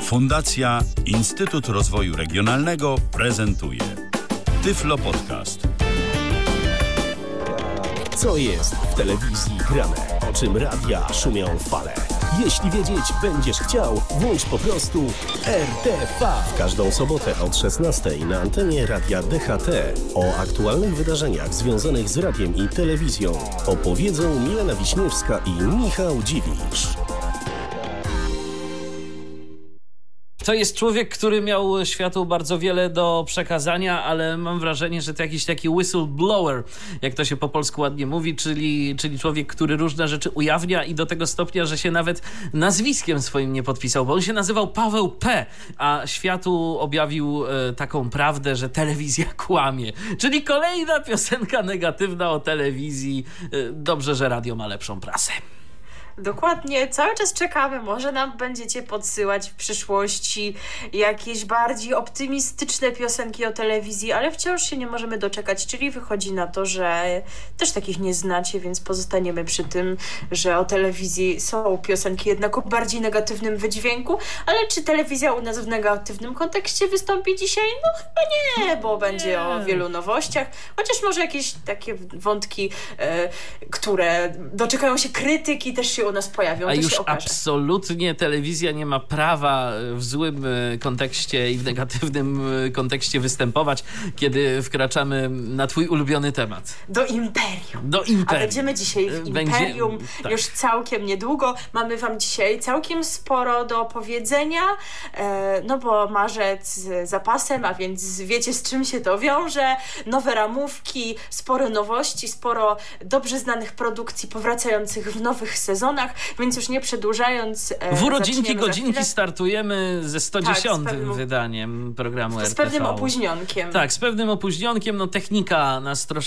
Fundacja Instytut Rozwoju Regionalnego prezentuje Tyflo Podcast. Co jest w telewizji grane? O czym radia szumią fale? Jeśli wiedzieć będziesz chciał, włącz po prostu RTV. W każdą sobotę od 16 na antenie Radia DHT o aktualnych wydarzeniach związanych z radiem i telewizją opowiedzą Milena Wiśniewska i Michał Dziwisz. To jest człowiek, który miał światu bardzo wiele do przekazania, ale mam wrażenie, że to jakiś taki whistleblower, jak to się po polsku ładnie mówi, czyli człowiek, który różne rzeczy ujawnia i do tego stopnia, że się nawet nazwiskiem swoim nie podpisał, bo on się nazywał Paweł P., a światu objawił taką prawdę, że telewizja kłamie. Czyli kolejna piosenka negatywna o telewizji. Dobrze, że radio ma lepszą prasę. Dokładnie, cały czas czekamy, może nam będziecie podsyłać w przyszłości jakieś bardziej optymistyczne piosenki o telewizji, ale wciąż się nie możemy doczekać, czyli wychodzi na to, że też takich nie znacie, więc pozostaniemy przy tym, że o telewizji są piosenki jednak o bardziej negatywnym wydźwięku, ale czy telewizja u nas w negatywnym kontekście wystąpi dzisiaj? No chyba nie, bo będzie o wielu nowościach, chociaż może jakieś takie wątki, które doczekają się krytyki, też się u nas pojawią. A już absolutnie telewizja nie ma prawa w złym kontekście i w negatywnym kontekście występować, kiedy wkraczamy na twój ulubiony temat. Do imperium. A będziemy dzisiaj w imperium tak. Już całkiem niedługo. Mamy wam dzisiaj całkiem sporo do powiedzenia, no bo marzec za pasem, a więc wiecie, z czym się to wiąże. Nowe ramówki, sporo nowości, sporo dobrze znanych produkcji powracających w nowych sezonach, więc już nie przedłużając... W urodzinki godzinki startujemy ze 110 wydaniem programu RTV. Z pewnym opóźnionkiem. Tak, z pewnym opóźnionkiem. No technika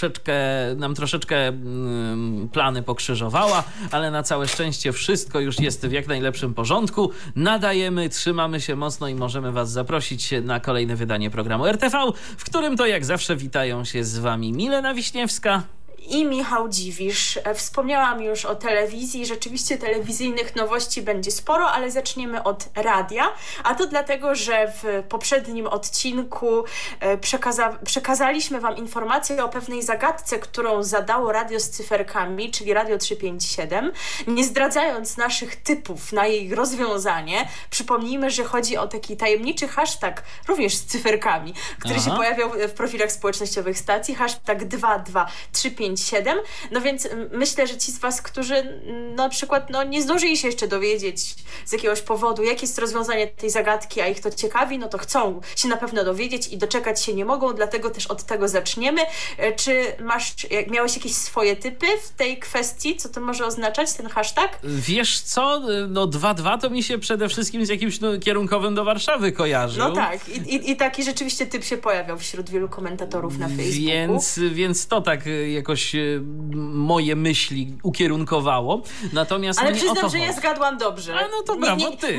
nam troszeczkę plany pokrzyżowała, ale na całe szczęście wszystko już jest w jak najlepszym porządku. Nadajemy, trzymamy się mocno i możemy was zaprosić na kolejne wydanie programu RTV, w którym to jak zawsze witają się z wami Milena Wiśniewska i Michał Dziwisz. Wspomniałam już o telewizji. Rzeczywiście telewizyjnych nowości będzie sporo, ale zaczniemy od radia. A to dlatego, że w poprzednim odcinku przekazaliśmy wam informację o pewnej zagadce, którą zadało radio z cyferkami, czyli Radio 357. Nie zdradzając naszych typów na jej rozwiązanie, przypomnijmy, że chodzi o taki tajemniczy hashtag, również z cyferkami, który się pojawiał w profilach społecznościowych stacji. Hashtag 22357. No więc myślę, że ci z was, którzy na przykład nie zdążyli się jeszcze dowiedzieć z jakiegoś powodu, jakie jest rozwiązanie tej zagadki, a ich to ciekawi, no to chcą się na pewno dowiedzieć i doczekać się nie mogą, dlatego też od tego zaczniemy. Czy miałeś jakieś swoje typy w tej kwestii? Co to może oznaczać, ten hashtag? Wiesz co? 2-2 to mi się przede wszystkim z jakimś kierunkowym do Warszawy kojarzył. No tak. I taki rzeczywiście typ się pojawiał wśród wielu komentatorów na Facebooku. Więc to tak jakoś moje myśli ukierunkowało. Natomiast ale przyznam, że ja zgadłam dobrze. A no to brawo, ty.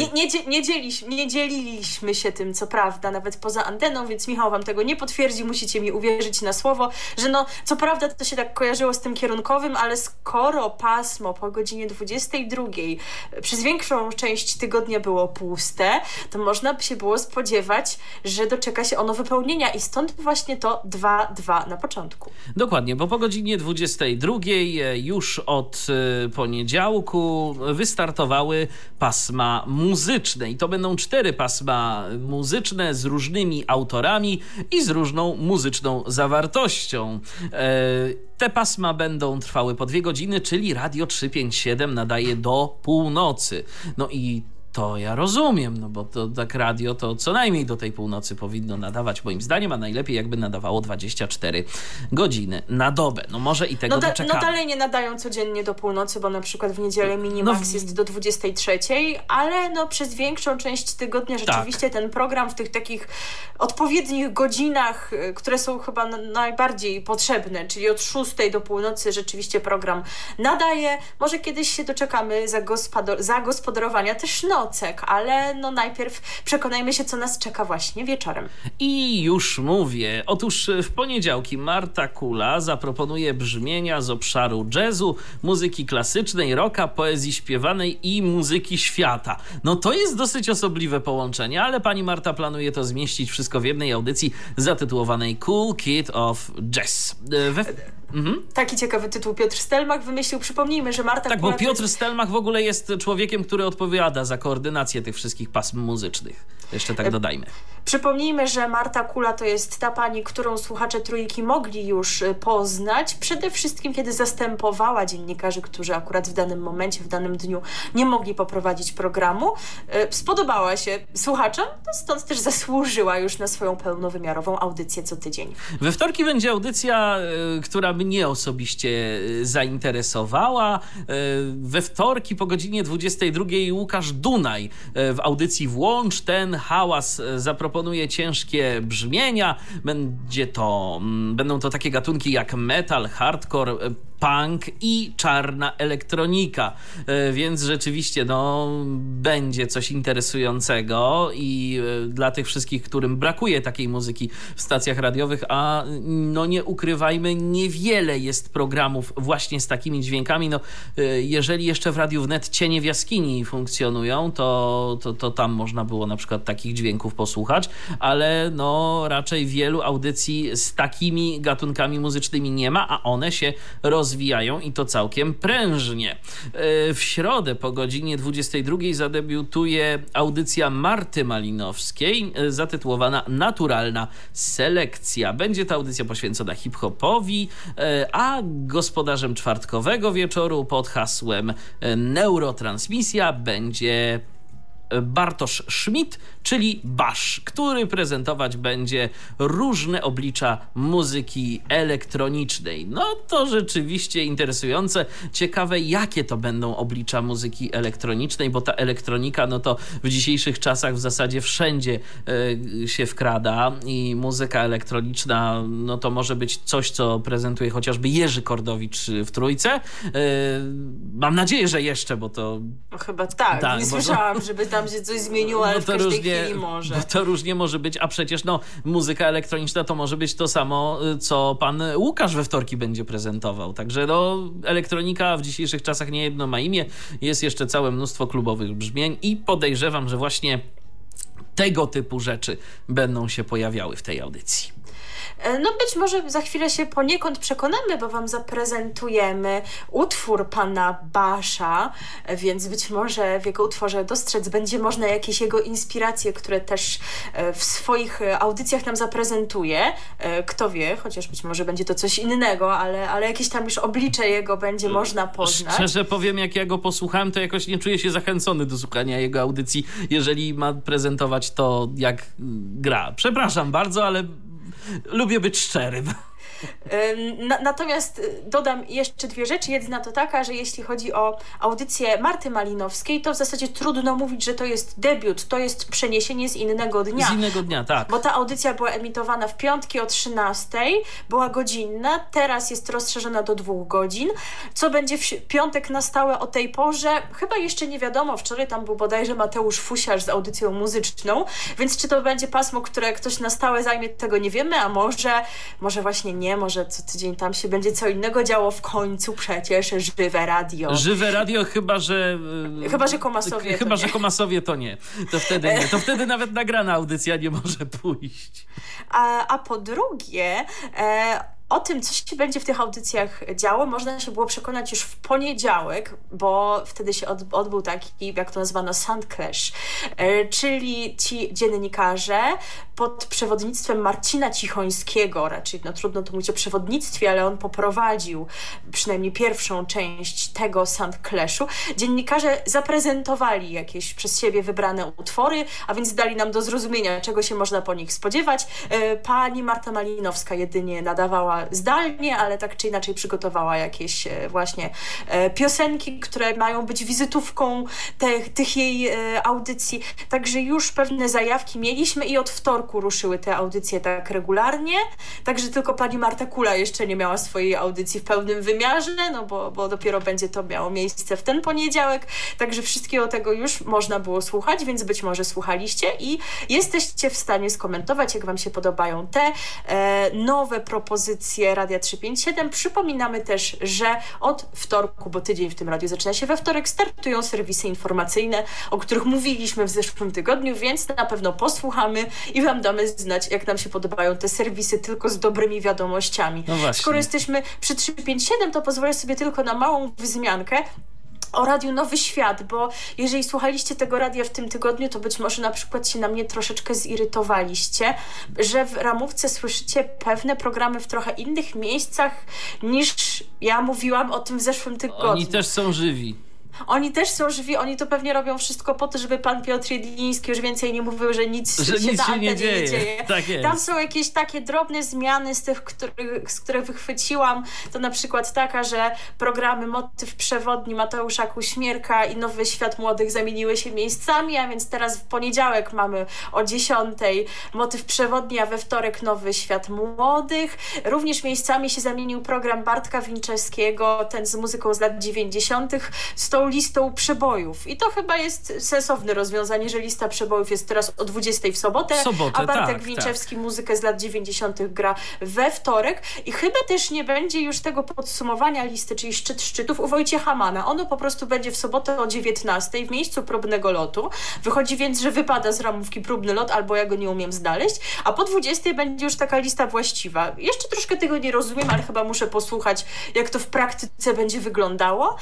Nie dzieliliśmy się tym, co prawda, nawet poza anteną, więc Michał wam tego nie potwierdzi. Musicie mi uwierzyć na słowo, że co prawda to się tak kojarzyło z tym kierunkowym, ale skoro pasmo po godzinie 22 przez większą część tygodnia było puste, to można by się było spodziewać, że doczeka się ono wypełnienia i stąd właśnie to 2-2 na początku. Dokładnie, bo po godzinie 22 już od poniedziałku wystartowały pasma muzyczne i to będą 4 pasma muzyczne z różnymi autorami i z różną muzyczną zawartością. Te pasma będą trwały po 2 godziny, czyli Radio 357 nadaje do północy. No i to ja rozumiem, no bo to tak radio to co najmniej do tej północy powinno nadawać moim zdaniem, a najlepiej jakby nadawało 24 godziny na dobę. No może i tego doczekamy. No dalej nie nadają codziennie do północy, bo na przykład w niedzielę Minimax jest do 23, ale przez większą część tygodnia rzeczywiście ten program w tych takich odpowiednich godzinach, które są chyba najbardziej potrzebne, czyli od 6 do północy rzeczywiście program nadaje. Może kiedyś się doczekamy zagospodarowania też nocek, ale no najpierw przekonajmy się, co nas czeka właśnie wieczorem. I już mówię. Otóż w poniedziałki Marta Kula zaproponuje brzmienia z obszaru jazzu, muzyki klasycznej, rocka, poezji śpiewanej i muzyki świata. No to jest dosyć osobliwe połączenie, ale pani Marta planuje to zmieścić wszystko w jednej audycji zatytułowanej Cool Kid of Jazz. Taki ciekawy tytuł Piotr Stelmach wymyślił. Przypomnijmy, że Marta Tak, Kula... bo Piotr Stelmach w ogóle jest człowiekiem, który odpowiada za koordynację tych wszystkich pasm muzycznych. Jeszcze tak dodajmy. Przypomnijmy, że Marta Kula to jest ta pani, którą słuchacze Trójki mogli już poznać. Przede wszystkim, kiedy zastępowała dziennikarzy, którzy akurat w danym momencie, w danym dniu nie mogli poprowadzić programu. Spodobała się słuchaczom, stąd też zasłużyła już na swoją pełnowymiarową audycję co tydzień. We wtorki będzie audycja, która mnie osobiście zainteresowała. We wtorki po godzinie 22 Łukasz Dunaj w audycji Włącz ten hałas zaproponuje ciężkie brzmienia. Będą to takie gatunki jak metal, hardcore, punk i czarna elektronika, więc rzeczywiście będzie coś interesującego i dla tych wszystkich, którym brakuje takiej muzyki w stacjach radiowych, a nie ukrywajmy, niewiele jest programów właśnie z takimi dźwiękami. Jeżeli jeszcze w Radiu Wnet Cienie w jaskini funkcjonują, to tam można było na przykład takich dźwięków posłuchać, ale raczej wielu audycji z takimi gatunkami muzycznymi nie ma, a one się rozwijają i to całkiem prężnie. W środę po godzinie 22 zadebiutuje audycja Marty Malinowskiej zatytułowana Naturalna Selekcja. Będzie to audycja poświęcona hip-hopowi, a gospodarzem czwartkowego wieczoru pod hasłem Neurotransmisja będzie Bartosz Schmidt, czyli Basz, który prezentować będzie różne oblicza muzyki elektronicznej. To rzeczywiście interesujące. Ciekawe, jakie to będą oblicza muzyki elektronicznej, bo ta elektronika, to w dzisiejszych czasach w zasadzie wszędzie się wkrada i muzyka elektroniczna, to może być coś, co prezentuje chociażby Jerzy Kordowicz w Trójce. Mam nadzieję, że jeszcze, bo to... Chyba tak nie słyszałam, żeby tam się coś zmieniło, ale w każdej chwili może. Bo to różnie może być, a przecież muzyka elektroniczna to może być to samo, co pan Łukasz we wtorki będzie prezentował. Także elektronika w dzisiejszych czasach nie jedno ma imię. Jest jeszcze całe mnóstwo klubowych brzmień i podejrzewam, że właśnie tego typu rzeczy będą się pojawiały w tej audycji. Być może za chwilę się poniekąd przekonamy, bo wam zaprezentujemy utwór pana Basza, więc być może w jego utworze dostrzec będzie można jakieś jego inspiracje, które też w swoich audycjach nam zaprezentuje. Kto wie, chociaż być może będzie to coś innego, ale jakieś tam już oblicze jego będzie można poznać. Szczerze powiem, jak ja go posłuchałem, to jakoś nie czuję się zachęcony do słuchania jego audycji, jeżeli ma prezentować to, jak gra. Przepraszam bardzo, ale lubię być szczerym. Natomiast dodam jeszcze dwie rzeczy. Jedna to taka, że jeśli chodzi o audycję Marty Malinowskiej, to w zasadzie trudno mówić, że to jest debiut, to jest przeniesienie z innego dnia. Z innego dnia, tak. Bo ta audycja była emitowana w piątki o 13:00, była godzinna, teraz jest rozszerzona do 2 godzin. Co będzie w piątek na stałe o tej porze? Chyba jeszcze nie wiadomo. Wczoraj tam był bodajże Mateusz Fusiarz z audycją muzyczną, więc czy to będzie pasmo, które ktoś na stałe zajmie, tego nie wiemy, a może właśnie nie, może co tydzień tam się będzie co innego działo, w końcu przecież żywe radio. Żywe radio, chyba że Komasowie że Komasowie to nie. To wtedy nie. To wtedy nawet nagrana audycja nie może pójść. A po drugie... O tym, co się będzie w tych audycjach działo, można się było przekonać już w poniedziałek, bo wtedy się odbył taki, jak to nazwano, Sound Clash, czyli ci dziennikarze pod przewodnictwem Marcina Cichońskiego, raczej trudno to mówić o przewodnictwie, ale on poprowadził przynajmniej pierwszą część tego Sound Clashu. Dziennikarze zaprezentowali jakieś przez siebie wybrane utwory, a więc dali nam do zrozumienia, czego się można po nich spodziewać. Pani Marta Malinowska jedynie nadawała pracowała zdalnie, ale tak czy inaczej przygotowała jakieś właśnie piosenki, które mają być wizytówką tych jej audycji. Także już pewne zajawki mieliśmy i od wtorku ruszyły te audycje tak regularnie. Także tylko pani Marta Kula jeszcze nie miała swojej audycji w pełnym wymiarze, no bo dopiero będzie to miało miejsce w ten poniedziałek. Także wszystkiego tego już można było słuchać, więc być może słuchaliście i jesteście w stanie skomentować, jak wam się podobają te nowe propozycje Radia 357. Przypominamy też, że od wtorku, bo tydzień w tym radiu zaczyna się we wtorek, startują serwisy informacyjne, o których mówiliśmy w zeszłym tygodniu, więc na pewno posłuchamy i wam damy znać, jak nam się podobają te serwisy, tylko z dobrymi wiadomościami. No właśnie. Skoro jesteśmy przy 357, to pozwolę sobie tylko na małą wzmiankę o Radiu Nowy Świat, bo jeżeli słuchaliście tego radia w tym tygodniu, to być może na przykład się na mnie troszeczkę zirytowaliście, że w ramówce słyszycie pewne programy w trochę innych miejscach niż ja mówiłam o tym w zeszłym tygodniu. Oni też są żywi. Oni też są żywi, oni to pewnie robią wszystko po to, żeby pan Piotr Jedliński już więcej nie mówił, że nic się na antenie nie dzieje. Tak jest. Tam są jakieś takie drobne zmiany z tych, z których wychwyciłam. To na przykład taka, że programy Motyw Przewodni Mateusza Kuśmierka i Nowy Świat Młodych zamieniły się miejscami, a więc teraz w poniedziałek mamy o 10:00 Motyw Przewodni, a we wtorek Nowy Świat Młodych. Również miejscami się zamienił program Bartka Winczewskiego, ten z muzyką z lat 90. z tą listą przebojów. I to chyba jest sensowne rozwiązanie, że lista przebojów jest teraz o 20:00 w sobotę, a Bartek Winczewski muzykę z lat 90. gra we wtorek. I chyba też nie będzie już tego podsumowania listy, czyli szczyt szczytów u Wojciecha Mana. Ono po prostu będzie w sobotę o 19:00 w miejscu próbnego lotu. Wychodzi więc, że wypada z ramówki próbny lot, albo ja go nie umiem znaleźć, a po 20:00 będzie już taka lista właściwa. Jeszcze troszkę tego nie rozumiem, ale chyba muszę posłuchać, jak to w praktyce będzie wyglądało.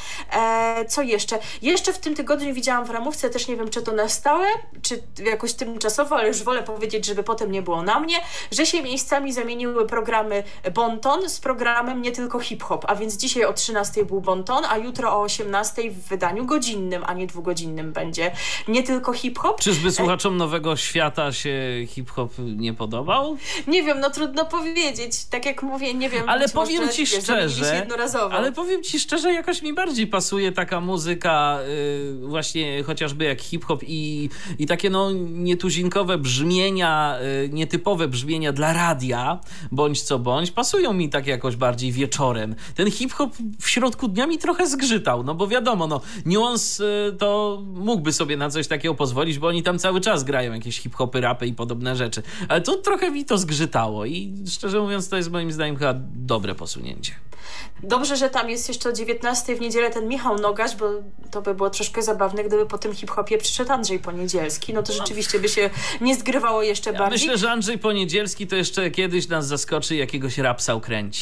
Co jeszcze? Jeszcze w tym tygodniu widziałam w ramówce, też nie wiem, czy to na stałe, czy jakoś tymczasowo, ale już wolę powiedzieć, żeby potem nie było na mnie, że się miejscami zamieniły programy Bonton z programem Nie Tylko Hip-Hop, a więc dzisiaj o 13:00 był Bonton, a jutro o 18:00 w wydaniu godzinnym, a nie dwugodzinnym będzie Nie Tylko Hip-Hop. Czyżby słuchaczom Nowego Świata się hip-hop nie podobał? Nie wiem, no trudno powiedzieć. Tak jak mówię, nie wiem. Ale powiem ci szczerze, ale powiem ci szczerze, jakoś mi bardziej pasuje taka muzyka właśnie chociażby jak hip-hop i takie no nietuzinkowe brzmienia, nietypowe brzmienia dla radia, bądź co bądź, pasują mi tak jakoś bardziej wieczorem. Ten hip-hop w środku dnia mi trochę zgrzytał, no bo wiadomo, no Nuance to mógłby sobie na coś takiego pozwolić, bo oni tam cały czas grają jakieś hip-hopy, rapy i podobne rzeczy. Ale tu trochę mi to zgrzytało i szczerze mówiąc to jest moim zdaniem chyba dobre posunięcie. Dobrze, że tam jest jeszcze o 19:00 w niedzielę ten Michał Nogaś, bo to by było troszkę zabawne, gdyby po tym hip-hopie przyszedł Andrzej Poniedzielski. No to rzeczywiście by się nie zgrywało jeszcze bardziej. Myślę, że Andrzej Poniedzielski to jeszcze kiedyś nas zaskoczy i jakiegoś rapsa ukręci.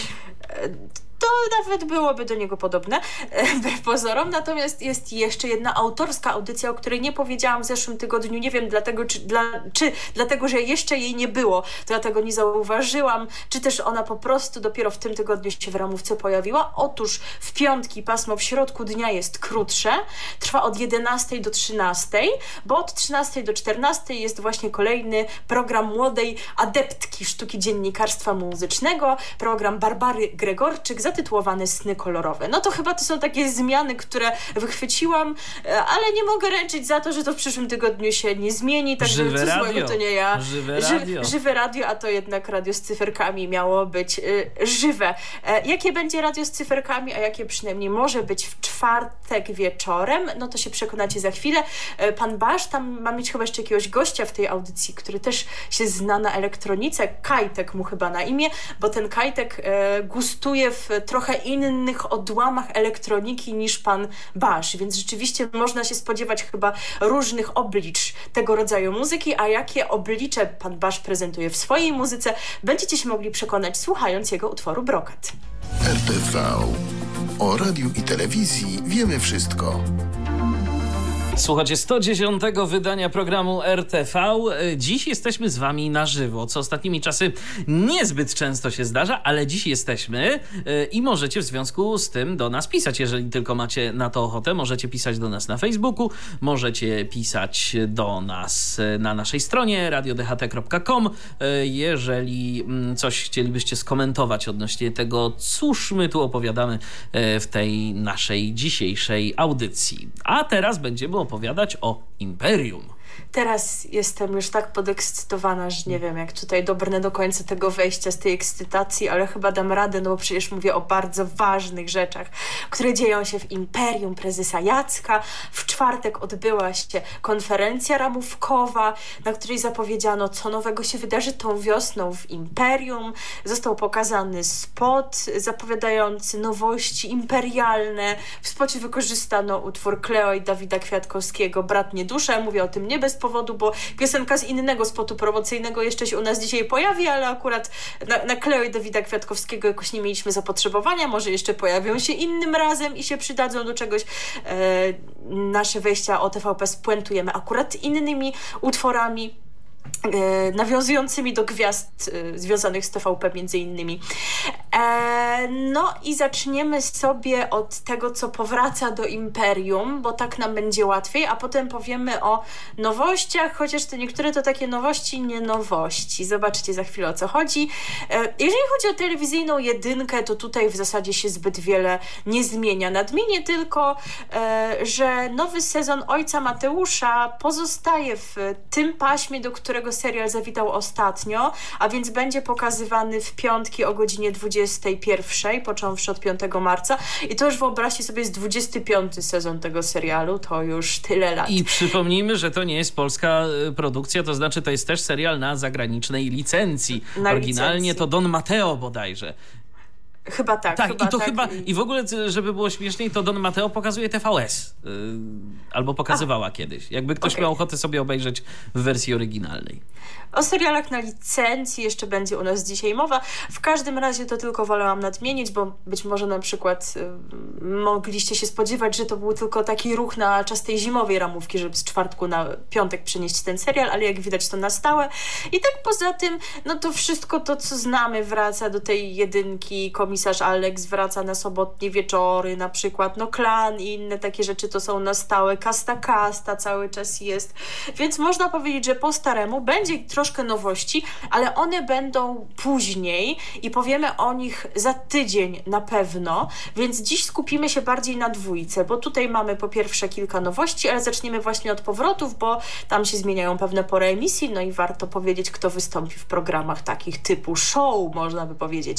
To nawet byłoby do niego podobne, wbrew pozorom. Natomiast jest jeszcze jedna autorska audycja, o której nie powiedziałam w zeszłym tygodniu. Nie wiem dlatego, czy dlatego, że jeszcze jej nie było, to dlatego nie zauważyłam, czy też ona po prostu dopiero w tym tygodniu się w ramówce pojawiła. Otóż w piątki pasmo w środku dnia jest krótsze, trwa od 11:00 do 13:00, bo od 13:00 do 14:00 jest właśnie kolejny program młodej adeptki sztuki dziennikarstwa muzycznego, program Barbary Gregorczyk, zatytułowany Sny kolorowe. No to chyba to są takie zmiany, które wychwyciłam, ale nie mogę ręczyć za to, że to w przyszłym tygodniu się nie zmieni. Także Żywe co radio. złego, to nie ja. Żywe radio, a to jednak radio z cyferkami miało być żywe. Jakie będzie radio z cyferkami, a jakie przynajmniej może być w czwartek wieczorem, no to się przekonacie za chwilę. Pan Basz tam ma mieć chyba jeszcze jakiegoś gościa w tej audycji, który też się zna na elektronice. Kajtek mu chyba na imię, bo ten Kajtek gustuje w trochę innych odłamach elektroniki niż pan Basz, więc rzeczywiście można się spodziewać chyba różnych oblicz tego rodzaju muzyki, a jakie oblicze pan Basz prezentuje w swojej muzyce, będziecie się mogli przekonać słuchając jego utworu Brokat. RTV. O radiu i telewizji wiemy wszystko. Słuchajcie 110. wydania programu RTV. Dziś jesteśmy z wami na żywo, co ostatnimi czasy niezbyt często się zdarza, ale dziś jesteśmy i możecie w związku z tym do nas pisać, jeżeli tylko macie na to ochotę. Możecie pisać do nas na Facebooku, możecie pisać do nas na naszej stronie radiodht.com, jeżeli coś chcielibyście skomentować odnośnie tego, cóż my tu opowiadamy w tej naszej dzisiejszej audycji. A teraz będziemy opowiadać o Imperium. Teraz jestem już tak podekscytowana, że nie wiem, jak tutaj dobrnę do końca tego wejścia z tej ekscytacji, ale chyba dam radę, no bo przecież mówię o bardzo ważnych rzeczach, które dzieją się w Imperium prezesa Jacka. W czwartek odbyła się konferencja ramówkowa, na której zapowiedziano, co nowego się wydarzy tą wiosną w Imperium. Został pokazany spot zapowiadający nowości imperialne. W spocie wykorzystano utwór Cleo i Dawida Kwiatkowskiego, Brat nie dusza. Mówię o tym nie bez powodu, bo piosenka z innego spotu promocyjnego jeszcze się u nas dzisiaj pojawi, ale akurat na Cleo i Dawida Kwiatkowskiego jakoś nie mieliśmy zapotrzebowania, może jeszcze pojawią się innym razem i się przydadzą do czegoś. Nasze wejścia o TVP spuentujemy akurat innymi utworami nawiązującymi do gwiazd związanych z TVP między innymi. No i zaczniemy sobie od tego, co powraca do Imperium, bo tak nam będzie łatwiej, a potem powiemy o nowościach, chociaż te niektóre to takie nowości, nie nowości. Zobaczcie za chwilę, o co chodzi. Jeżeli chodzi o telewizyjną jedynkę, to tutaj w zasadzie się zbyt wiele nie zmienia. Nadmienię tylko, że nowy sezon Ojca Mateusza pozostaje w tym paśmie, do którego serial zawitał ostatnio, a więc będzie pokazywany w piątki o godzinie 21, począwszy od 5 marca. I to już wyobraźcie sobie, jest 25 sezon tego serialu, to już tyle lat. I przypomnijmy, że to nie jest polska produkcja, to znaczy to jest też serial na zagranicznej licencji. Oryginalnie to Don Mateo bodajże. Chyba tak. I w ogóle, żeby było śmieszniej, to Don Mateo pokazuje TVS. Albo pokazywała kiedyś. Jakby ktoś miał ochotę sobie obejrzeć w wersji oryginalnej. O serialach na licencji jeszcze będzie u nas dzisiaj mowa. W każdym razie to tylko wolałam nadmienić, bo być może na przykład mogliście się spodziewać, że to był tylko taki ruch na czas tej zimowej ramówki, żeby z czwartku na piątek przenieść ten serial, ale jak widać to na stałe. I tak poza tym, no to wszystko to, co znamy, wraca do tej jedynki. Komisarz Alex wraca na sobotnie wieczory, na przykład Klan i inne takie rzeczy to są na stałe. Kasta cały czas jest. Więc można powiedzieć, że po staremu będzie troszkę nowości, ale one będą później i powiemy o nich za tydzień na pewno, więc dziś skupimy się bardziej na dwójce, bo tutaj mamy po pierwsze kilka nowości, ale zaczniemy właśnie od powrotów, bo tam się zmieniają pewne pory emisji, no i warto powiedzieć, kto wystąpi w programach takich typu show, można by powiedzieć.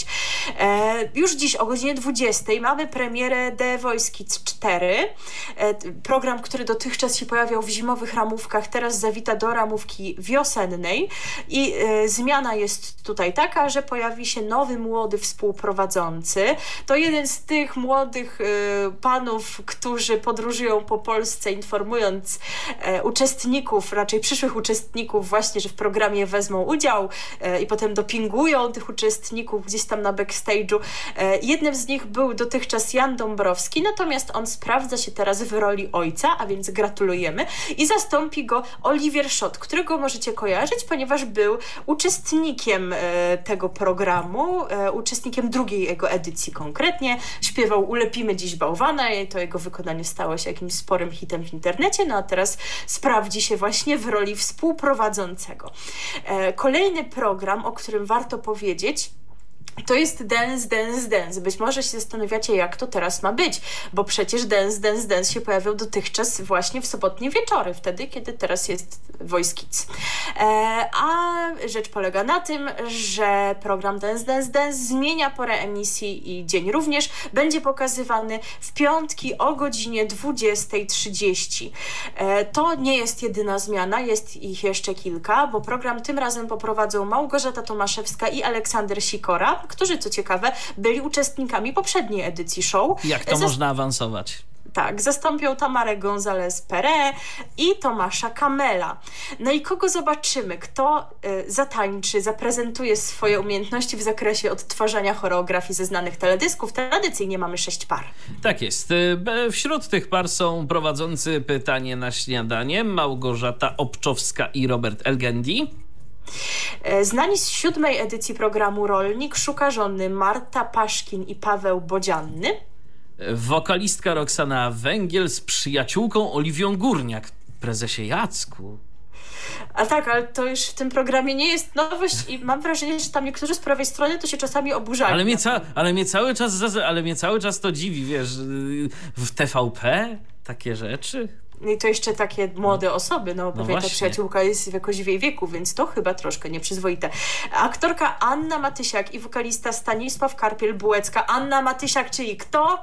Już dziś o godzinie 20 mamy premierę The Voice Kids 4. Program, który dotychczas się pojawiał w zimowych ramówkach, teraz zawita do ramówki wiosennej i zmiana jest tutaj taka, że pojawi się nowy młody współprowadzący. To jeden z tych młodych panów, którzy podróżują po Polsce, informując uczestników, raczej przyszłych uczestników właśnie, że w programie wezmą udział i potem dopingują tych uczestników gdzieś tam na backstage'u. Jednym z nich był dotychczas Jan Dąbrowski, natomiast on sprawdza się teraz w roli ojca, a więc gratulujemy, i zastąpi go Oliwier Szot, którego możecie kojarzyć, ponieważ był uczestnikiem tego programu, uczestnikiem drugiej jego edycji konkretnie. Śpiewał Ulepimy dziś bałwana i to jego wykonanie stało się jakimś sporym hitem w internecie, no a teraz sprawdzi się właśnie w roli współprowadzącego. Kolejny program, o którym warto powiedzieć, to jest Dance, Dance, Dance. Być może się zastanawiacie, jak to teraz ma być, bo przecież Dance, Dance, Dance się pojawiał dotychczas właśnie w sobotnie wieczory, wtedy, kiedy teraz jest Voice Kids. A rzecz polega na tym, że program Dance, Dance, Dance zmienia porę emisji i dzień również. Będzie pokazywany w piątki o godzinie 20:30. To nie jest jedyna zmiana, jest ich jeszcze kilka, bo program tym razem poprowadzą Małgorzata Tomaszewska i Aleksander Sikora, którzy, co ciekawe, byli uczestnikami poprzedniej edycji show. Jak to można awansować? Tak, zastąpią Tamarę González-Perez i Tomasza Kamela. No i kogo zobaczymy? Kto zatańczy, zaprezentuje swoje umiejętności w zakresie odtwarzania choreografii ze znanych teledysków? Tradycyjnie mamy 6 par. Tak jest. Wśród tych par są prowadzący Pytanie na śniadanie Małgorzata Obczowska i Robert Elgendi. Znani z 7. edycji programu Rolnik szuka żony Marta Paszkin i Paweł Bodzianny. Wokalistka Roxana Węgiel z przyjaciółką Oliwią Górniak. Prezesie Jacku. A tak, ale to już w tym programie nie jest nowość i mam wrażenie, że tam niektórzy z prawej strony to się czasami oburzali. Ale mnie cały czas to dziwi, wiesz, w TVP takie rzeczy. I to jeszcze takie młode osoby, pewnie ta właśnie. przyjaciółka jest jakoś w jej wieku, więc to chyba troszkę nieprzyzwoite. Aktorka Anna Matysiak i wokalista Stanisław Karpiel-Bułecka. Anna Matysiak, czyli kto?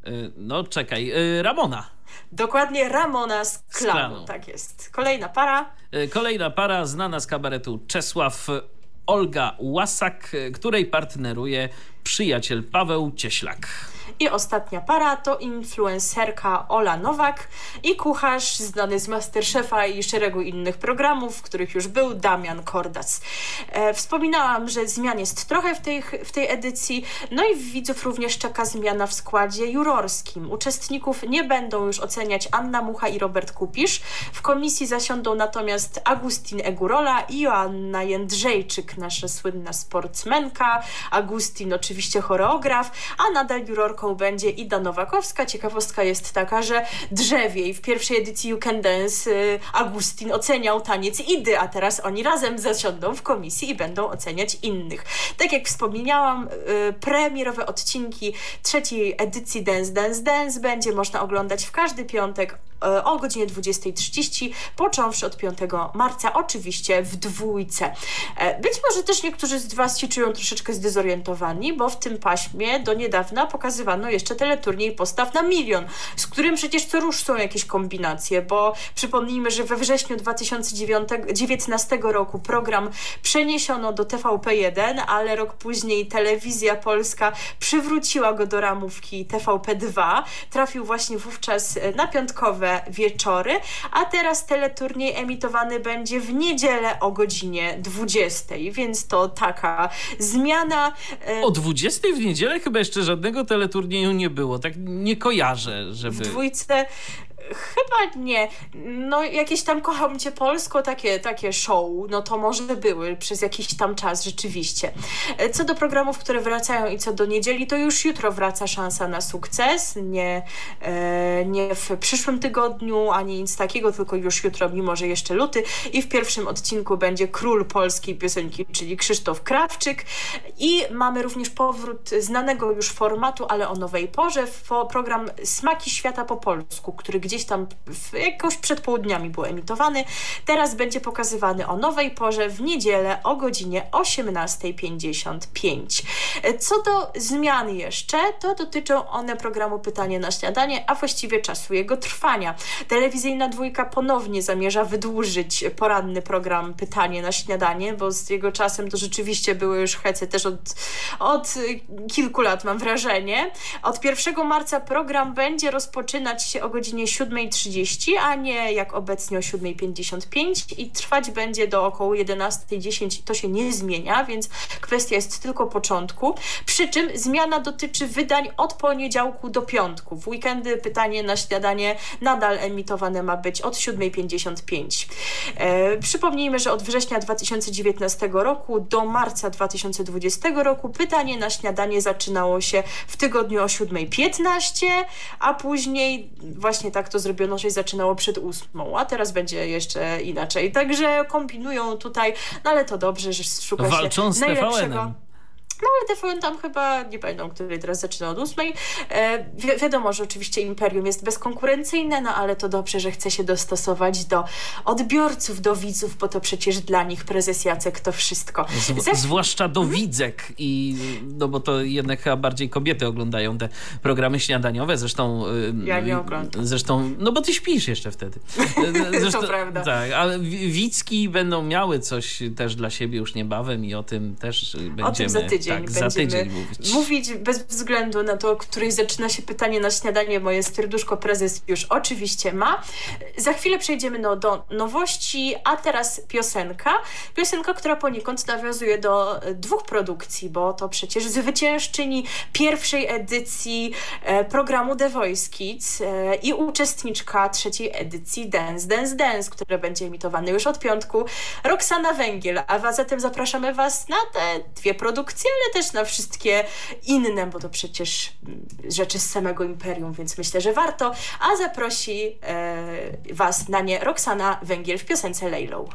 Ramona. Dokładnie, Ramona z Klanu. Tak jest. Kolejna para znana z kabaretu Czesław, Olga Łasak, której partneruje przyjaciel Paweł Cieślak. I ostatnia para to influencerka Ola Nowak i kucharz znany z Masterchefa i szeregu innych programów, w których już był, Damian Kordas. Wspominałam, że zmian jest trochę w tej edycji, no i widzów również czeka zmiana w składzie jurorskim. Uczestników nie będą już oceniać Anna Mucha i Robert Kupisz. W komisji zasiądą natomiast Agustin Egurola i Joanna Jędrzejczyk, nasza słynna sportsmenka. Agustin oczywiście choreograf, a nadal jurorką będzie Ida Nowakowska. Ciekawostka jest taka, że Drzewiej w pierwszej edycji You Can Dance Agustin oceniał taniec Idy, a teraz oni razem zasiądą w komisji i będą oceniać innych. Tak jak wspomniałam, premierowe odcinki 3. edycji Dance Dance Dance będzie można oglądać w każdy piątek o godzinie 20:30, począwszy od 5 marca, oczywiście w 2. Być może też niektórzy z Was się czują troszeczkę zdezorientowani, bo w tym paśmie do niedawna pokazywano jeszcze teleturniej Postaw na milion, z którym przecież co rusz są jakieś kombinacje, bo przypomnijmy, że we wrześniu 2019 roku program przeniesiono do TVP1, ale rok później Telewizja Polska przywróciła go do ramówki TVP2. Trafił właśnie wówczas na piątkowe wieczory, a teraz teleturniej emitowany będzie w niedzielę o godzinie 20, więc to taka zmiana. O 20 w niedzielę chyba jeszcze żadnego teleturnieju nie było, tak nie kojarzę, żeby... W 2 chyba nie. No jakieś tam Kocham Cię Polsko, takie show, no to może były przez jakiś tam czas rzeczywiście. Co do programów, które wracają i co do niedzieli, to już jutro wraca Szansa na sukces. Nie w przyszłym tygodniu, ani nic takiego, tylko już jutro, mimo że jeszcze luty. I w pierwszym odcinku będzie król polskiej piosenki, czyli Krzysztof Krawczyk. I mamy również powrót znanego już formatu, ale o nowej porze, program Smaki Świata po polsku, który gdzieś tam jakoś przed południami był emitowany. Teraz będzie pokazywany o nowej porze w niedzielę o godzinie 18:55. Co do zmian jeszcze, to dotyczą one programu Pytanie na śniadanie, a właściwie czasu jego trwania. Telewizyjna 2 ponownie zamierza wydłużyć poranny program Pytanie na śniadanie, bo z jego czasem to rzeczywiście były już hece też od kilku lat, mam wrażenie. Od 1 marca program będzie rozpoczynać się o godzinie 7:30, a nie jak obecnie o 7:55 i trwać będzie do około 11:10. To się nie zmienia, więc kwestia jest tylko początku. Przy czym zmiana dotyczy wydań od poniedziałku do piątku. W weekendy Pytanie na śniadanie nadal emitowane ma być od 7:55. Przypomnijmy, że od września 2019 roku do marca 2020 roku Pytanie na śniadanie zaczynało się w tygodniu o 7:15, a później właśnie tak to zrobiono, że zaczynało przed 8, a teraz będzie jeszcze inaczej. Także kombinują tutaj, no ale to dobrze, że szuka się walczą z najlepszego. TVN-em. No ale TVN tam chyba, nie pamiętam, który teraz zaczyna od 8. Wiadomo, że oczywiście Imperium jest bezkonkurencyjne, no ale to dobrze, że chce się dostosować do odbiorców, do widzów, bo to przecież dla nich prezes Jacek to wszystko. Zwłaszcza do widzek no bo to jednak chyba bardziej kobiety oglądają te programy śniadaniowe, zresztą... Ja nie oglądam. Zresztą, no bo ty śpisz jeszcze wtedy. To prawda. Tak, ale Wicki będą miały coś też dla siebie już niebawem i o tym też będziemy... O tym za tydzień. tydzień tak, będziemy mówić bez względu na to, o której zaczyna się pytanie na śniadanie. Moje serduszko prezes już oczywiście ma. Za chwilę przejdziemy do nowości, a teraz piosenka. Piosenka, która poniekąd nawiązuje do dwóch produkcji, bo to przecież zwyciężczyni pierwszej edycji programu The Voice Kids i uczestniczka trzeciej edycji Dance, Dance, Dance, które będzie emitowane już od piątku, Roxana Węgiel. A zatem zapraszamy Was na te dwie produkcje, ale też na wszystkie inne, bo to przecież rzeczy z samego imperium, więc myślę, że warto. A zaprosi Was na nie Roxana Węgiel w piosence Lejlow.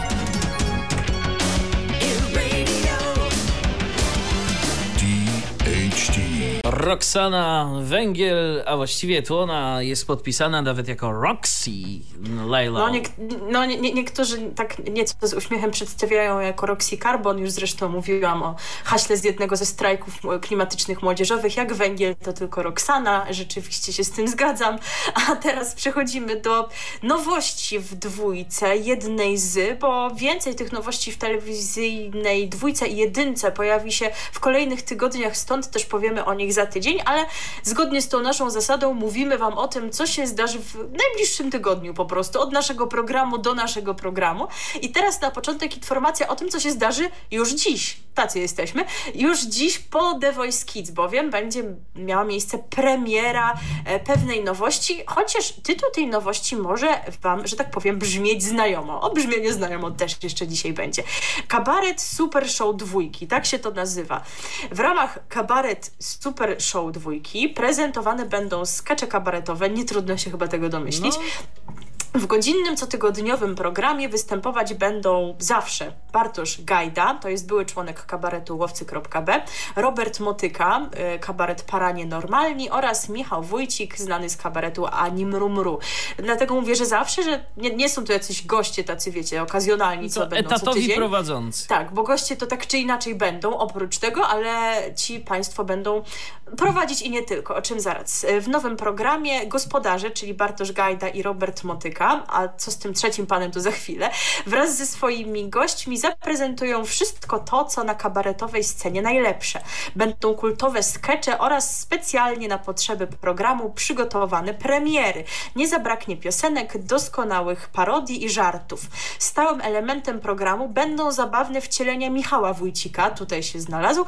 Roxana Węgiel, a właściwie tu ona jest podpisana nawet jako Roxy Lejlow. Niektórzy tak nieco z uśmiechem przedstawiają jako Roxy Carbon. Już zresztą mówiłam o haśle z jednego ze strajków klimatycznych młodzieżowych. Jak węgiel, to tylko Roxana. Rzeczywiście się z tym zgadzam. A teraz przechodzimy do nowości w dwójce, jednej z, bo więcej tych nowości w telewizyjnej dwójce i jedynce pojawi się w kolejnych tygodniach, stąd też powiemy o nich za tydzień, ale zgodnie z tą naszą zasadą mówimy Wam o tym, co się zdarzy w najbliższym tygodniu po prostu, od naszego programu do naszego programu. I teraz na początek informacja o tym, co się zdarzy już dziś. Tacy jesteśmy. Już dziś po The Voice Kids, bowiem będzie miała miejsce premiera pewnej nowości, chociaż tytuł tej nowości może Wam, że tak powiem, brzmieć znajomo. O brzmieniu znajomo też jeszcze dzisiaj będzie. Kabaret Super Show 2, tak się to nazywa. W ramach Kabaret Super Show 2 prezentowane będą skecze kabaretowe, nie trudno się chyba tego domyślić. W godzinnym, cotygodniowym programie występować będą zawsze Bartosz Gajda, to jest były członek kabaretu Łowcy.b, Robert Motyka, kabaret Paranie Normalni, oraz Michał Wójcik, znany z kabaretu Ani Mrumru. Dlatego mówię, że zawsze, że nie są to jacyś goście tacy, wiecie, okazjonalni, co będą etatowi co tydzień. Prowadzący. Tak, bo goście to tak czy inaczej będą, oprócz tego, ale ci państwo będą prowadzić i nie tylko, o czym zaraz. W nowym programie gospodarze, czyli Bartosz Gajda i Robert Motyka, a co z tym trzecim panem to za chwilę, wraz ze swoimi gośćmi zaprezentują wszystko to, co na kabaretowej scenie najlepsze. Będą kultowe skecze oraz specjalnie na potrzeby programu przygotowane premiery. Nie zabraknie piosenek, doskonałych parodii i żartów. Stałym elementem programu będą zabawne wcielenia Michała Wójcika, tutaj się znalazł,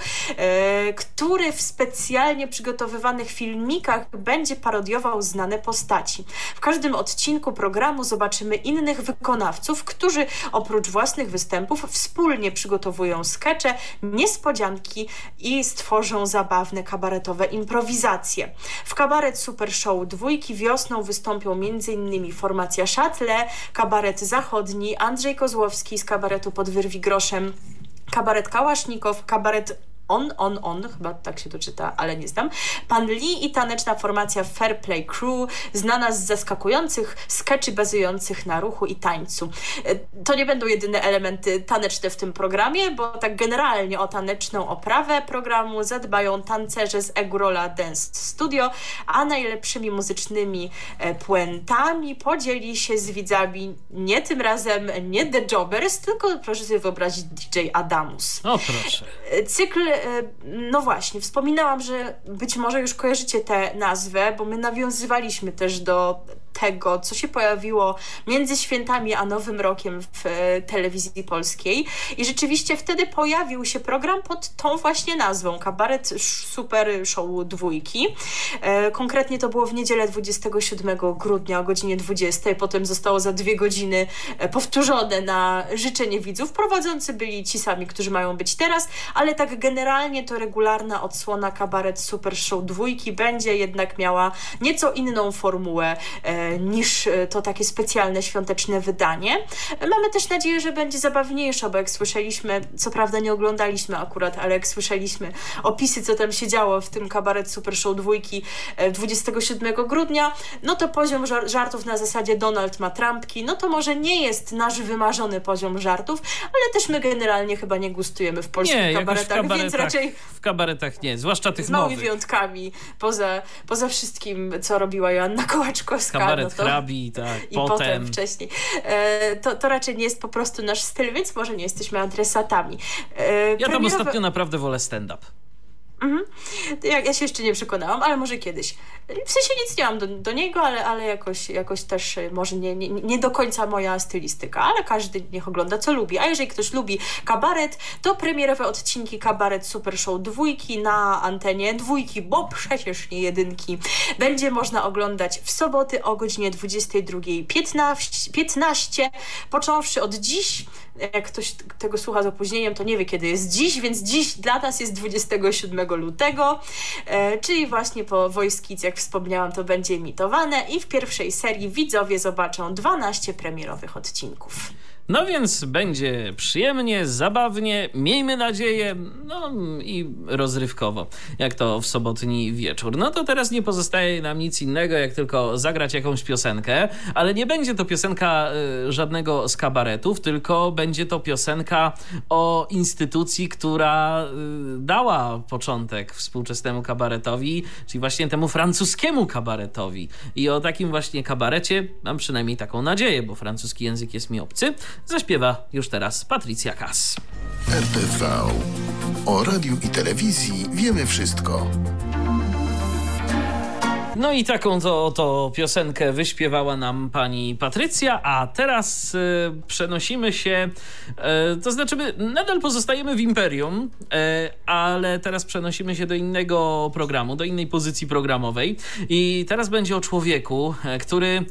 który w specjalnie przygotowywanych filmikach będzie parodiował znane postaci. W każdym odcinku programu zobaczymy innych wykonawców, którzy oprócz własnych występów wspólnie przygotowują skecze, niespodzianki i stworzą zabawne kabaretowe improwizacje. W Kabaret Super Show 2 wiosną wystąpią m.in. formacja Szatle, Kabaret Zachodni, Andrzej Kozłowski z kabaretu Pod Wyrwi Groszem, Kabaret Kałasznikow, Kabaret On, chyba tak się to czyta, ale nie znam. Pan Lee i taneczna formacja Fair Play Crew, znana z zaskakujących skeczy bazujących na ruchu i tańcu. To nie będą jedyne elementy taneczne w tym programie, bo tak generalnie o taneczną oprawę programu zadbają tancerze z Egurola Dance Studio, a najlepszymi muzycznymi puentami podzieli się z widzami nie tym razem nie The Jobbers, tylko proszę sobie wyobrazić DJ Adamus. O proszę. Cykl, no właśnie, wspominałam, że być może już kojarzycie tę nazwę, bo my nawiązywaliśmy też do tego, co się pojawiło między świętami a Nowym Rokiem w telewizji polskiej i rzeczywiście wtedy pojawił się program pod tą właśnie nazwą, Kabaret Super Show 2. Konkretnie to było w niedzielę 27 grudnia o godzinie 20. Potem zostało za 2 godziny powtórzone na życzenie widzów. Prowadzący byli ci sami, którzy mają być teraz, ale tak generalnie to regularna odsłona Kabaret Super Show 2 będzie jednak miała nieco inną formułę niż to takie specjalne świąteczne wydanie. Mamy też nadzieję, że będzie zabawniejsza, bo jak słyszeliśmy, co prawda nie oglądaliśmy akurat, ale jak słyszeliśmy opisy, co tam się działo w tym Kabaret Super Show 2 27 grudnia, no to poziom żartów na zasadzie Donald ma trampki, no to może nie jest nasz wymarzony poziom żartów, ale też my generalnie chyba nie gustujemy w polskich kabaretach, więc raczej w kabaretach nie, zwłaszcza tych z małymi nowych. wyjątkami, poza wszystkim, co robiła Joanna Kołaczkowska. kabaret hrabi, tak, i potem wcześniej. To raczej nie jest po prostu nasz styl, więc może nie jesteśmy adresatami. Ja tam ostatnio naprawdę wolę stand-up. Ja się jeszcze nie przekonałam, ale może kiedyś. W sensie nic nie mam do niego, ale jakoś też może nie do końca moja stylistyka, ale każdy niech ogląda co lubi. A jeżeli ktoś lubi kabaret, to premierowe odcinki Kabaret Super Show 2 na antenie 2, bo przecież nie 1, będzie można oglądać w soboty o godzinie 22:15, począwszy od dziś. Jak ktoś tego słucha z opóźnieniem, to nie wie, kiedy jest dziś, więc dziś dla nas jest 27 lutego, czyli właśnie po Voice Kids, jak wspomniałam, to będzie emitowane i w pierwszej serii widzowie zobaczą 12 premierowych odcinków. No więc będzie przyjemnie, zabawnie, miejmy nadzieję, no i rozrywkowo, jak to w sobotni wieczór. No to teraz nie pozostaje nam nic innego, jak tylko zagrać jakąś piosenkę, ale nie będzie to piosenka żadnego z kabaretów, tylko będzie to piosenka o instytucji, która dała początek współczesnemu kabaretowi, czyli właśnie temu francuskiemu kabaretowi. I o takim właśnie kabarecie mam przynajmniej taką nadzieję, bo francuski język jest mi obcy. Zaśpiewa już teraz Patricia Kaas. RTV. O radiu i telewizji wiemy wszystko. No i taką to piosenkę wyśpiewała nam pani Patrycja, a teraz przenosimy się, to znaczy my nadal pozostajemy w Imperium, ale teraz przenosimy się do innego programu, do innej pozycji programowej i teraz będzie o człowieku, który...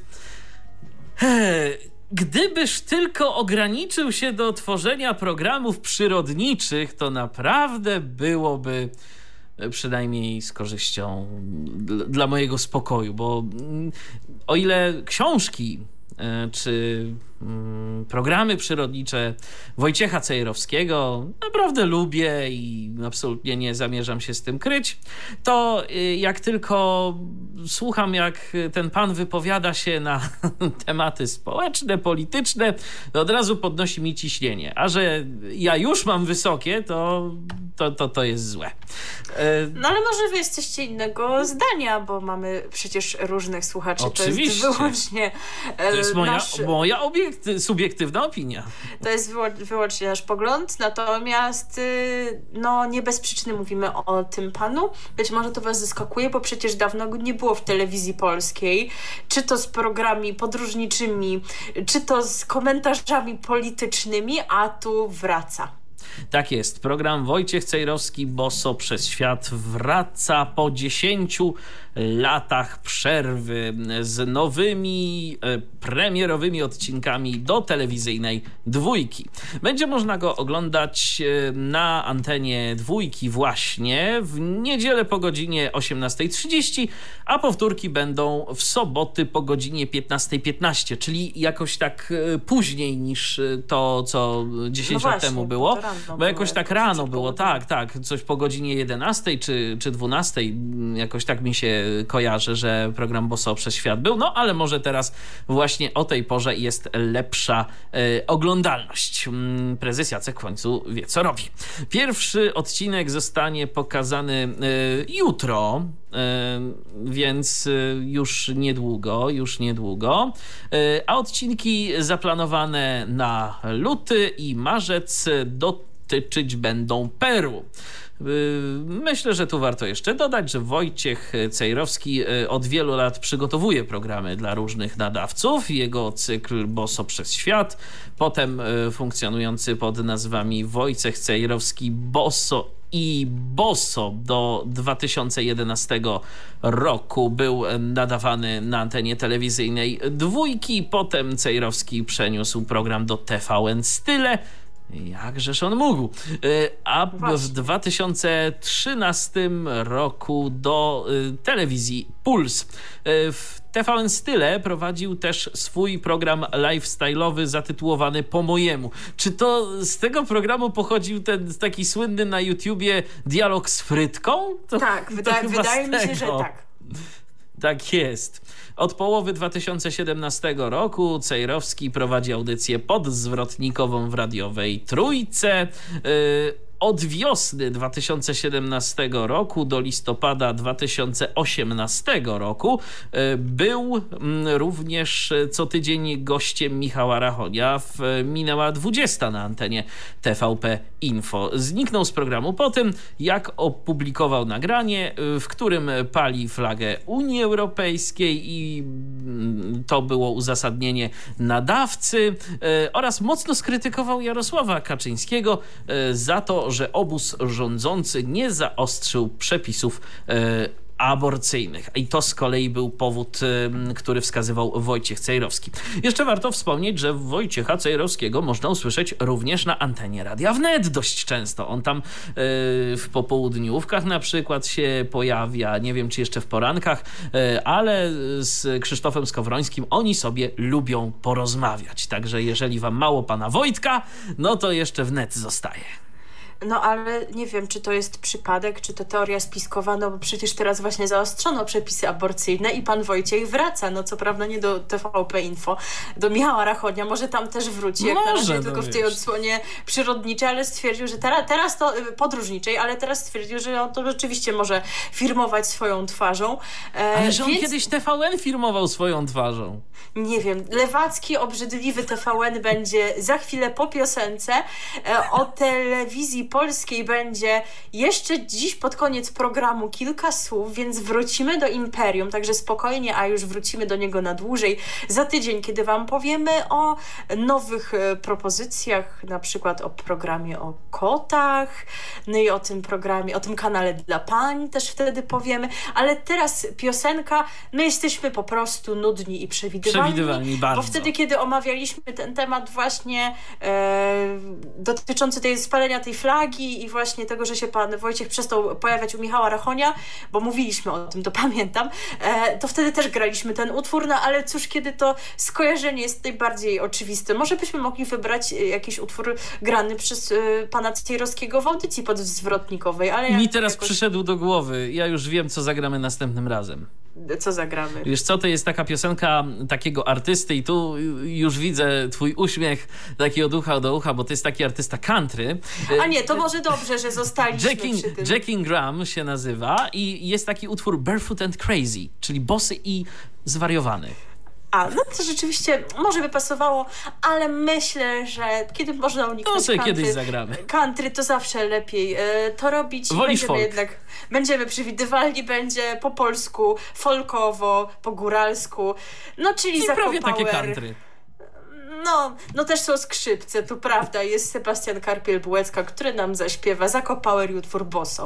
Gdybyż tylko ograniczył się do tworzenia programów przyrodniczych, to naprawdę byłoby przynajmniej z korzyścią dla mojego spokoju, bo o ile książki czy programy przyrodnicze Wojciecha Cejrowskiego naprawdę lubię i absolutnie nie zamierzam się z tym kryć, to jak tylko słucham, jak ten pan wypowiada się na tematy społeczne, polityczne, to od razu podnosi mi ciśnienie. A że ja już mam wysokie, to jest złe. No ale może wy jesteście innego zdania, bo mamy przecież różnych słuchaczy. Oczywiście. To jest wyłącznie to jest moja subiektywna opinia. To jest wyłącznie nasz pogląd, natomiast no nie bez przyczyny mówimy o tym panu. Być może to was zaskakuje, bo przecież dawno go nie było w telewizji polskiej, czy to z programami podróżniczymi, czy to z komentarzami politycznymi, a tu wraca. Tak jest. Program Wojciech Cejrowski Boso przez świat wraca po 10 latach przerwy z nowymi premierowymi odcinkami do telewizyjnej Dwójki. Będzie można go oglądać na antenie Dwójki właśnie w niedzielę po godzinie 18:30, a powtórki będą w soboty po godzinie 15:15, czyli jakoś tak później niż to, co 10 lat temu było. Bo jakoś tak rano było, tak, coś po godzinie 11 czy 12, jakoś tak mi się kojarzy, że program Boso przez świat był, no ale może teraz właśnie o tej porze jest lepsza oglądalność. Prezes Jacek w końcu wie, co robi. Pierwszy odcinek zostanie pokazany jutro, więc już niedługo, a odcinki zaplanowane na luty i marzec dotyczyć będą Peru. Myślę, że tu warto jeszcze dodać, że Wojciech Cejrowski od wielu lat przygotowuje programy dla różnych nadawców. Jego cykl Boso przez świat, potem funkcjonujący pod nazwami Wojciech Cejrowski Boso i Boso do 2011 roku był nadawany na antenie telewizyjnej Dwójki. Potem Cejrowski przeniósł program do TVN Style. Jakżeż on mógł. A w 2013 roku do telewizji Puls. W TVN Style prowadził też swój program lifestyle'owy zatytułowany Po mojemu. Czy to z tego programu pochodził ten taki słynny na YouTubie dialog z Frytką? Tak, wydaje mi się, że tak. Tak jest. Od połowy 2017 roku Cejrowski prowadzi audycję podzwrotnikową w radiowej Trójce. Od wiosny 2017 roku do listopada 2018 roku był również co tydzień gościem Michała Rachonia w Minęła 20 na antenie TVP Info. Zniknął z programu po tym, jak opublikował nagranie, w którym pali flagę Unii Europejskiej i to było uzasadnienie nadawcy, oraz mocno skrytykował Jarosława Kaczyńskiego za to, że obóz rządzący nie zaostrzył przepisów aborcyjnych. I to z kolei był powód, który wskazywał Wojciech Cejrowski. Jeszcze warto wspomnieć, że Wojciecha Cejrowskiego można usłyszeć również na antenie Radia Wnet dość często. On tam w popołudniówkach na przykład się pojawia, nie wiem czy jeszcze w porankach, ale z Krzysztofem Skowrońskim oni sobie lubią porozmawiać. Także jeżeli wam mało pana Wojtka, no to jeszcze Wnet zostaje. No ale nie wiem, czy to jest przypadek, czy to teoria spiskowa, no bo przecież teraz właśnie zaostrzono przepisy aborcyjne i pan Wojciech wraca, no co prawda nie do TVP Info, do Michała Rachonia, może tam też wróci, jak na razie tylko w tej odsłonie przyrodniczej, ale stwierdził, że teraz to podróżniczej, ale teraz stwierdził, że on to rzeczywiście może firmować swoją twarzą. Ale że on kiedyś TVN firmował swoją twarzą. Nie wiem, lewacki, obrzydliwy TVN będzie za chwilę po piosence. O telewizji polskiej będzie jeszcze dziś pod koniec programu kilka słów, więc wrócimy do Imperium, także spokojnie, a już wrócimy do niego na dłużej za tydzień, kiedy wam powiemy o nowych propozycjach, na przykład o programie o kotach, no i o tym programie, o tym kanale dla pań też wtedy powiemy, ale teraz piosenka, my jesteśmy po prostu nudni i przewidywalni bardzo. Bo wtedy, kiedy omawialiśmy ten temat właśnie dotyczący spalenia tej flagi i właśnie tego, że się pan Wojciech przestał pojawiać u Michała Rachonia, bo mówiliśmy o tym, to pamiętam, to wtedy też graliśmy ten utwór, no ale cóż, kiedy to skojarzenie jest najbardziej oczywiste. Może byśmy mogli wybrać jakiś utwór grany przez pana Cejrowskiego w audycji podzwrotnikowej, ale... Mi teraz przyszedł do głowy, ja już wiem, co zagramy następnym razem. Co zagramy? Wiesz co, to jest taka piosenka takiego artysty i tu już widzę twój uśmiech taki od ucha do ucha, bo to jest taki artysta country. A nie, to może dobrze, że zostaliśmy przy tym. Jack Ingram się nazywa i jest taki utwór Barefoot and Crazy, czyli bosy i zwariowany. A, no to rzeczywiście może by pasowało, ale myślę, że kiedy można uniknąć country, kiedyś zagramy. Country, to zawsze lepiej to robić. Wolisz folk? Będziemy przewidywalni, będzie po polsku, folkowo, po góralsku, no czyli prawie takie country. No też są skrzypce, to prawda, jest Sebastian Karpiel-Bułecka, który nam zaśpiewa Zakopower i utwór Boso.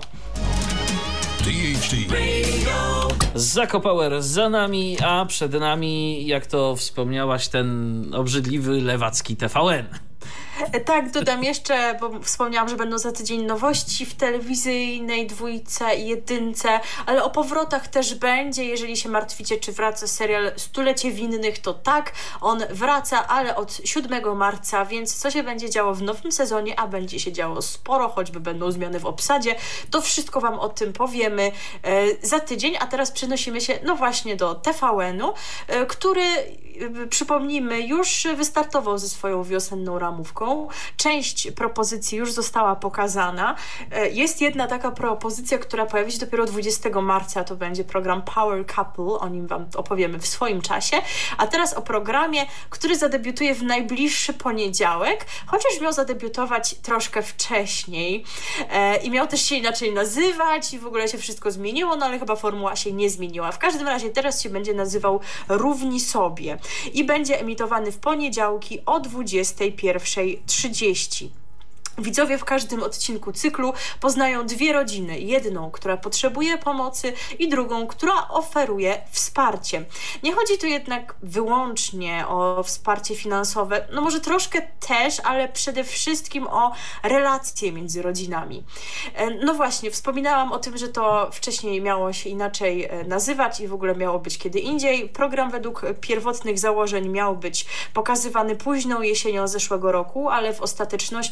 Zakopower za nami, a przed nami, jak to wspomniałaś, ten obrzydliwy lewacki TVN. Tak, dodam jeszcze, bo wspomniałam, że będą za tydzień nowości w telewizyjnej dwójce i jedynce, ale o powrotach też będzie. Jeżeli się martwicie, czy wraca serial Stulecie Winnych, to tak, on wraca, ale od 7 marca, więc co się będzie działo w nowym sezonie, a będzie się działo sporo, choćby będą zmiany w obsadzie, to wszystko wam o tym powiemy za tydzień, a teraz przenosimy się no właśnie do TVN-u, który, przypomnijmy, już wystartował ze swoją wiosenną ramówką. Część propozycji już została pokazana. Jest jedna taka propozycja, która pojawi się dopiero 20 marca. To będzie program Power Couple. O nim wam opowiemy w swoim czasie. A teraz o programie, który zadebiutuje w najbliższy poniedziałek, chociaż miał zadebiutować troszkę wcześniej i miał też się inaczej nazywać i w ogóle się wszystko zmieniło, no ale chyba formuła się nie zmieniła. W każdym razie teraz się będzie nazywał Równi sobie i będzie emitowany w poniedziałki o 21:30. Widzowie w każdym odcinku cyklu poznają dwie rodziny. Jedną, która potrzebuje pomocy i drugą, która oferuje wsparcie. Nie chodzi tu jednak wyłącznie o wsparcie finansowe, no może troszkę też, ale przede wszystkim o relacje między rodzinami. No właśnie, wspominałam o tym, że to wcześniej miało się inaczej nazywać i w ogóle miało być kiedy indziej. Program według pierwotnych założeń miał być pokazywany późną jesienią zeszłego roku, ale w ostateczności zdecydowano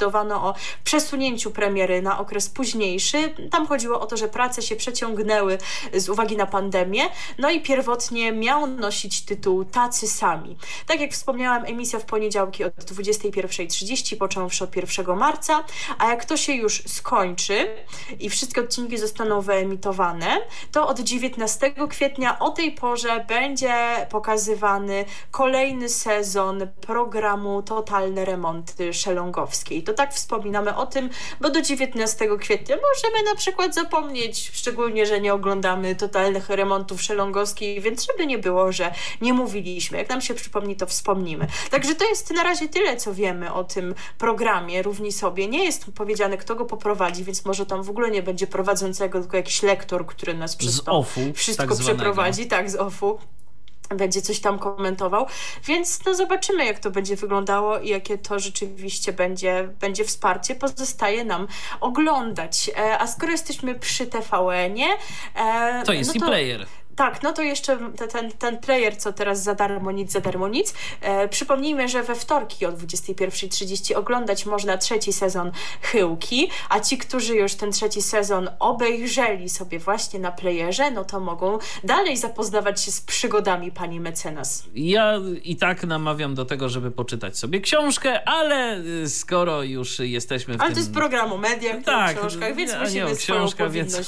zdecydowano o przesunięciu premiery na okres późniejszy. Tam chodziło o to, że prace się przeciągnęły z uwagi na pandemię, no i pierwotnie miał nosić tytuł Tacy sami. Tak jak wspomniałam, emisja w poniedziałki od 21:30, począwszy od 1 marca, a jak to się już skończy i wszystkie odcinki zostaną wyemitowane, to od 19 kwietnia o tej porze będzie pokazywany kolejny sezon programu Totalne Remonty Szelongowskie. I to tak wspominamy o tym, bo do 19 kwietnia możemy na przykład zapomnieć, szczególnie, że nie oglądamy Totalnych Remontów Szelongowskich, więc żeby nie było, że nie mówiliśmy. Jak nam się przypomni, to wspomnimy. Także to jest na razie tyle, co wiemy o tym programie Równi Sobie. Nie jest powiedziane, kto go poprowadzi, więc może tam w ogóle nie będzie prowadzącego, tylko jakiś lektor, który nas przez to wszystko tak przeprowadzi. Tak, z OFU. Będzie coś tam komentował, więc no zobaczymy, jak to będzie wyglądało i jakie to rzeczywiście będzie wsparcie. Pozostaje nam oglądać. A skoro jesteśmy przy TVN-ie... to jest no to... player. Tak, no to jeszcze ten player, co teraz za darmo nic. Przypomnijmy, że we wtorki o 21:30 oglądać można 3. sezon Chyłki, a ci, którzy już ten 3. sezon obejrzeli sobie właśnie na playerze, no to mogą dalej zapoznawać się z przygodami pani mecenas. Ja i tak namawiam do tego, żeby poczytać sobie książkę, ale skoro już jesteśmy w ale tym... to jest program o mediach, tak, o książkach, więc musimy swoją powinność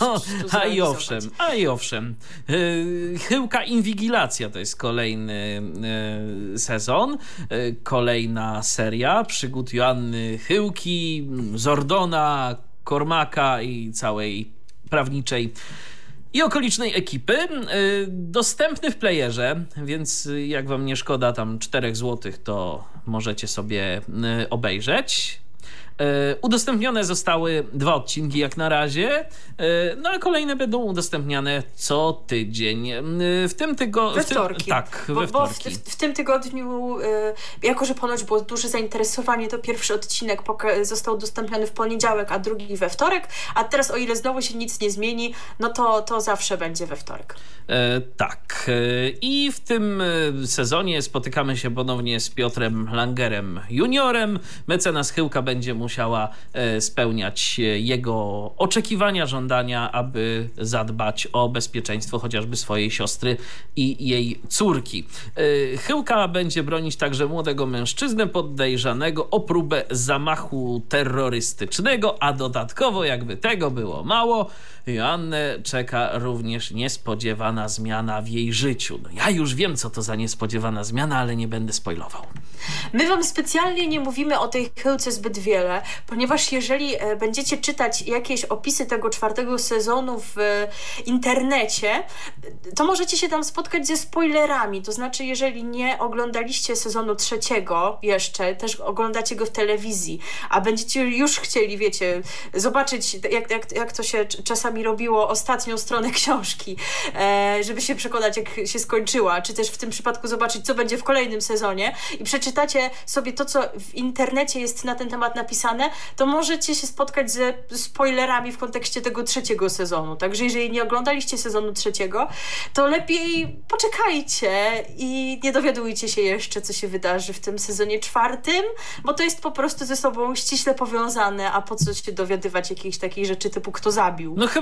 I owszem. Chyłka Inwigilacja to jest kolejny sezon, kolejna seria przygód Joanny Chyłki, Zordona, Kormaka i całej prawniczej i okolicznej ekipy. Dostępny w playerze, więc jak wam nie szkoda tam 4 zł, to możecie sobie obejrzeć. Udostępnione zostały 2 odcinki jak na razie, no a kolejne będą udostępniane co tydzień. W tym tygodniu... We wtorki. Tak, we wtorki. Bo w tym tygodniu, jako że ponoć było duże zainteresowanie, to pierwszy odcinek został udostępniony w poniedziałek, a drugi we wtorek, a teraz o ile znowu się nic nie zmieni, no to zawsze będzie we wtorek. Tak. I w tym sezonie spotykamy się ponownie z Piotrem Langerem juniorem. Mecenas Chyłka będzie musiała spełniać jego oczekiwania, żądania, aby zadbać o bezpieczeństwo chociażby swojej siostry i jej córki. Chyłka będzie bronić także młodego mężczyznę podejrzanego o próbę zamachu terrorystycznego, a dodatkowo, jakby tego było mało, Joannę czeka również niespodziewana zmiana w jej życiu. No, ja już wiem, co to za niespodziewana zmiana, ale nie będę spoilował. My wam specjalnie nie mówimy o tej Chyłce zbyt wiele, ponieważ jeżeli będziecie czytać jakieś opisy tego 4. sezonu w internecie, to możecie się tam spotkać ze spoilerami. To znaczy, jeżeli nie oglądaliście sezonu 3 jeszcze, też oglądacie go w telewizji, a będziecie już chcieli, wiecie, zobaczyć, jak to się czasami robiło, ostatnią stronę książki, żeby się przekonać, jak się skończyła, czy też w tym przypadku zobaczyć, co będzie w kolejnym sezonie i przeczytacie sobie to, co w internecie jest na ten temat napisane, to możecie się spotkać ze spoilerami w kontekście tego 3. sezonu. Także jeżeli nie oglądaliście sezonu 3, to lepiej poczekajcie i nie dowiadujcie się jeszcze, co się wydarzy w tym sezonie 4, bo to jest po prostu ze sobą ściśle powiązane, a po co się dowiadywać jakiejś takiej rzeczy typu kto zabił. No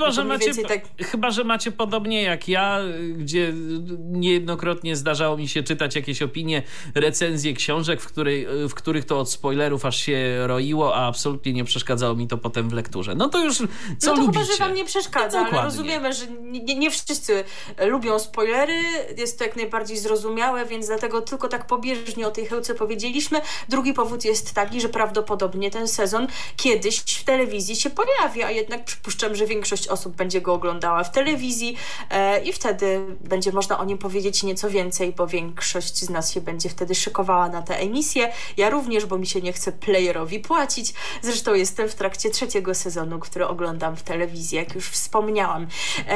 chyba, że macie podobnie jak ja, gdzie niejednokrotnie zdarzało mi się czytać jakieś opinie, recenzje książek, w których to od spoilerów aż się roiło, a absolutnie nie przeszkadzało mi to potem w lekturze. No to już co no to lubicie. Chyba, że wam nie przeszkadza, ale rozumiemy, że nie wszyscy lubią spoilery, jest to jak najbardziej zrozumiałe, więc dlatego tylko tak pobieżnie o tej Chyłce powiedzieliśmy. Drugi powód jest taki, że prawdopodobnie ten sezon kiedyś w telewizji się pojawi, a jednak przypuszczam, że większość osób będzie go oglądała w telewizji i wtedy będzie można o nim powiedzieć nieco więcej, bo większość z nas się będzie wtedy szykowała na tę emisję. Ja również, bo mi się nie chce playerowi płacić. Zresztą jestem w trakcie 3. sezonu, który oglądam w telewizji, jak już wspomniałam.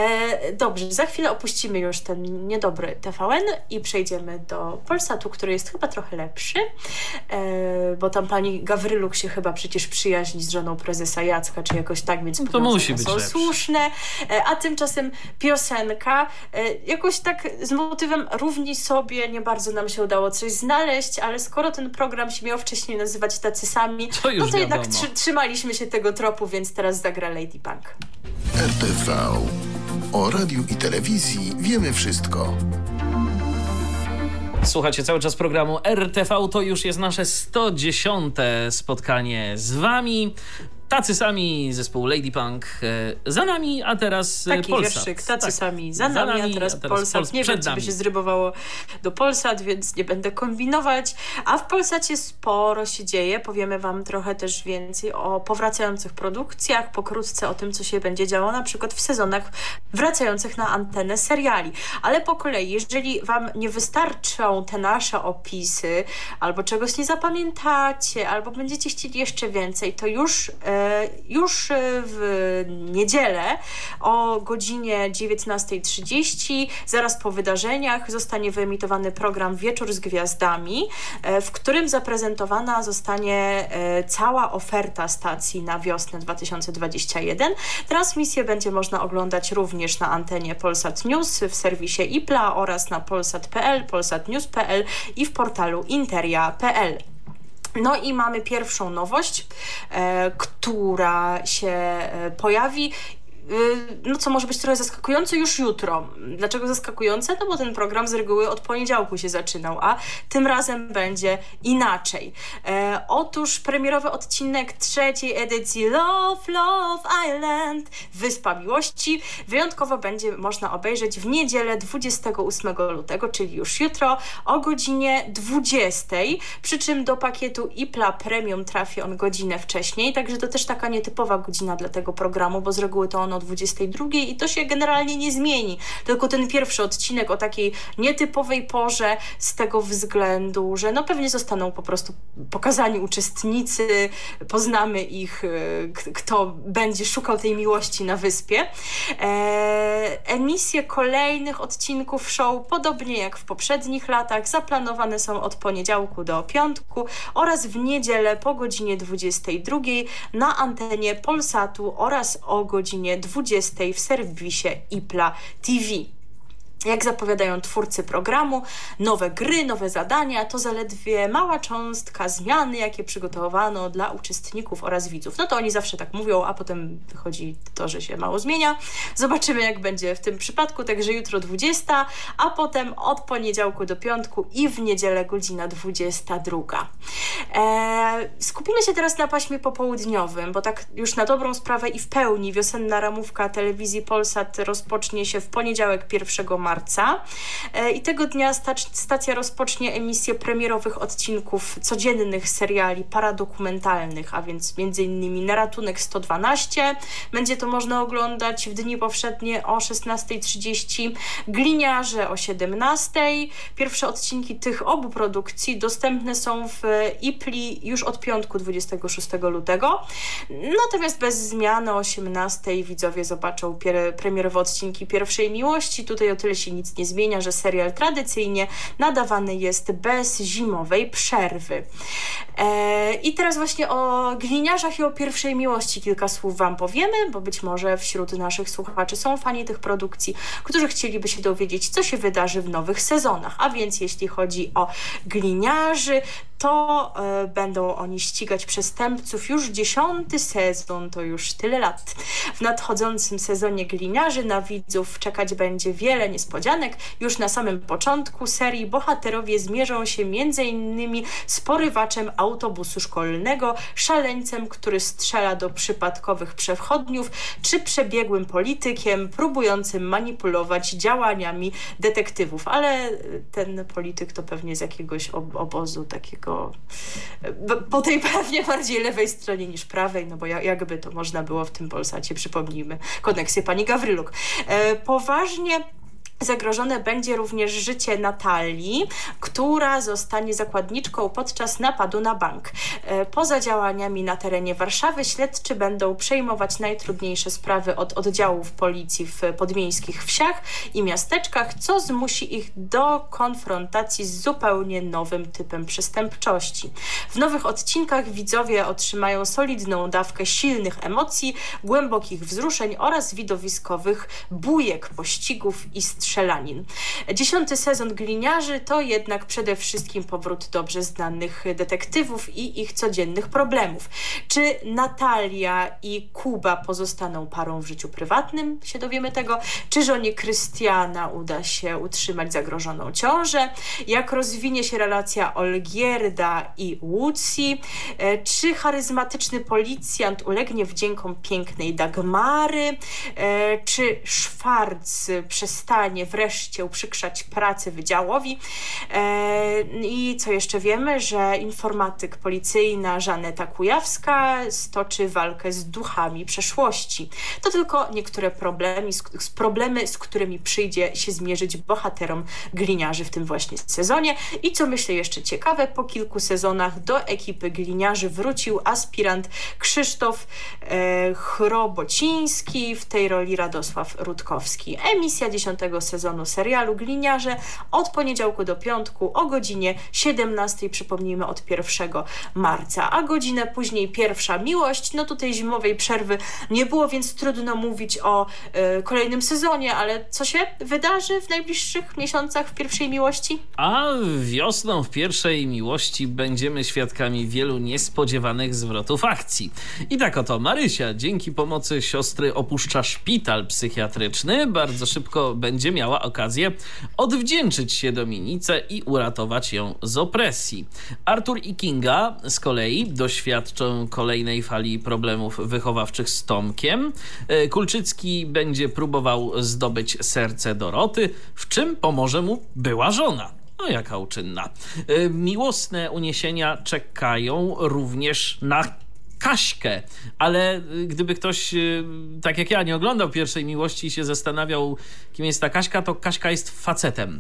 Dobrze, za chwilę opuścimy już ten niedobry TVN i przejdziemy do Polsatu, który jest chyba trochę lepszy, bo tam pani Gawryluk się chyba przecież przyjaźni z żoną prezesa Jacka, czy jakoś tak, więc to musi być są słuszne. A tymczasem piosenka, jakoś tak z motywem Równi Sobie nie bardzo nam się udało coś znaleźć, ale skoro ten program się miał wcześniej nazywać Tacy Sami, to już to jednak trzymaliśmy się tego tropu, więc teraz zagra Lady Punk. RTV. O radiu i telewizji wiemy wszystko. Słuchacie cały czas programu RTV, to już jest nasze 110. spotkanie z wami. Tacy sami, zespół Lady Punk za nami, a teraz taki Polsat. Wierszyk, tacy sami za nami, a teraz Polsat. Nie wiem, czy by się zrybowało do Polsat, więc nie będę kombinować. A w Polsacie sporo się dzieje. Powiemy wam trochę też więcej o powracających produkcjach, pokrótce o tym, co się będzie działo na przykład w sezonach wracających na antenę seriali. Ale po kolei, jeżeli wam nie wystarczą te nasze opisy, albo czegoś nie zapamiętacie, albo będziecie chcieli jeszcze więcej, to już w niedzielę o godzinie 19:30, zaraz po wydarzeniach, zostanie wyemitowany program Wieczór z Gwiazdami, w którym zaprezentowana zostanie cała oferta stacji na wiosnę 2021. Transmisję będzie można oglądać również na antenie Polsat News, w serwisie IPLA oraz na polsat.pl, polsatnews.pl i w portalu interia.pl. No i mamy pierwszą nowość, która się pojawi. No co może być trochę zaskakujące już jutro. Dlaczego zaskakujące? No bo ten program z reguły od poniedziałku się zaczynał, a tym razem będzie inaczej. Otóż premierowy odcinek 3. edycji Love Island, Wyspa Miłości, wyjątkowo będzie można obejrzeć w niedzielę 28 lutego, czyli już jutro o godzinie 20, przy czym do pakietu IPLA Premium trafi on godzinę wcześniej, także to też taka nietypowa godzina dla tego programu, bo z reguły to on o 22 i to się generalnie nie zmieni. Tylko ten pierwszy odcinek o takiej nietypowej porze z tego względu, że no pewnie zostaną po prostu pokazani uczestnicy, poznamy ich, kto będzie szukał tej miłości na wyspie. Emisje kolejnych odcinków show, podobnie jak w poprzednich latach, zaplanowane są od poniedziałku do piątku oraz w niedzielę po godzinie 22 na antenie Polsatu oraz o godzinie 20 w serwisie IPLA TV. Jak zapowiadają twórcy programu, nowe gry, nowe zadania to zaledwie mała cząstka zmiany, jakie przygotowano dla uczestników oraz widzów. No to oni zawsze tak mówią, a potem wychodzi to, że się mało zmienia. Zobaczymy, jak będzie w tym przypadku. Także jutro 20, a potem od poniedziałku do piątku i w niedzielę godzina 22. Skupimy się teraz na paśmie popołudniowym, bo tak już na dobrą sprawę i w pełni wiosenna ramówka telewizji Polsat rozpocznie się w poniedziałek 1 marca. I tego dnia stacja rozpocznie emisję premierowych odcinków codziennych seriali paradokumentalnych, a więc m.in. Na ratunek 112. Będzie to można oglądać w dni powszednie o 16:30, Gliniarze o 17:00. Pierwsze odcinki tych obu produkcji dostępne są w IPLI już od piątku 26 lutego. Natomiast bez zmiany o 18:00 widzowie zobaczą premierowe odcinki Pierwszej Miłości. Tutaj o tyle się nic nie zmienia, że serial tradycyjnie nadawany jest bez zimowej przerwy. I teraz właśnie o Gliniarzach i o Pierwszej Miłości kilka słów wam powiemy, bo być może wśród naszych słuchaczy są fani tych produkcji, którzy chcieliby się dowiedzieć, co się wydarzy w nowych sezonach. A więc jeśli chodzi o Gliniarzy, to będą oni ścigać przestępców już 10. sezon, to już tyle lat. W nadchodzącym sezonie Gliniarzy na widzów czekać będzie wiele niespodzianek. Już na samym początku serii bohaterowie zmierzą się m.in. z porywaczem autobusu szkolnego, szaleńcem, który strzela do przypadkowych przechodniów, czy przebiegłym politykiem próbującym manipulować działaniami detektywów. Ale ten polityk to pewnie z jakiegoś obozu takiego po tej pewnie bardziej lewej stronie niż prawej, no bo jakby to można było w tym Polsacie, przypomnijmy, koneksję pani Gawryluk. Poważnie zagrożone będzie również życie Natalii, która zostanie zakładniczką podczas napadu na bank. Poza działaniami na terenie Warszawy śledczy będą przejmować najtrudniejsze sprawy od oddziałów policji w podmiejskich wsiach i miasteczkach, co zmusi ich do konfrontacji z zupełnie nowym typem przestępczości. W nowych odcinkach widzowie otrzymają solidną dawkę silnych emocji, głębokich wzruszeń oraz widowiskowych bujek, pościgów i strzałów strzelanin. 10. sezon Gliniarzy to jednak przede wszystkim powrót dobrze znanych detektywów i ich codziennych problemów. Czy Natalia i Kuba pozostaną parą w życiu prywatnym? Się dowiemy tego. Czy żonie Krystiana uda się utrzymać zagrożoną ciążę? Jak rozwinie się relacja Olgierda i Łucji? Czy charyzmatyczny policjant ulegnie wdziękom pięknej Dagmary? Czy Szwarc przestanie wreszcie uprzykrzać pracę wydziałowi? I co jeszcze wiemy? Że informatyk policyjna Żaneta Kujawska stoczy walkę z duchami przeszłości. To tylko niektóre problemy, z którymi przyjdzie się zmierzyć bohaterom Gliniarzy w tym właśnie sezonie. I co myślę jeszcze ciekawe, po kilku sezonach do ekipy Gliniarzy wrócił aspirant Krzysztof Chrobociński, w tej roli Radosław Rutkowski. Emisja 10. sezonu serialu Gliniarze od poniedziałku do piątku o godzinie 17, przypomnijmy, od 1 marca, a godzinę później Pierwsza miłość. No tutaj zimowej przerwy nie było, więc trudno mówić o kolejnym sezonie, ale co się wydarzy w najbliższych miesiącach w Pierwszej miłości? A wiosną w Pierwszej miłości będziemy świadkami wielu niespodziewanych zwrotów akcji. I tak oto Marysia dzięki pomocy siostry opuszcza szpital psychiatryczny. Bardzo szybko będzie miała okazję odwdzięczyć się Dominice i uratować ją z opresji. Artur i Kinga z kolei doświadczą kolejnej fali problemów wychowawczych z Tomkiem. Kulczycki będzie próbował zdobyć serce Doroty, w czym pomoże mu była żona. No jaka uczynna. Miłosne uniesienia czekają również na Kaśkę, ale gdyby ktoś, tak jak ja, nie oglądał Pierwszej miłości i się zastanawiał, kim jest ta Kaśka, to Kaśka jest facetem,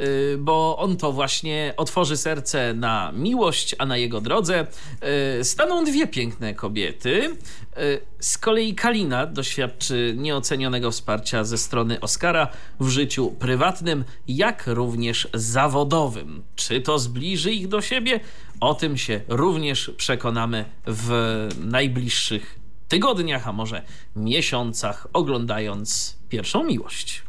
bo on to właśnie otworzy serce na miłość, a na jego drodze staną dwie piękne kobiety. Z kolei Kalina doświadczy nieocenionego wsparcia ze strony Oskara w życiu prywatnym, jak również zawodowym. Czy to zbliży ich do siebie? O tym się również przekonamy w najbliższych tygodniach, a może miesiącach, oglądając Pierwszą miłość.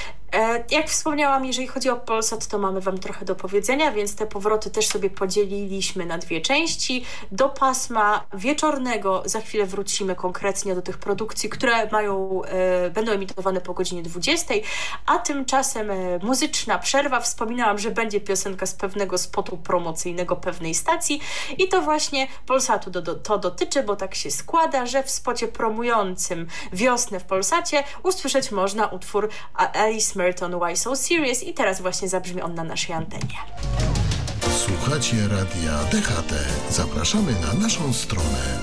Jak wspomniałam, jeżeli chodzi o Polsat, to mamy wam trochę do powiedzenia, więc te powroty też sobie podzieliliśmy na dwie części. Do pasma wieczornego za chwilę wrócimy konkretnie do tych produkcji, które będą emitowane po godzinie 20, a tymczasem muzyczna przerwa. Wspominałam, że będzie piosenka z pewnego spotu promocyjnego pewnej stacji i to właśnie Polsatu to dotyczy, bo tak się składa, że w spocie promującym wiosnę w Polsacie usłyszeć można utwór Alice Merton, Why So Serious, i teraz właśnie zabrzmi on na naszej antenie. Słuchacie Radia DHT. Zapraszamy na naszą stronę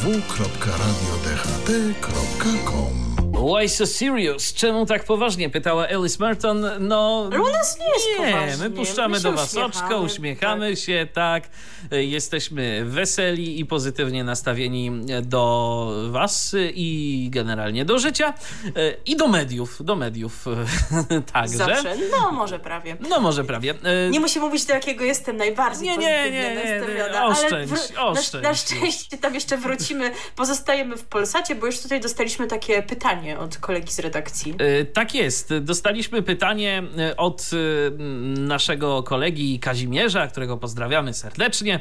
www.radiodht.com. Why so serious? Czemu tak poważnie? Pytała Alice Merton. No, u nas nie jest poważnie. My puszczamy do was oczko, uśmiechamy się, tak. Jesteśmy weseli i pozytywnie nastawieni do was i generalnie do życia i do mediów także. Zawsze, może prawie. Nie musi mówić, do jakiego jestem najbardziej pozytywnie nastawiona. Oszczędź. Na szczęście tam jeszcze wrócimy. Pozostajemy w Polsacie, bo już tutaj dostaliśmy takie pytanie od kolegi z redakcji. Tak jest. Dostaliśmy pytanie od naszego kolegi Kazimierza, którego pozdrawiamy serdecznie.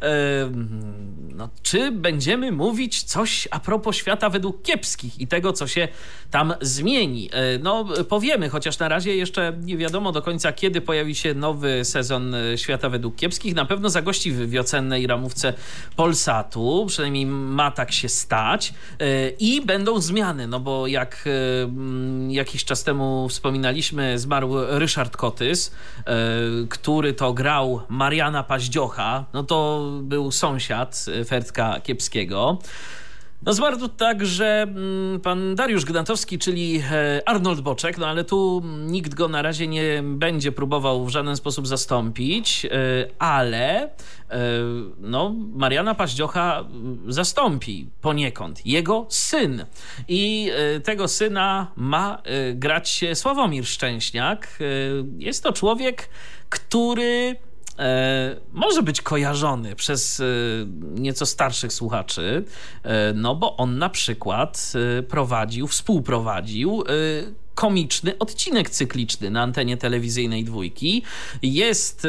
Czy będziemy mówić coś a propos świata według kiepskich i tego, co się tam zmieni? Powiemy, chociaż na razie jeszcze nie wiadomo do końca, kiedy pojawi się nowy sezon świata według kiepskich. Na pewno zagości w wiosennej ramówce Polsatu, przynajmniej ma tak się stać, i będą zmiany, bo jak jakiś czas temu wspominaliśmy, zmarł Ryszard Kotys, który to grał Mariana Paździocha, to był sąsiad Fertka Kiepskiego. Zmarł także pan Dariusz Gnatowski, czyli Arnold Boczek, ale tu nikt go na razie nie będzie próbował w żaden sposób zastąpić, ale Mariana Paździocha zastąpi poniekąd jego syn. I tego syna ma grać Sławomir Szczęśniak. Jest to człowiek, który może być kojarzony przez nieco starszych słuchaczy, no bo on na przykład współprowadził komiczny odcinek cykliczny na antenie telewizyjnej Dwójki. Jest,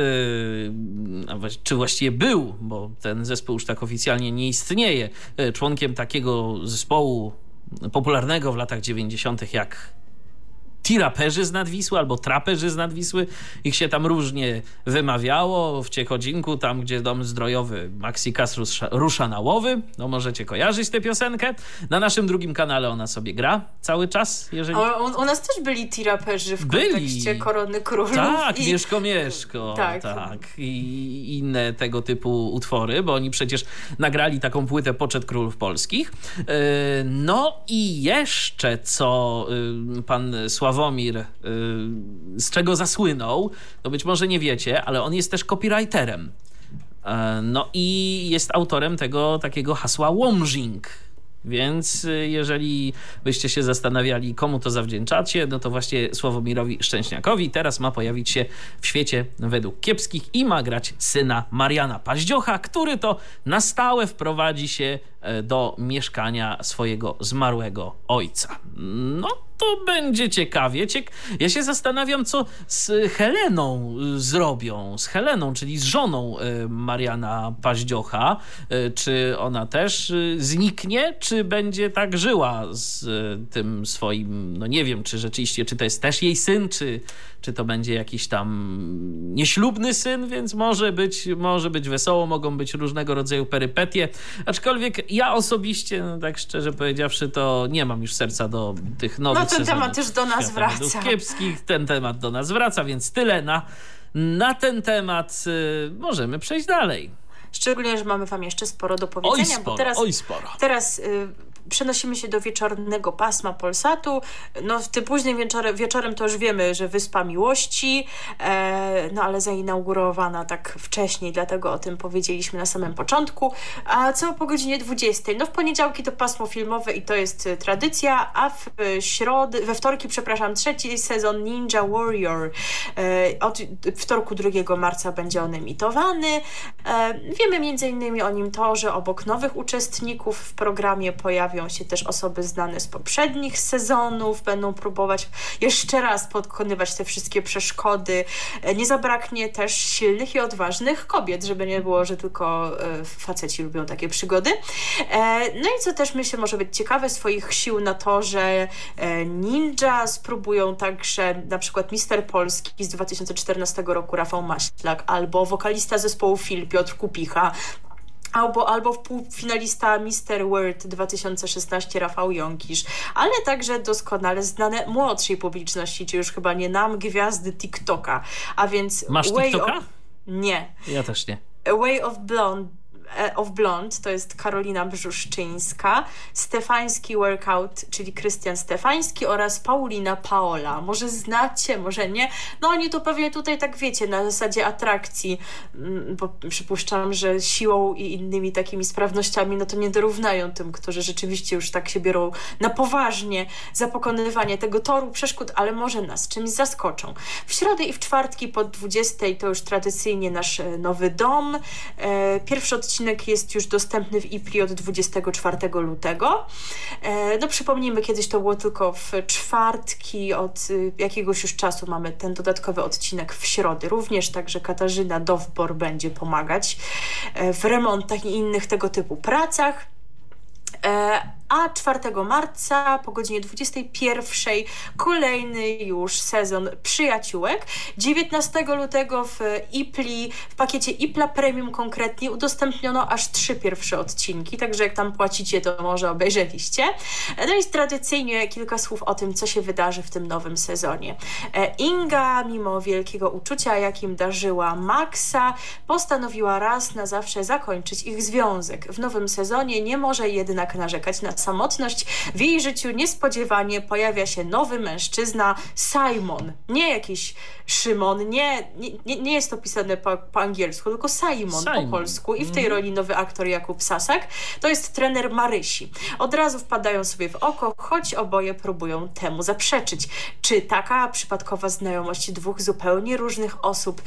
czy właściwie był, bo ten zespół już tak oficjalnie nie istnieje, członkiem takiego zespołu popularnego w latach 90. jak Tiraperzy z Nadwisły albo Traperzy z Nadwisły. Ich się tam różnie wymawiało. W Ciechodzinku, tam gdzie dom zdrojowy Maxikas rusza na łowy. No możecie kojarzyć tę piosenkę. Na naszym drugim kanale ona sobie gra cały czas. Jeżeli... U nas też byli Tiraperzy w kontekście Korony Królów. Tak, Mieszko. Tak. I inne tego typu utwory, bo oni przecież nagrali taką płytę Poczet Królów Polskich. No i jeszcze co pan Sławomir, z czego zasłynął, to być może nie wiecie, ale on jest też copywriterem. No i jest autorem tego takiego hasła Łomżing. Więc jeżeli byście się zastanawiali, komu to zawdzięczacie, no to właśnie Sławomirowi Szczęśniakowi. Teraz ma pojawić się w Świecie według kiepskich i ma grać syna Mariana Paździocha, który to na stałe wprowadzi się do mieszkania swojego zmarłego ojca. No to będzie ciekawie. Ja się zastanawiam, co z Heleną zrobią. Z Heleną, czyli z żoną Mariana Paździocha. Czy ona też zniknie, czy będzie tak żyła z tym swoim, no nie wiem, czy rzeczywiście, czy to jest też jej syn, czy to będzie jakiś tam nieślubny syn, więc może być wesoło, mogą być różnego rodzaju perypetie. Aczkolwiek ja osobiście, no tak szczerze powiedziawszy, to nie mam już serca do tych nowych sezonów. No ten temat już do nas wraca. Kiepskich, ten temat do nas wraca, więc tyle na ten temat. Możemy przejść dalej. Szczególnie, że mamy wam jeszcze sporo do powiedzenia. Sporo. Teraz przenosimy się do wieczornego pasma Polsatu. No w tym późnym wieczorem to już wiemy, że Wyspa Miłości, no ale zainaugurowana tak wcześniej, dlatego o tym powiedzieliśmy na samym początku. A co po godzinie 20? No w poniedziałki to pasmo filmowe i to jest tradycja, a we wtorki, trzeci sezon Ninja Warrior. Od wtorku 2 marca będzie on emitowany. Wiemy m.in. o nim to, że obok nowych uczestników w programie pojawią się też osoby znane z poprzednich sezonów, będą próbować jeszcze raz pokonywać te wszystkie przeszkody. Nie zabraknie też silnych i odważnych kobiet, żeby nie było, że tylko faceci lubią takie przygody. No i co też myślę może być ciekawe, swoich sił na torze ninja spróbują także na przykład Mister Polski z 2014 roku Rafał Maślak albo wokalista zespołu Fil Piotr Kupicha, albo półfinalista Mister World 2016 Rafał Jąkisz, ale także doskonale znane młodszej publiczności, czy już chyba nie nam, gwiazdy TikToka. A więc Masz TikToka? Nie. Ja też nie. Way of Blonde to jest Karolina Brzuszczyńska, Stefański Workout, czyli Krystian Stefański oraz Paulina Paola. Może znacie, może nie. No oni to pewnie tutaj tak wiecie, na zasadzie atrakcji, bo przypuszczam, że siłą i innymi takimi sprawnościami no to nie dorównają tym, którzy rzeczywiście już tak się biorą na poważnie za pokonywanie tego toru przeszkód, ale może nas czymś zaskoczą. W środę i w czwartki po 20 to już tradycyjnie nasz nowy dom. Pierwszy odcinek jest już dostępny w IPLI od 24 lutego. No przypomnijmy, kiedyś to było tylko w czwartki, od jakiegoś już czasu mamy ten dodatkowy odcinek w środę również, także Katarzyna Dowbor będzie pomagać w remontach i innych tego typu pracach. A 4 marca po godzinie 21 kolejny już sezon Przyjaciółek. 19 lutego w IPLI, w pakiecie IPLA Premium konkretnie udostępniono aż 3 pierwsze odcinki, także jak tam płacicie, to może obejrzeliście. No i tradycyjnie kilka słów o tym, co się wydarzy w tym nowym sezonie. Inga, mimo wielkiego uczucia, jakim darzyła Maxa, postanowiła raz na zawsze zakończyć ich związek. W nowym sezonie nie może jednak narzekać na samotność, w jej życiu niespodziewanie pojawia się nowy mężczyzna, Simon. Nie jakiś Szymon, nie jest to pisane po angielsku, tylko Simon po polsku i w tej roli nowy aktor Jakub Sasak. To jest trener Marysi. Od razu wpadają sobie w oko, choć oboje próbują temu zaprzeczyć. Czy taka przypadkowa znajomość dwóch zupełnie różnych osób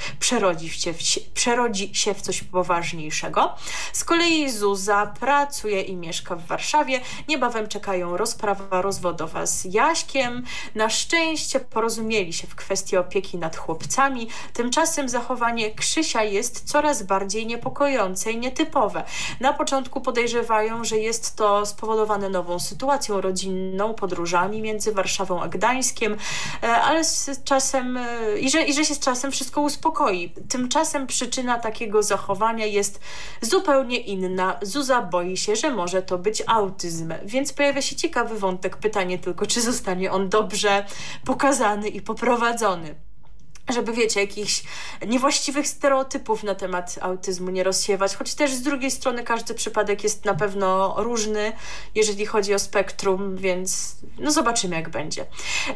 przerodzi się w coś poważniejszego? Z kolei Zuza pracuje i mieszka w Warszawie. Niebawem czekają rozprawa rozwodowa z Jaśkiem. Na szczęście porozumieli się w kwestii opieki nad chłopcami. Tymczasem zachowanie Krzysia jest coraz bardziej niepokojące i nietypowe. Na początku podejrzewają, że jest to spowodowane nową sytuacją rodzinną, podróżami między Warszawą a Gdańskiem, ale z czasem i że się z czasem wszystko uspokoi. Tymczasem przyczyna takiego zachowania jest zupełnie inna. Zuza boi się, że może to być autyzm, więc pojawia się ciekawy wątek. Pytanie tylko, czy zostanie on dobrze pokazany i poprowadzony. Żeby, wiecie, jakichś niewłaściwych stereotypów na temat autyzmu nie rozsiewać, choć też z drugiej strony każdy przypadek jest na pewno różny, jeżeli chodzi o spektrum, więc no zobaczymy, jak będzie.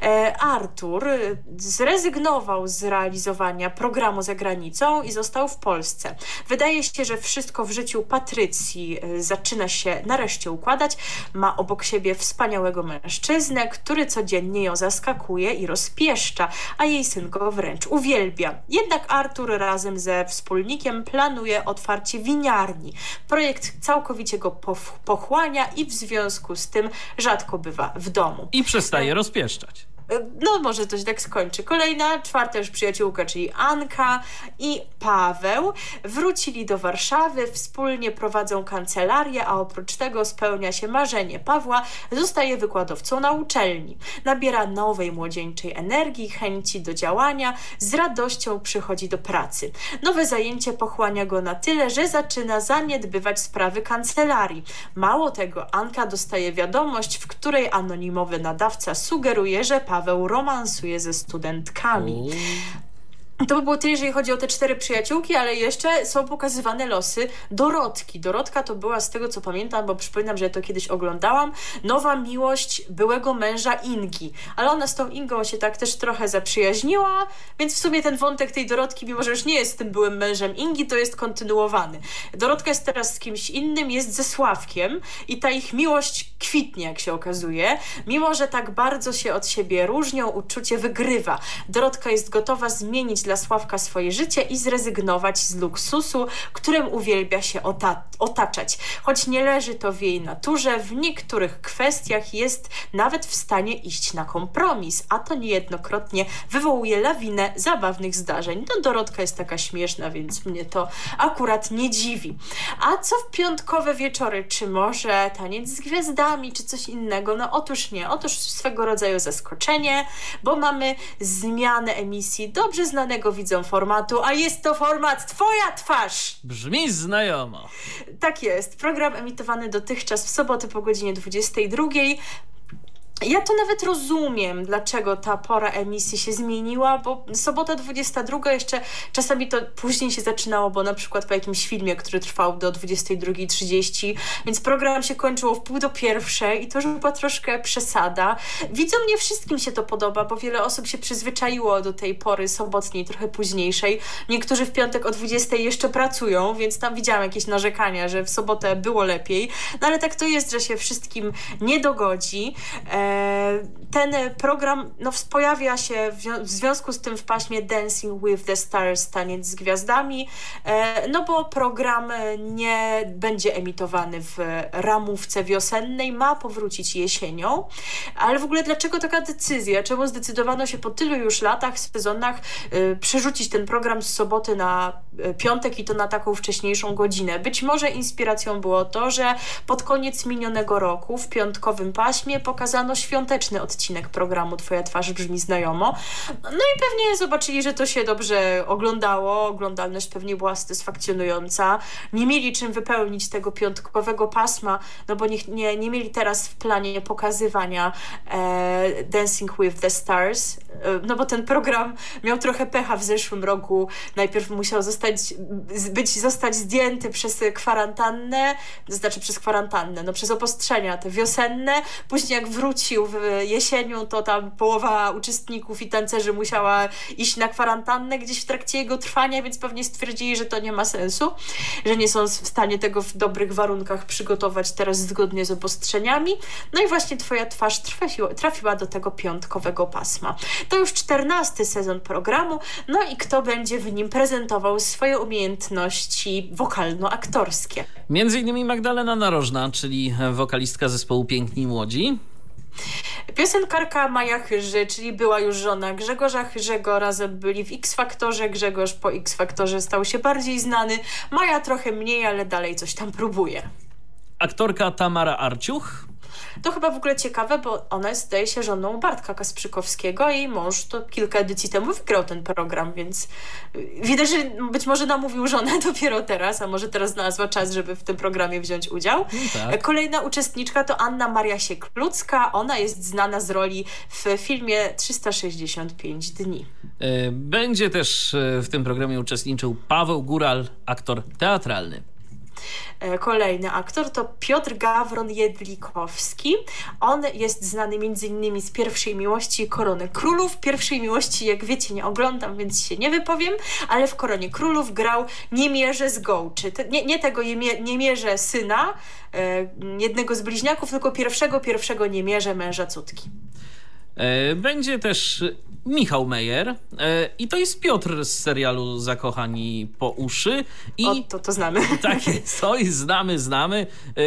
Artur zrezygnował z realizowania programu za granicą i został w Polsce. Wydaje się, że wszystko w życiu Patrycji zaczyna się nareszcie układać. Ma obok siebie wspaniałego mężczyznę, który codziennie ją zaskakuje i rozpieszcza, a jej syn go wręcz uwielbia. Jednak Artur razem ze wspólnikiem planuje otwarcie winiarni. Projekt całkowicie go pochłania i w związku z tym rzadko bywa w domu. I przestaje rozpieszczać. No może to się tak skończy. Kolejna, czwarta już przyjaciółka, czyli Anka i Paweł wrócili do Warszawy, wspólnie prowadzą kancelarię, a oprócz tego spełnia się marzenie Pawła, zostaje wykładowcą na uczelni. Nabiera nowej młodzieńczej energii, chęci do działania, z radością przychodzi do pracy. Nowe zajęcie pochłania go na tyle, że zaczyna zaniedbywać sprawy kancelarii. Mało tego, Anka dostaje wiadomość, w której anonimowy nadawca sugeruje, że Paweł romansuje ze studentkami. To by było tyle, jeżeli chodzi o te 4 przyjaciółki, ale jeszcze są pokazywane losy Dorotki. Dorotka to była, z tego co pamiętam, bo przypominam, że ja to kiedyś oglądałam, nowa miłość byłego męża Ingi. Ale ona z tą Ingą się tak też trochę zaprzyjaźniła, więc w sumie ten wątek tej Dorotki, mimo że już nie jest tym byłym mężem Ingi, to jest kontynuowany. Dorotka jest teraz z kimś innym, jest ze Sławkiem i ta ich miłość kwitnie, jak się okazuje. Mimo że tak bardzo się od siebie różnią, uczucie wygrywa. Dorotka jest gotowa zmienić dla Sławka swoje życie i zrezygnować z luksusu, którym uwielbia się otaczać. Choć nie leży to w jej naturze, w niektórych kwestiach jest nawet w stanie iść na kompromis, a to niejednokrotnie wywołuje lawinę zabawnych zdarzeń. No Dorotka jest taka śmieszna, więc mnie to akurat nie dziwi. A co w piątkowe wieczory? Czy może taniec z gwiazdami, czy coś innego? No otóż nie. Otóż swego rodzaju zaskoczenie, bo mamy zmianę emisji dobrze znanego widzom formatu, a jest to format Twoja twarz. Brzmi znajomo. Tak jest. Program emitowany dotychczas w soboty po godzinie 22. Ja to nawet rozumiem, dlaczego ta pora emisji się zmieniła, bo sobota 22 jeszcze czasami to później się zaczynało, bo na przykład po jakimś filmie, który trwał do 22:30, więc program się kończył w 12:45 i to już była troszkę przesada. Widzom nie wszystkim się to podoba, bo wiele osób się przyzwyczaiło do tej pory sobotniej, trochę późniejszej. Niektórzy w piątek o 20 jeszcze pracują, więc tam widziałam jakieś narzekania, że w sobotę było lepiej. No ale tak to jest, że się wszystkim nie dogodzi. Ten program pojawia się w związku z tym w paśmie Dancing with the Stars, taniec z gwiazdami, no bo program nie będzie emitowany w ramówce wiosennej, ma powrócić jesienią, ale w ogóle dlaczego taka decyzja? Czemu zdecydowano się po tylu już latach, sezonach przerzucić ten program z soboty na piątek i to na taką wcześniejszą godzinę? Być może inspiracją było to, że pod koniec minionego roku w piątkowym paśmie pokazano świąteczny odcinek programu Twoja twarz brzmi znajomo. No i pewnie zobaczyli, że to się dobrze oglądało, oglądalność pewnie była satysfakcjonująca. Nie mieli czym wypełnić tego piątkowego pasma, no bo nie mieli teraz w planie pokazywania Dancing with the Stars. no bo ten program miał trochę pecha w zeszłym roku. Najpierw musiał zostać zdjęty przez kwarantannę, przez obostrzenia te wiosenne. Później jak wrócił w jesienią, to tam połowa uczestników i tancerzy musiała iść na kwarantannę gdzieś w trakcie jego trwania, więc pewnie stwierdzili, że to nie ma sensu, że nie są w stanie tego w dobrych warunkach przygotować teraz zgodnie z obostrzeniami. No i właśnie Twoja twarz trafiła do tego piątkowego pasma. To już 14. sezon programu, no i kto będzie w nim prezentował swoje umiejętności wokalno-aktorskie? Między innymi Magdalena Narożna, czyli wokalistka zespołu Piękni i Młodzi. Piosenkarka Maja Chyży, czyli była już żona Grzegorza Chyżego, razem byli w X-Faktorze. Grzegorz po X-Faktorze stał się bardziej znany, Maja trochę mniej, ale dalej coś tam próbuje. Aktorka Tamara Arciuch. To chyba w ogóle ciekawe, bo ona jest, zdaje się, żoną Bartka Kasprzykowskiego. Jej mąż to kilka edycji temu wygrał ten program, więc widać, że być może namówił żonę dopiero teraz, a może teraz znalazła czas, żeby w tym programie wziąć udział. Tak. Kolejna uczestniczka to Anna Maria Sieklucka. Ona jest znana z roli w filmie 365 dni. Będzie też w tym programie uczestniczył Paweł Góral, aktor teatralny. Kolejny aktor to Piotr Gawron-Jedlikowski. On jest znany m.in. z Pierwszej miłości i Korony Królów. Pierwszej miłości, jak wiecie, nie oglądam, więc się nie wypowiem, ale w Koronie Królów grał Niemierzę z Gołczy. Nie tego Niemierzę syna, jednego z bliźniaków, tylko pierwszego Niemierzę, męża córki. Będzie też Michał Mejer i to jest Piotr z serialu Zakochani po uszy. To znamy. Tak jest, to jest, znamy.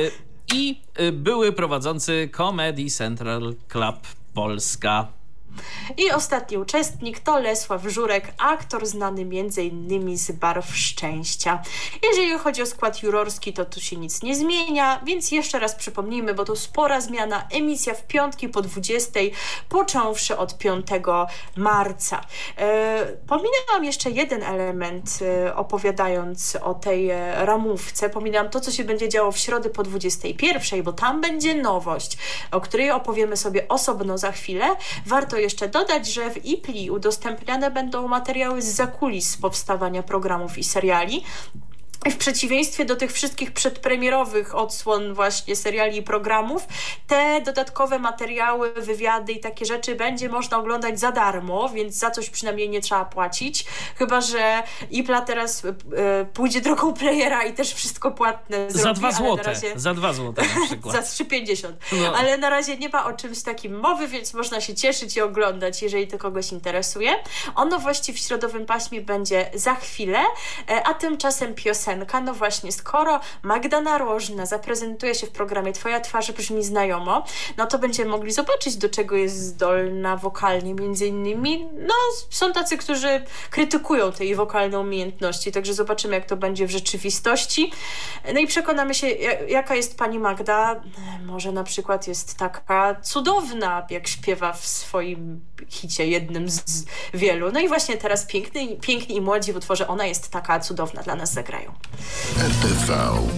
I były prowadzący Comedy Central Club Polska. I ostatni uczestnik to Lesław Żurek, aktor znany m.in. z Barw Szczęścia. Jeżeli chodzi o skład jurorski, to tu się nic nie zmienia, więc jeszcze raz przypomnijmy, bo to spora zmiana. Emisja w piątki po 20, począwszy od 5 marca. Pominęłam jeszcze jeden element, opowiadając o tej ramówce. Pominęłam to, co się będzie działo w środę po 21, bo tam będzie nowość, o której opowiemy sobie osobno za chwilę. Warto jeszcze dodać, że w IPLI udostępniane będą materiały z zakulis powstawania programów i seriali. W przeciwieństwie do tych wszystkich przedpremierowych odsłon właśnie seriali i programów, te dodatkowe materiały, wywiady i takie rzeczy będzie można oglądać za darmo, więc za coś przynajmniej nie trzeba płacić. Chyba że IPLA teraz pójdzie drogą playera i też wszystko płatne zrobi. Za 2 złote. Za 2 złote na przykład. Za 3,50. No. Ale na razie nie ma o czymś takim mowy, więc można się cieszyć i oglądać, jeżeli to kogoś interesuje. O nowości w środowym paśmie będzie za chwilę, a tymczasem piosenka. No właśnie, skoro Magda Narożna zaprezentuje się w programie Twoja twarz brzmi znajomo, no to będziemy mogli zobaczyć, do czego jest zdolna wokalnie między innymi. No, są tacy, którzy krytykują te jej wokalne umiejętności, także zobaczymy, jak to będzie w rzeczywistości. No i przekonamy się, jaka jest pani Magda. Może na przykład jest taka cudowna, jak śpiewa w swoim hicie, jednym z wielu. No i właśnie teraz Piękni i Młodzi w utworze Ona jest taka cudowna dla nas zagrają. RTV.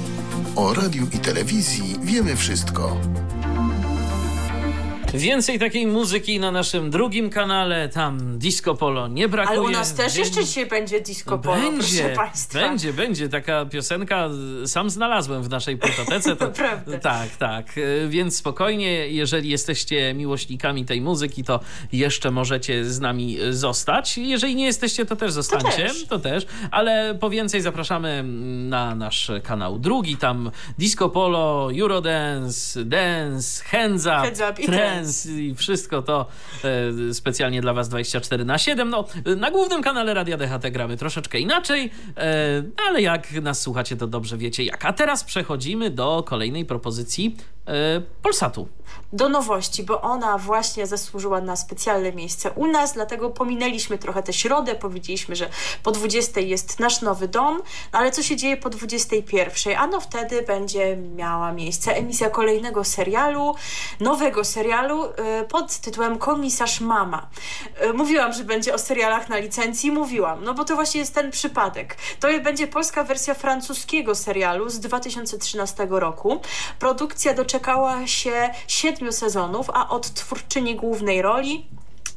O radiu i telewizji wiemy wszystko. Więcej takiej muzyki na naszym drugim kanale, tam disco polo nie brakuje. Ale u nas też jeszcze dzisiaj będzie disco polo, proszę Państwa. Będzie taka piosenka, sam znalazłem w naszej płytotece. To prawda. Tak, więc spokojnie, jeżeli jesteście miłośnikami tej muzyki, to jeszcze możecie z nami zostać. Jeżeli nie jesteście, to też zostańcie. To też. Ale po więcej zapraszamy na nasz kanał drugi, tam disco polo, eurodance, dance, hands up i trance. I wszystko to specjalnie dla was 24/7. No, na głównym kanale Radia DHT gramy troszeczkę inaczej, ale jak nas słuchacie, to dobrze wiecie jak. A teraz przechodzimy do kolejnej propozycji Polsatu. Do nowości, bo ona właśnie zasłużyła na specjalne miejsce u nas, dlatego pominęliśmy trochę tę środę, powiedzieliśmy, że po 20 jest nasz nowy dom, no ale co się dzieje po 21? Ano wtedy będzie miała miejsce emisja kolejnego serialu, nowego serialu pod tytułem Komisarz Mama. Mówiłam, że będzie o serialach na licencji, no bo to właśnie jest ten przypadek. To będzie polska wersja francuskiego serialu z 2013 roku. Produkcja doczekała się 7 sezonów, a od twórczyni głównej roli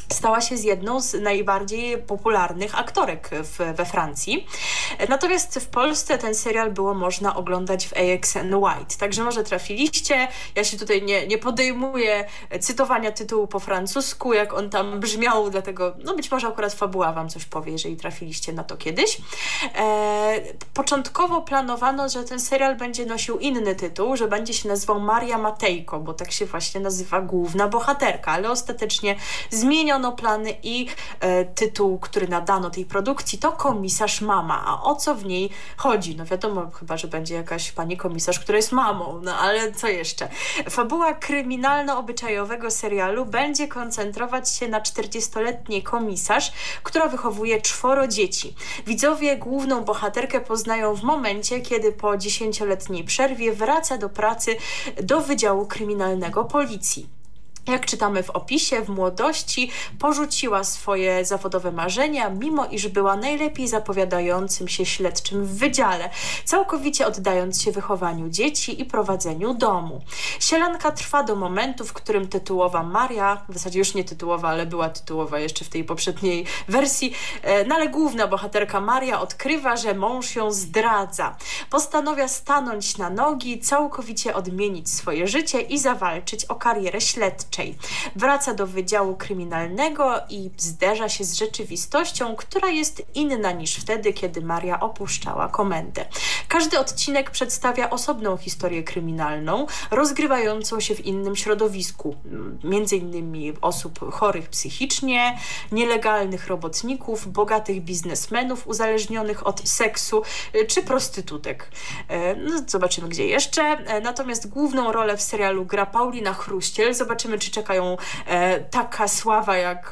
stała się z jedną z najbardziej popularnych aktorek we Francji. Natomiast w Polsce ten serial było można oglądać w AXN White. Także może trafiliście. Ja się tutaj nie podejmuję cytowania tytułu po francusku, jak on tam brzmiał, dlatego być może akurat fabuła wam coś powie, jeżeli trafiliście na to kiedyś. Początkowo planowano, że ten serial będzie nosił inny tytuł, że będzie się nazywał Maria Matejko, bo tak się właśnie nazywa główna bohaterka, ale ostatecznie zmieniono plany i tytuł, który nadano tej produkcji, to Komisarz Mama. A o co w niej chodzi? No wiadomo, chyba że będzie jakaś pani komisarz, która jest mamą, no ale co jeszcze? Fabuła kryminalno-obyczajowego serialu będzie koncentrować się na 40-letniej komisarz, która wychowuje 4 dzieci. Widzowie główną bohaterkę poznają w momencie, kiedy po 10-letniej przerwie wraca do pracy do Wydziału Kryminalnego Policji. Jak czytamy w opisie, w młodości porzuciła swoje zawodowe marzenia, mimo iż była najlepiej zapowiadającym się śledczym w wydziale, całkowicie oddając się wychowaniu dzieci i prowadzeniu domu. Sielanka trwa do momentu, w którym tytułowa Maria, w zasadzie już nie tytułowa, ale była tytułowa jeszcze w tej poprzedniej wersji, no ale główna bohaterka Maria odkrywa, że mąż ją zdradza. Postanawia stanąć na nogi, całkowicie odmienić swoje życie i zawalczyć o karierę śledczą. Wraca do Wydziału Kryminalnego i zderza się z rzeczywistością, która jest inna niż wtedy, kiedy Maria opuszczała komendę. Każdy odcinek przedstawia osobną historię kryminalną, rozgrywającą się w innym środowisku, między innymi osób chorych psychicznie, nielegalnych robotników, bogatych biznesmenów uzależnionych od seksu czy prostytutek. No, zobaczymy, gdzie jeszcze. Natomiast główną rolę w serialu gra Paulina Chruściel. Zobaczymy, czy czekają taka sława,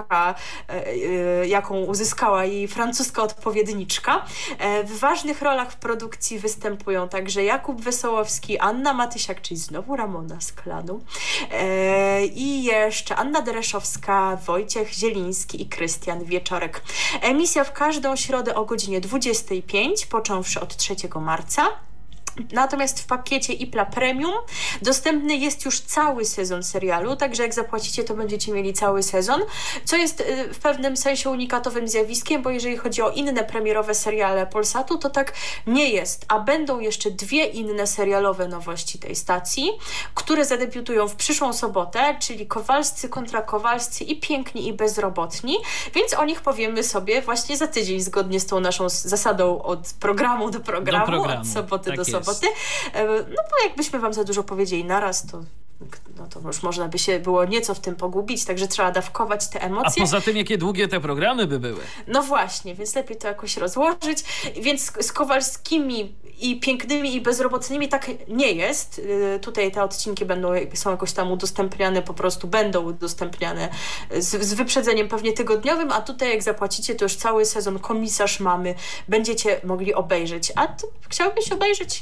jaką uzyskała jej francuska odpowiedniczka. W ważnych rolach w produkcji występują także Jakub Wesołowski, Anna Matysiak, czyli znowu Ramona z klanu, i jeszcze Anna Dereszowska, Wojciech Zieliński i Krystian Wieczorek. Emisja w każdą środę o godzinie 25, począwszy od 3 marca. Natomiast w pakiecie IPLA Premium dostępny jest już cały sezon serialu, także jak zapłacicie, to będziecie mieli cały sezon, co jest w pewnym sensie unikatowym zjawiskiem, bo jeżeli chodzi o inne premierowe seriale Polsatu, to tak nie jest, a będą jeszcze 2 inne serialowe nowości tej stacji, które zadebiutują w przyszłą sobotę, czyli Kowalscy kontra Kowalscy i Piękni i Bezrobotni, więc o nich powiemy sobie właśnie za tydzień, zgodnie z tą naszą zasadą od programu do programu. Od soboty do soboty. No bo jakbyśmy wam za dużo powiedzieli naraz, to już można by się było nieco w tym pogubić, także trzeba dawkować te emocje. A poza tym, jakie długie te programy by były. No właśnie, więc lepiej to jakoś rozłożyć. Więc z Kowalskimi i Pięknymi i Bezrobotnymi tak nie jest. Tutaj te odcinki są jakoś tam udostępniane, po prostu będą udostępniane z wyprzedzeniem pewnie tygodniowym, a tutaj jak zapłacicie, to już cały sezon Komisarz Mamy będziecie mogli obejrzeć. A ty chciałbyś obejrzeć?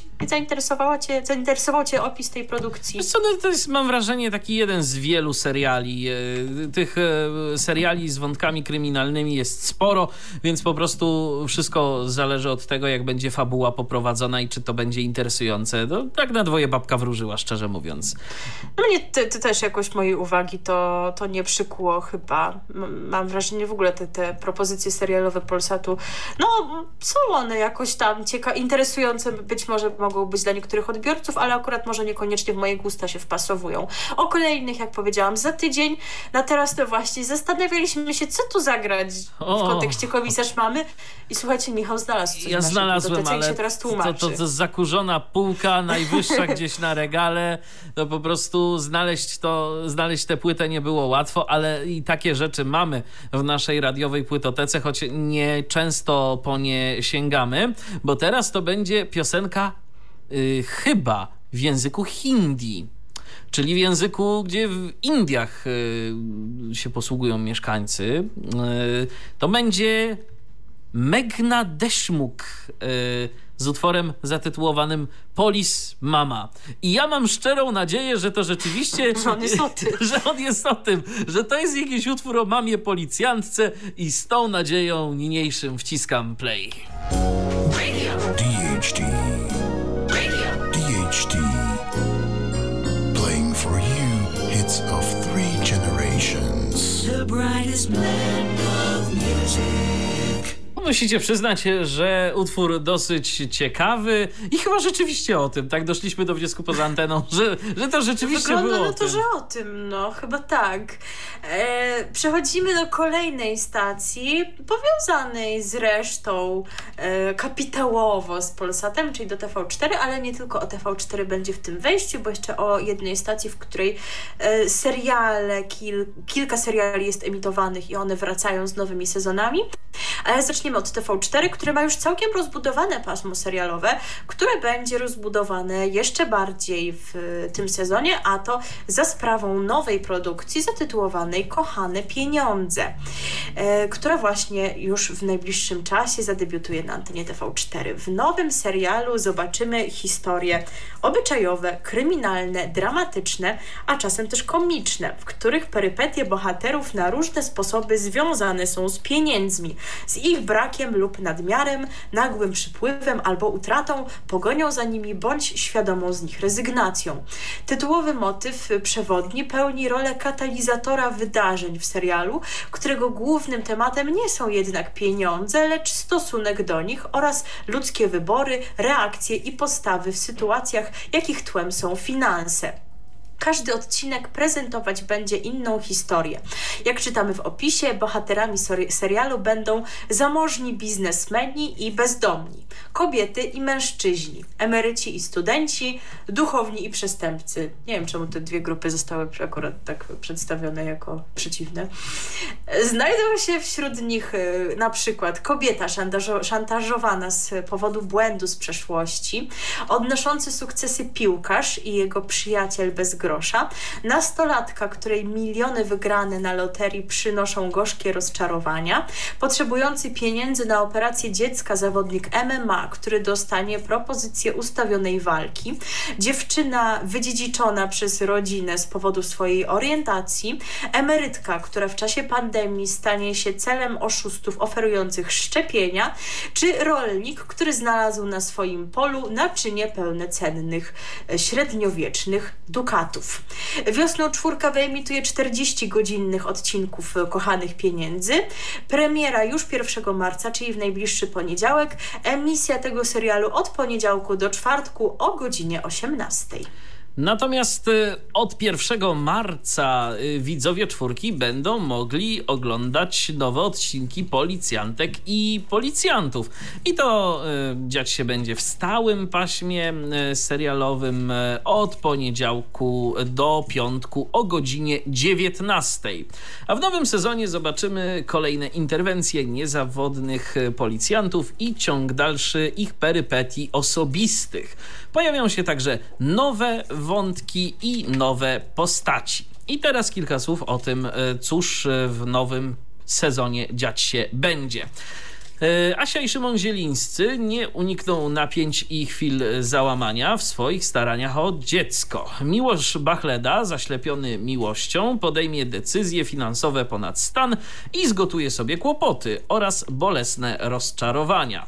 Zainteresował cię opis tej produkcji? Wiesz co, no to jest, mam wrażenie, taki jeden z wielu seriali. Tych seriali z wątkami kryminalnymi jest sporo, więc po prostu wszystko zależy od tego, jak będzie fabuła poprowadzona i czy to będzie interesujące. No, tak na dwoje babka wróżyła, szczerze mówiąc. No mnie też jakoś mojej uwagi to nie przykuło chyba. Mam wrażenie, w ogóle te propozycje serialowe Polsatu, no są one jakoś tam interesujące, być może mogą być dla niektórych odbiorców, ale akurat może niekoniecznie w moje gusta się wpasowują. O kolejnych, jak powiedziałam, za tydzień. Na teraz to właśnie zastanawialiśmy się, co tu zagrać w kontekście Komisarz Mamy i słuchajcie, Michał znalazł coś. Ja znalazłem, ale się teraz tłumaczy. To zakurzona półka, najwyższa gdzieś na regale, to po prostu znaleźć tę płytę nie było łatwo, ale i takie rzeczy mamy w naszej radiowej płytotece, choć nie często po nie sięgamy, bo teraz to będzie piosenka chyba w języku hindi, czyli w języku, gdzie w Indiach się posługują mieszkańcy. To będzie Meghna Deshmukh z utworem zatytułowanym Police Mama. I ja mam szczerą nadzieję, że to rzeczywiście... że on jest o tym. Że on jest o tym, że to jest jakiś utwór o mamie policjantce i z tą nadzieją niniejszym wciskam play. DHT. DHT. Playing for you hits of 3 generations. the brightest blend of music. Musicie przyznać, że utwór dosyć ciekawy i chyba rzeczywiście o tym, tak? Doszliśmy do wniosku poza anteną, że to rzeczywiście Wygląda było na to, że o tym, no chyba tak. Przechodzimy do kolejnej stacji, powiązanej zresztą kapitałowo z Polsatem, czyli do TV4, ale nie tylko o TV4 będzie w tym wejściu, bo jeszcze o jednej stacji, w której seriale, kilka seriali jest emitowanych i one wracają z nowymi sezonami. Ale zaczniemy od TV4, które ma już całkiem rozbudowane pasmo serialowe, które będzie rozbudowane jeszcze bardziej w tym sezonie, a to za sprawą nowej produkcji zatytułowanej Kochane Pieniądze, która właśnie już w najbliższym czasie zadebiutuje na antenie TV4. W nowym serialu zobaczymy historie obyczajowe, kryminalne, dramatyczne, a czasem też komiczne, w których perypetie bohaterów na różne sposoby związane są z pieniędzmi, z ich brakiem lub nadmiarem, nagłym przypływem albo utratą, pogonią za nimi bądź świadomą z nich rezygnacją. Tytułowy motyw przewodni pełni rolę katalizatora wydarzeń w serialu, którego głównym tematem nie są jednak pieniądze, lecz stosunek do nich oraz ludzkie wybory, reakcje i postawy w sytuacjach, jakich tłem są finanse. Każdy odcinek prezentować będzie inną historię. Jak czytamy w opisie, bohaterami serialu będą zamożni biznesmeni i bezdomni, kobiety i mężczyźni, emeryci i studenci, duchowni i przestępcy. Nie wiem, czemu te dwie grupy zostały akurat tak przedstawione jako przeciwne. Znajdą się wśród nich na przykład kobieta szantażowana z powodu błędu z przeszłości, odnoszący sukcesy piłkarz i jego przyjaciel bez grosza, nastolatka, której miliony wygrane na loterii przynoszą gorzkie rozczarowania, potrzebujący pieniędzy na operację dziecka zawodnik MMA, który dostanie propozycję ustawionej walki, dziewczyna wydziedziczona przez rodzinę z powodu swojej orientacji, emerytka, która w czasie pandemii stanie się celem oszustów oferujących szczepienia, czy rolnik, który znalazł na swoim polu naczynie pełne cennych, średniowiecznych dukatów. Wiosną 4 wyemituje 40 godzinnych odcinków Kochanych Pieniędzy. Premiera już 1 marca, czyli w najbliższy poniedziałek. Emisja tego serialu od poniedziałku do czwartku o godzinie 18. Natomiast od 1 marca widzowie 4 będą mogli oglądać nowe odcinki Policjantek i Policjantów. I to dziać się będzie w stałym paśmie serialowym od poniedziałku do piątku o godzinie 19. A w nowym sezonie zobaczymy kolejne interwencje niezawodnych policjantów i ciąg dalszy ich perypetii osobistych. Pojawią się także nowe wątki i nowe postaci. I teraz kilka słów o tym, cóż w nowym sezonie dziać się będzie. Asia i Szymon Zielińscy nie unikną napięć i chwil załamania w swoich staraniach o dziecko. Miłosz Bachleda, zaślepiony miłością, podejmie decyzje finansowe ponad stan i zgotuje sobie kłopoty oraz bolesne rozczarowania.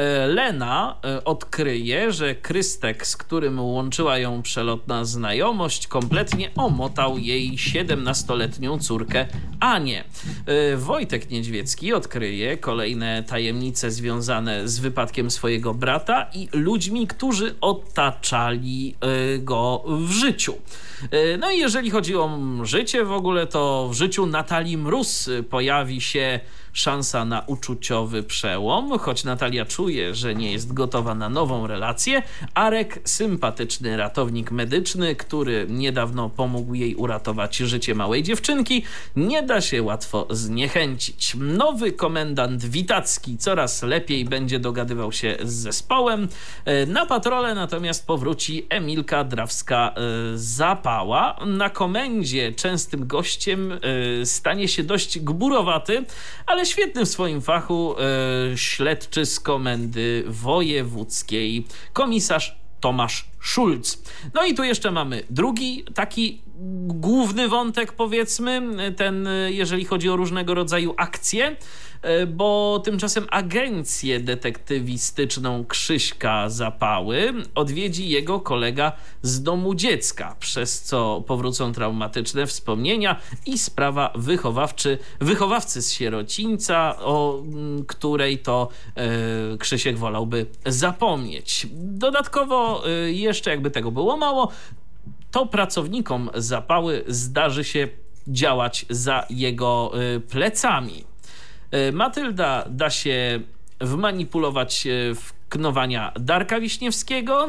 Lena odkryje, że Krystek, z którym łączyła ją przelotna znajomość, kompletnie omotał jej 17-letnią córkę Anię. Wojtek Niedźwiecki odkryje kolejne tajemnice związane z wypadkiem swojego brata i ludźmi, którzy otaczali go w życiu. No i jeżeli chodzi o życie w ogóle, to w życiu Natalii Mróz pojawi się szansa na uczuciowy przełom. Choć Natalia czuje, że nie jest gotowa na nową relację, Arek, sympatyczny ratownik medyczny, który niedawno pomógł jej uratować życie małej dziewczynki, nie da się łatwo zniechęcić. Nowy komendant Witacki coraz lepiej będzie dogadywał się z zespołem. Na patrole natomiast powróci Emilka Drawska-Zapała. Na komendzie częstym gościem stanie się dość gburowaty, ale świetny w swoim fachu śledczy z komendy wojewódzkiej, komisarz Tomasz Schulz. No i tu jeszcze mamy drugi taki główny wątek, powiedzmy, ten, jeżeli chodzi o różnego rodzaju akcje, bo tymczasem agencję detektywistyczną Krzyśka Zapały odwiedzi jego kolega z domu dziecka, przez co powrócą traumatyczne wspomnienia i sprawa wychowawcy z sierocińca, o której to Krzysiek wolałby zapomnieć. Dodatkowo jeszcze, jakby tego było mało, to pracownikom Zapały zdarzy się działać za jego plecami. Matylda da się wmanipulować w knowania Darka Wiśniewskiego,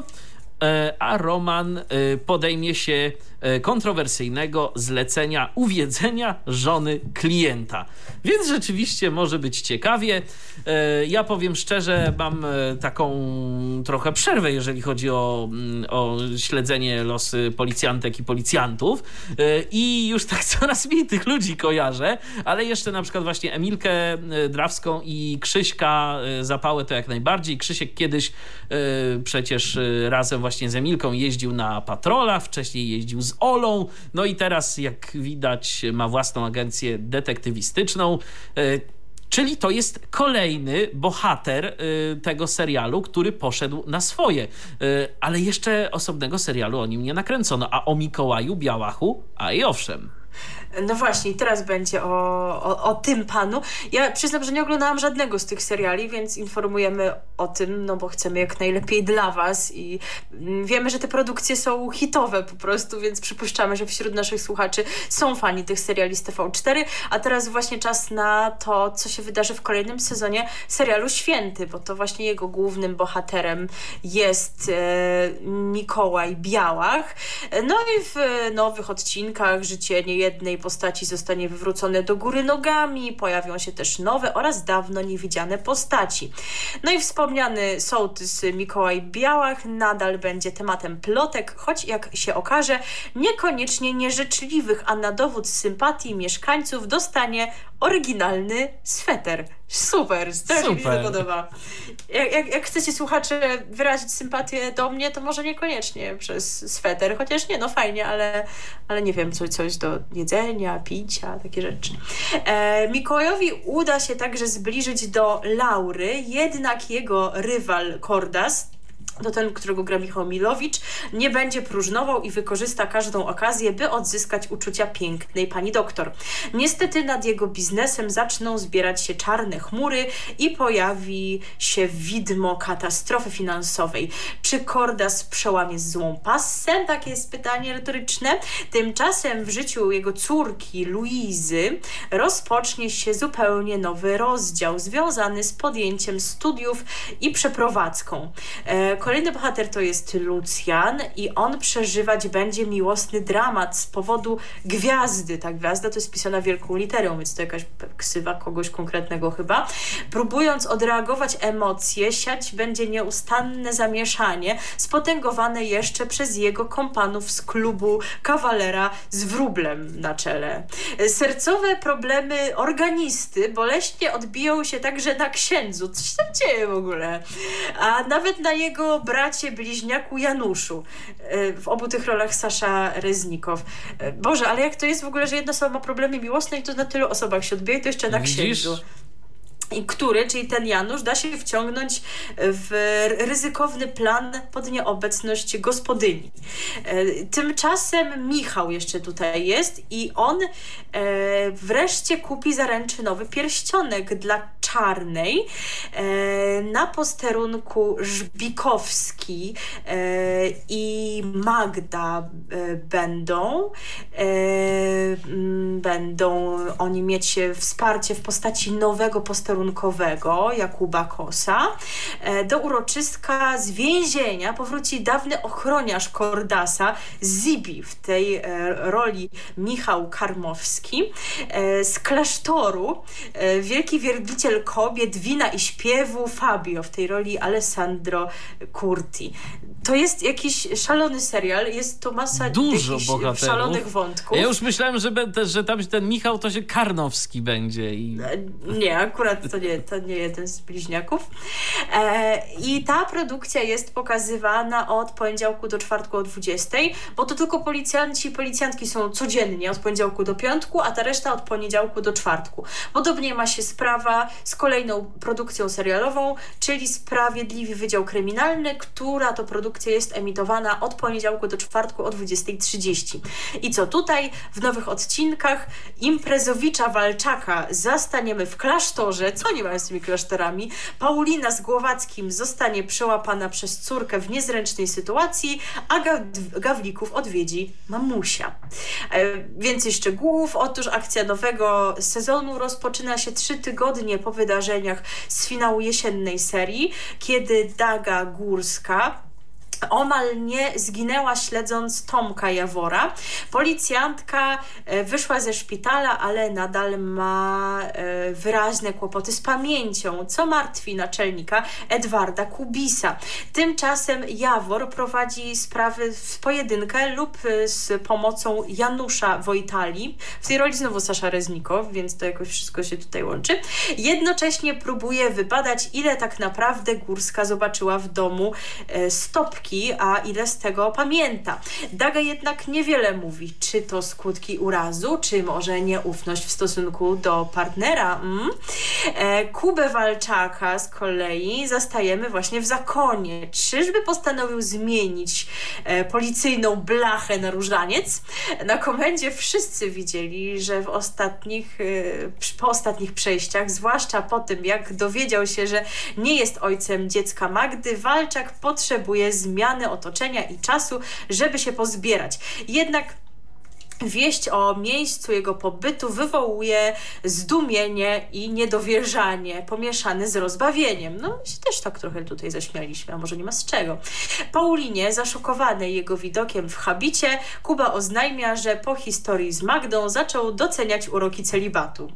a Roman podejmie się kontrowersyjnego zlecenia uwiedzenia żony klienta. Więc rzeczywiście może być ciekawie. Ja powiem szczerze, mam taką trochę przerwę, jeżeli chodzi o śledzenie losy policjantek i policjantów i już tak coraz mniej tych ludzi kojarzę, ale jeszcze na przykład właśnie Emilkę Drawską i Krzyśka Zapałę to jak najbardziej. Krzysiek kiedyś przecież razem właśnie z Emilką jeździł na patrolach, wcześniej jeździł z Olą, no i teraz jak widać ma własną agencję detektywistyczną, czyli to jest kolejny bohater tego serialu, który poszedł na swoje, ale jeszcze osobnego serialu o nim nie nakręcono, a o Mikołaju Białachu, a i owszem. No właśnie, teraz będzie o tym panu. Ja przyznam, że nie oglądałam żadnego z tych seriali, więc informujemy o tym, no bo chcemy jak najlepiej dla was i wiemy, że te produkcje są hitowe po prostu, więc przypuszczamy, że wśród naszych słuchaczy są fani tych seriali z TV4, a teraz właśnie czas na to, co się wydarzy w kolejnym sezonie serialu Święty, bo to właśnie jego głównym bohaterem jest Mikołaj Białach. No i w nowych odcinkach życie niejednej postaci zostanie wywrócone do góry nogami, pojawią się też nowe oraz dawno niewidziane postaci. No i wspomniany sołtys Mikołaj Białach nadal będzie tematem plotek, choć jak się okaże, niekoniecznie nieżyczliwych, a na dowód sympatii mieszkańców dostanie oryginalny sweter. Super, strasznie mi się to podoba. Jak chcecie, słuchacze, wyrazić sympatię do mnie, to może niekoniecznie przez sweter, chociaż nie, no fajnie, ale nie wiem, coś do jedzenia, picia, takie rzeczy. Mikołajowi uda się także zbliżyć do Laury, jednak jego rywal Kordas, to ten, którego gra Michał Milowicz, nie będzie próżnował i wykorzysta każdą okazję, by odzyskać uczucia pięknej pani doktor. Niestety nad jego biznesem zaczną zbierać się czarne chmury i pojawi się widmo katastrofy finansowej. Czy Kordas przełamie złą passę? Takie jest pytanie retoryczne. Tymczasem w życiu jego córki Luizy rozpocznie się zupełnie nowy rozdział związany z podjęciem studiów i przeprowadzką. Kolejny bohater to jest Lucjan i on przeżywać będzie miłosny dramat z powodu gwiazdy. Ta gwiazda to jest pisana wielką literą, więc to jakaś ksywa kogoś konkretnego chyba. Próbując odreagować emocje, siać będzie nieustanne zamieszanie, spotęgowane jeszcze przez jego kompanów z klubu Kawalera z wróblem na czele. Sercowe problemy organisty boleśnie odbiją się także na księdzu. Co się tam dzieje w ogóle? A nawet na jego bracie bliźniaku Januszu. W obu tych rolach Sasza Reznikow. Boże, ale jak to jest w ogóle, że jedna osoba ma problemy miłosne i to na tylu osobach się odbija i to jeszcze na księdzu. I który, czyli ten Janusz, da się wciągnąć w ryzykowny plan pod nieobecność gospodyni. Tymczasem Michał jeszcze tutaj jest i on wreszcie kupi zaręczynowy pierścionek dla Czarnej. Na posterunku Żbikowski i Magda będą oni mieć wsparcie w postaci nowego posterunkowego Jakuba Kosa. Do uroczystka z więzienia powróci dawny ochroniarz Kordasa Zibi, w tej roli Michał Karmowski. Z klasztoru wielki wielbiciel kobiet, wina i śpiewu Fabio, w tej roli Alessandro Curti. To jest jakiś szalony serial, jest to masa dużo bohaterów, szalonych wątków. Ja już myślałem, że tam ten Michał to się Karnowski będzie. Nie, akurat to nie jeden z bliźniaków. I ta produkcja jest pokazywana od poniedziałku do czwartku o 20, bo to tylko policjanci i policjantki są codziennie od poniedziałku do piątku, a ta reszta od poniedziałku do czwartku. Podobnie ma się sprawa z kolejną produkcją serialową, czyli Sprawiedliwy Wydział Kryminalny, która to produkcja jest emitowana od poniedziałku do czwartku o 20:30. I co tutaj w nowych odcinkach? Imprezowicza Walczaka zastaniemy w klasztorze. Co oni mają z tymi klasztorami? Paulina z Głowackim zostanie przełapana przez córkę w niezręcznej sytuacji, a Gawlików odwiedzi mamusia. Więcej szczegółów. Otóż akcja nowego sezonu rozpoczyna się 3 tygodnie po wydarzeniach z finału jesiennej serii, kiedy Daga Górska omal nie zginęła śledząc Tomka Jawora. Policjantka wyszła ze szpitala, ale nadal ma wyraźne kłopoty z pamięcią, co martwi naczelnika Edwarda Kubisa. Tymczasem Jawor prowadzi sprawy w pojedynkę lub z pomocą Janusza Wojtali. W tej roli znowu Sasza Reznikow, więc to jakoś wszystko się tutaj łączy. Jednocześnie próbuje wybadać, ile tak naprawdę Górska zobaczyła w domu stopki, a ile z tego pamięta. Daga jednak niewiele mówi, czy to skutki urazu, czy może nieufność w stosunku do partnera. Kubę Walczaka z kolei zastajemy właśnie w zakonie. Czyżby postanowił zmienić policyjną blachę na różaniec? Na komendzie wszyscy widzieli, że po ostatnich przejściach, zwłaszcza po tym, jak dowiedział się, że nie jest ojcem dziecka Magdy, Walczak potrzebuje zmiany otoczenia i czasu, żeby się pozbierać. Jednak wieść o miejscu jego pobytu wywołuje zdumienie i niedowierzanie pomieszane z rozbawieniem. No, my się też tak trochę tutaj zaśmialiśmy, a może nie ma z czego. Paulinie, zaszokowanej jego widokiem w habicie, Kuba oznajmia, że po historii z Magdą zaczął doceniać uroki celibatu.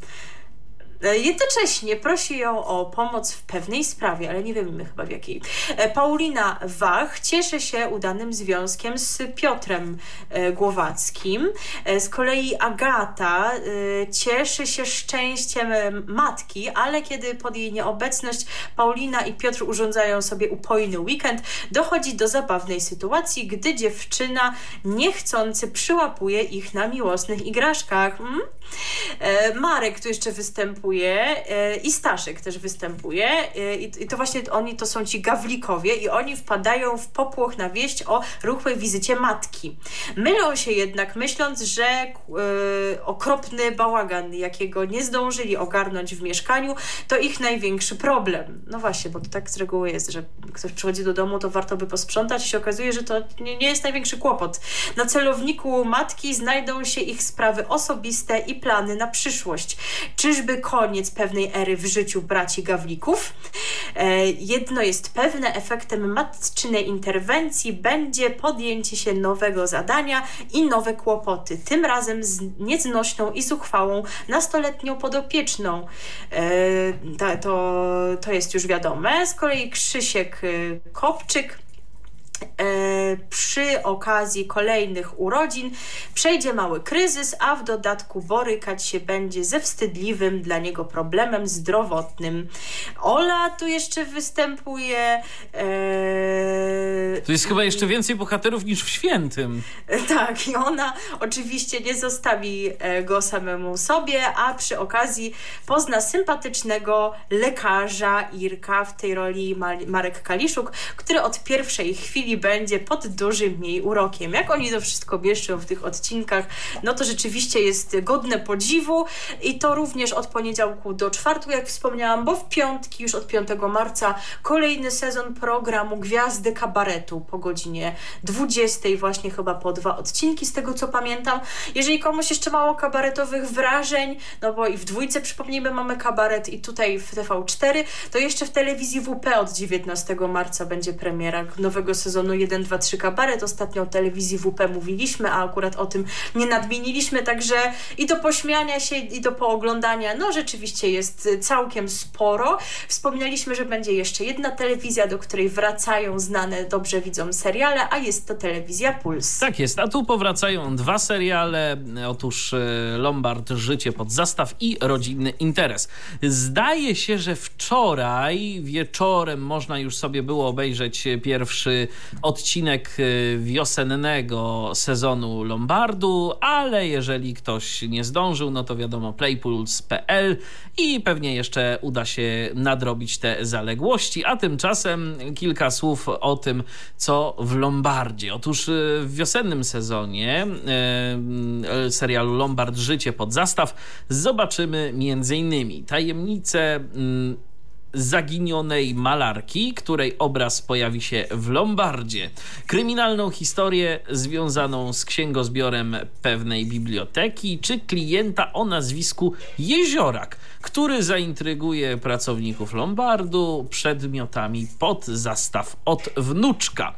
Jednocześnie prosi ją o pomoc w pewnej sprawie, ale nie wiemy chyba w jakiej. Paulina Wach cieszy się udanym związkiem z Piotrem Głowackim. Z kolei Agata cieszy się szczęściem matki, ale kiedy pod jej nieobecność Paulina i Piotr urządzają sobie upojny weekend, dochodzi do zabawnej sytuacji, gdy dziewczyna niechcący przyłapuje ich na miłosnych igraszkach. Marek tu jeszcze występuje i Staszek też występuje i to właśnie oni to są ci Gawlikowie i oni wpadają w popłoch na wieść o ruchłej wizycie matki. Mylą się jednak, myśląc, że okropny bałagan, jakiego nie zdążyli ogarnąć w mieszkaniu, to ich największy problem. No właśnie, bo to tak z reguły jest, że ktoś przychodzi do domu, to warto by posprzątać i się okazuje, że to nie jest największy kłopot. Na celowniku matki znajdą się ich sprawy osobiste i plany na przyszłość. Czyżby koniec pewnej ery w życiu braci Gawlików? Jedno jest pewne, efektem matczynej interwencji będzie podjęcie się nowego zadania i nowe kłopoty. Tym razem z nieznośną i zuchwałą nastoletnią podopieczną. To jest już wiadome. Z kolei Krzysiek Kopczyk przy okazji kolejnych urodzin przejdzie mały kryzys, a w dodatku borykać się będzie ze wstydliwym dla niego problemem zdrowotnym. Ola tu jeszcze występuje. Tu jest chyba jeszcze więcej bohaterów niż w Świętym. Tak, i ona oczywiście nie zostawi go samemu sobie, a przy okazji pozna sympatycznego lekarza Irka, w tej roli Marek Kaliszuk, który od pierwszej chwili będzie pod dużym jej urokiem. Jak oni to wszystko mieszczą w tych odcinkach, no to rzeczywiście jest godne podziwu i to również od poniedziałku do czwartku, jak wspomniałam, bo w piątki, już od 5 marca kolejny sezon programu Gwiazdy Kabaretu po godzinie 20, właśnie chyba po 2 odcinki, z tego co pamiętam. Jeżeli komuś jeszcze mało kabaretowych wrażeń, no bo i w Dwójce, przypomnijmy, mamy kabaret i tutaj w TV4, to jeszcze w telewizji WP od 19 marca będzie premiera nowego sezonu 1, 2, 3 Teatrze Kabaret. Ostatnio o telewizji WP mówiliśmy, a akurat o tym nie nadmieniliśmy, także i do pośmiania się, i do pooglądania, no rzeczywiście jest całkiem sporo. Wspominaliśmy, że będzie jeszcze jedna telewizja, do której wracają znane dobrze widzom seriale, a jest to telewizja Puls. Tak jest, a tu powracają dwa seriale, otóż Lombard, Życie pod zastaw i Rodzinny interes. Zdaje się, że wczoraj wieczorem można już sobie było obejrzeć pierwszy odcinek wiosennego sezonu Lombardu, ale jeżeli ktoś nie zdążył, no to wiadomo, playpuls.pl i pewnie jeszcze uda się nadrobić te zaległości, a tymczasem kilka słów o tym, co w Lombardzie. Otóż w wiosennym sezonie serialu Lombard, Życie pod zastaw zobaczymy m.in. tajemnicę zaginionej malarki, której obraz pojawi się w Lombardzie. Kryminalną historię związaną z księgozbiorem pewnej biblioteki, czy klienta o nazwisku Jeziorak, który zaintryguje pracowników Lombardu przedmiotami pod zastaw od wnuczka.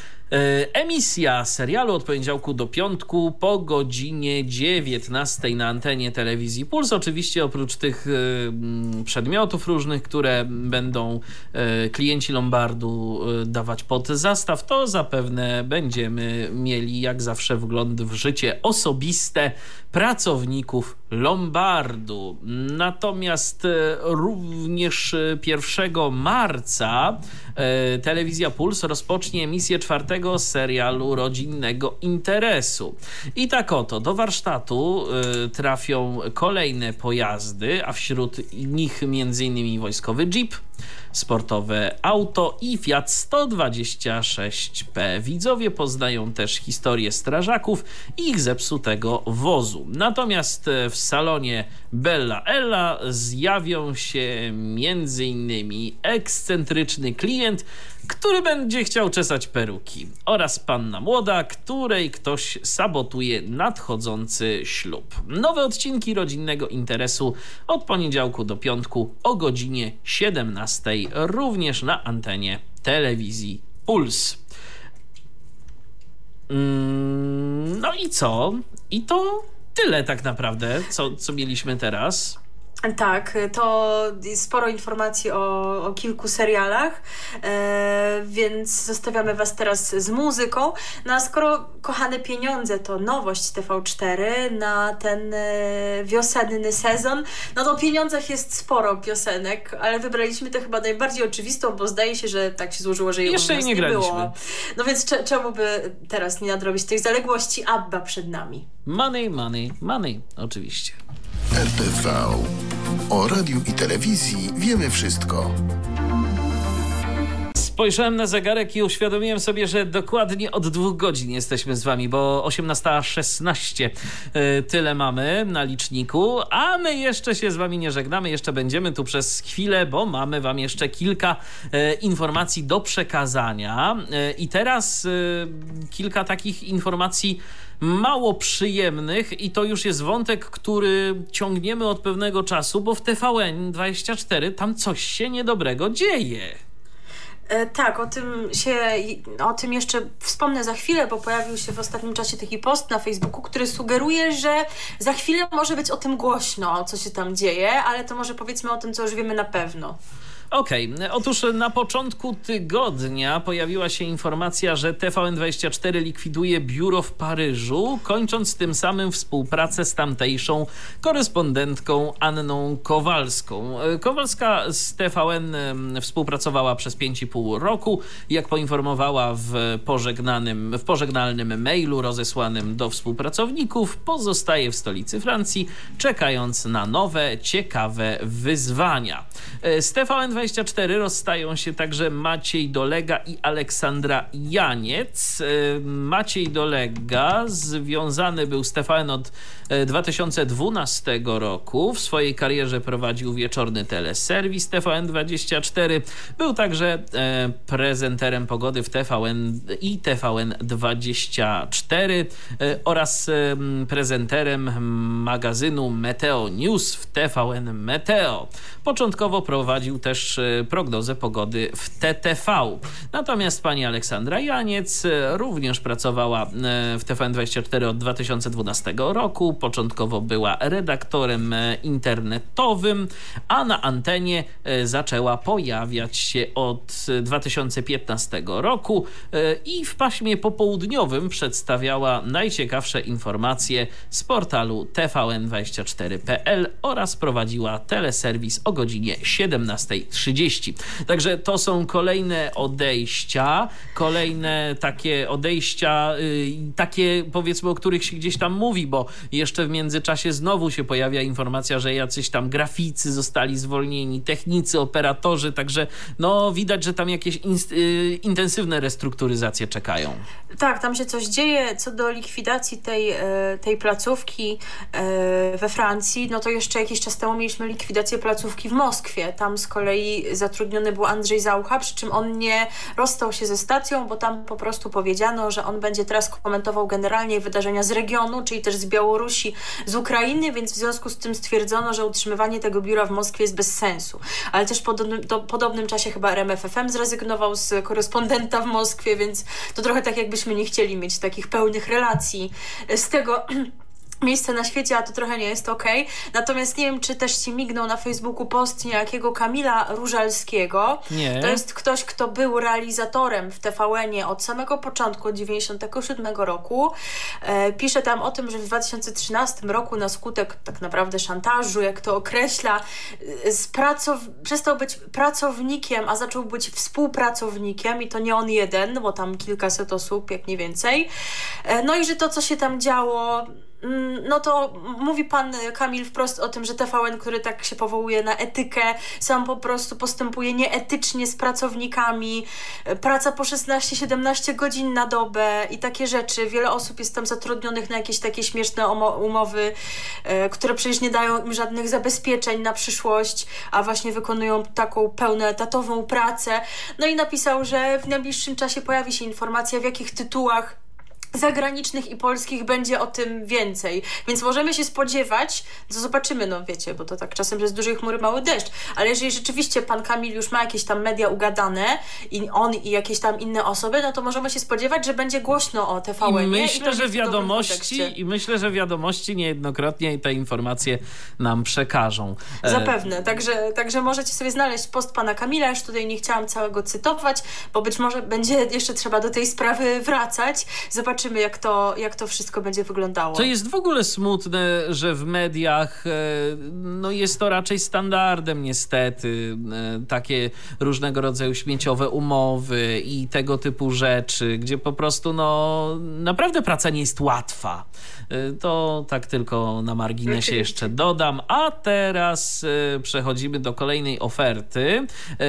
Emisja serialu od poniedziałku do piątku po godzinie 19 na antenie telewizji Puls. Oczywiście oprócz tych przedmiotów różnych, które będą klienci Lombardu dawać pod zastaw, to zapewne będziemy mieli jak zawsze wgląd w życie osobiste pracowników Lombardu. Natomiast również 1 marca telewizja Puls rozpocznie emisję 4. serialu Rodzinnego interesu. I tak oto, do warsztatu trafią kolejne pojazdy, a wśród nich m.in. wojskowy Jeep, sportowe auto i Fiat 126P. Widzowie poznają też historię strażaków i ich zepsutego wozu. Natomiast w salonie Bella Ella zjawią się m.in. ekscentryczny klient, który będzie chciał czesać peruki, oraz panna młoda, której ktoś sabotuje nadchodzący ślub. Nowe odcinki Rodzinnego interesu od poniedziałku do piątku o godzinie 17, również na antenie telewizji Puls. No i co? I to tyle tak naprawdę, co mieliśmy teraz. Tak, to sporo informacji o kilku serialach, więc zostawiamy Was teraz z muzyką. No a skoro Kochane pieniądze to nowość TV4 na ten wiosenny sezon, no to o pieniądzach jest sporo piosenek, ale wybraliśmy tę chyba najbardziej oczywistą, bo zdaje się, że tak się złożyło, że jeszcze jej nie graliśmy. Było. No więc czemu by teraz nie nadrobić tych zaległości? ABBA przed nami. Money, money, money, oczywiście. RTV. O radiu i telewizji wiemy wszystko. Spojrzałem na zegarek i uświadomiłem sobie, że dokładnie od 2 godzin jesteśmy z wami, bo 18:16 tyle mamy na liczniku, a my jeszcze się z wami nie żegnamy, jeszcze będziemy tu przez chwilę, bo mamy wam jeszcze kilka informacji do przekazania i teraz kilka takich informacji mało przyjemnych i to już jest wątek, który ciągniemy od pewnego czasu, bo w TVN24 tam coś się niedobrego dzieje. Tak, o tym jeszcze wspomnę za chwilę, bo pojawił się w ostatnim czasie taki post na Facebooku, który sugeruje, że za chwilę może być o tym głośno, co się tam dzieje, ale to może powiedzmy o tym, co już wiemy na pewno. Okej, otóż na początku tygodnia pojawiła się informacja, że TVN24 likwiduje biuro w Paryżu, kończąc tym samym współpracę z tamtejszą korespondentką Anną Kowalską. Kowalska z TVN współpracowała przez 5,5 roku. Jak poinformowała w pożegnalnym mailu rozesłanym do współpracowników, pozostaje w stolicy Francji, czekając na nowe, ciekawe wyzwania. Z TVN24 rozstają się także Maciej Dolega i Aleksandra Janiec. Maciej Dolega związany był z TVN od 2012 roku. W swojej karierze prowadził wieczorny teleserwis TVN24. Był także prezenterem pogody w TVN i TVN24 oraz prezenterem magazynu Meteo News w TVN Meteo. Początkowo prowadził też też prognozę pogody w TTV. Natomiast pani Aleksandra Janiec również pracowała w TVN24 od 2012 roku. Początkowo była redaktorem internetowym, a na antenie zaczęła pojawiać się od 2015 roku i w paśmie popołudniowym przedstawiała najciekawsze informacje z portalu tvn24.pl oraz prowadziła teleserwis o godzinie 17:30. Także to są kolejne odejścia, kolejne takie odejścia, takie powiedzmy, o których się gdzieś tam mówi, bo jeszcze w międzyczasie znowu się pojawia informacja, że jacyś tam graficy zostali zwolnieni, technicy, operatorzy, także no widać, że tam jakieś intensywne restrukturyzacje czekają. Tak, tam się coś dzieje. Co do likwidacji tej placówki we Francji, no to jeszcze jakiś czas temu mieliśmy likwidację placówki w Moskwie. Tam z kolei zatrudniony był Andrzej Zaucha, przy czym on nie rozstał się ze stacją, bo tam po prostu powiedziano, że on będzie teraz komentował generalnie wydarzenia z regionu, czyli też z Białorusi, z Ukrainy, więc w związku z tym stwierdzono, że utrzymywanie tego biura w Moskwie jest bez sensu. Ale też po podobnym czasie chyba RMF FM zrezygnował z korespondenta w Moskwie, więc to trochę tak jakbyśmy nie chcieli mieć takich pełnych relacji z tego miejsce na świecie, a to trochę nie jest okej. Natomiast nie wiem, czy też ci mignął na Facebooku post niejakiego Kamila Różalskiego. Nie. To jest ktoś, kto był realizatorem w TVN-ie od samego początku, od 1997 roku. Pisze tam o tym, że w 2013 roku na skutek tak naprawdę szantażu, jak to określa, przestał być pracownikiem, a zaczął być współpracownikiem i to nie on jeden, bo tam kilkaset osób, jak nie więcej. No i że to, co się tam działo, no to mówi pan Kamil wprost o tym, że TVN, który tak się powołuje na etykę, sam po prostu postępuje nieetycznie z pracownikami, praca po 16-17 godzin na dobę i takie rzeczy. Wiele osób jest tam zatrudnionych na jakieś takie śmieszne umowy, które przecież nie dają im żadnych zabezpieczeń na przyszłość, a właśnie wykonują taką pełnoetatową pracę. No i napisał, że w najbliższym czasie pojawi się informacja, w jakich tytułach zagranicznych i polskich będzie o tym więcej. Więc możemy się spodziewać, to zobaczymy, no wiecie, bo to tak czasem jest dużej chmury mały deszcz, ale jeżeli rzeczywiście pan Kamil już ma jakieś tam media ugadane i on i jakieś tam inne osoby, no to możemy się spodziewać, że będzie głośno o TVN-ie. I myślę, że wiadomości niejednokrotnie te informacje nam przekażą. Zapewne. Także możecie sobie znaleźć post pana Kamila, już tutaj nie chciałam całego cytować, bo być może będzie jeszcze trzeba do tej sprawy wracać. Zobaczymy, jak to wszystko będzie wyglądało. To jest w ogóle smutne, że w mediach no jest to raczej standardem niestety. Takie różnego rodzaju śmieciowe umowy i tego typu rzeczy, gdzie po prostu no naprawdę praca nie jest łatwa. To tak tylko na marginesie jeszcze dodam. A teraz przechodzimy do kolejnej oferty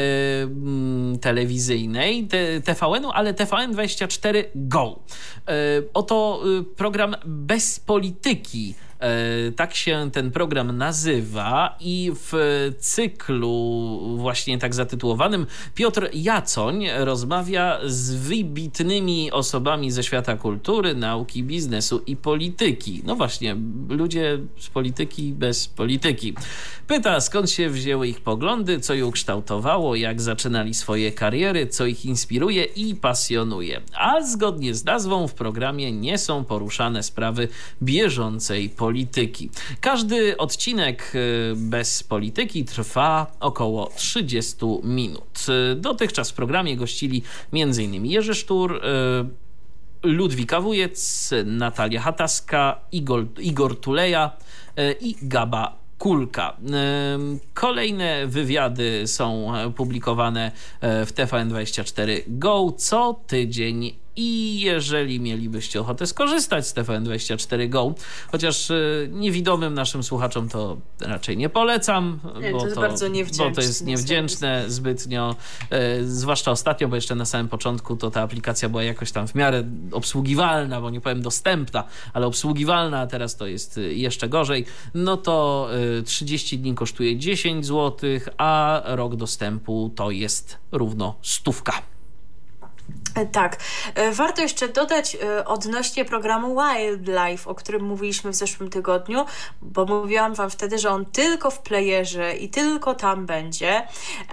telewizyjnej TVN-u, ale TVN24 Go. Oto program Bez Polityki. Tak się ten program nazywa i w cyklu właśnie tak zatytułowanym Piotr Jacoń rozmawia z wybitnymi osobami ze świata kultury, nauki, biznesu i polityki. No właśnie, ludzie z polityki bez polityki. Pyta, skąd się wzięły ich poglądy, co je ukształtowało, jak zaczynali swoje kariery, co ich inspiruje i pasjonuje. A zgodnie z nazwą w programie nie są poruszane sprawy bieżącej polityki. Każdy odcinek Bez Polityki trwa około 30 minut. Dotychczas w programie gościli m.in. Jerzy Sztur, Ludwika Wujec, Natalia Hataska, Igor Tuleja i Gaba Kulka. Kolejne wywiady są publikowane w TVN24 Go co tydzień. I jeżeli mielibyście ochotę skorzystać z TVN24 Go, chociaż niewidomym naszym słuchaczom to raczej nie polecam, bo to jest niewdzięczne zbytnio, zwłaszcza ostatnio, bo jeszcze na samym początku to ta aplikacja była jakoś tam w miarę obsługiwalna, bo nie powiem dostępna, ale obsługiwalna, a teraz to jest jeszcze gorzej. No to 30 dni kosztuje 10 zł, a rok dostępu to jest równo 100. Tak. Warto jeszcze dodać odnośnie programu Wildlife, o którym mówiliśmy w zeszłym tygodniu, bo mówiłam wam wtedy, że on tylko w playerze i tylko tam będzie.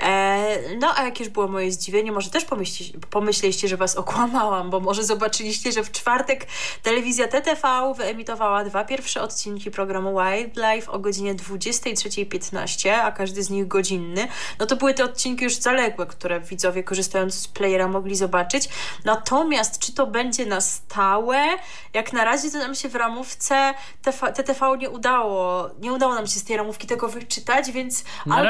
No a jakież było moje zdziwienie, może też pomyśleliście, że was okłamałam, bo może zobaczyliście, że w czwartek telewizja TTV wyemitowała 2 pierwsze odcinki programu Wildlife o godzinie 23:15, a każdy z nich godzinny. No to były te odcinki już zaległe, które widzowie korzystając z playera mogli zobaczyć. Natomiast czy to będzie na stałe? Jak na razie to nam się w ramówce TTV nie udało nam się z tej ramówki tego wyczytać, więc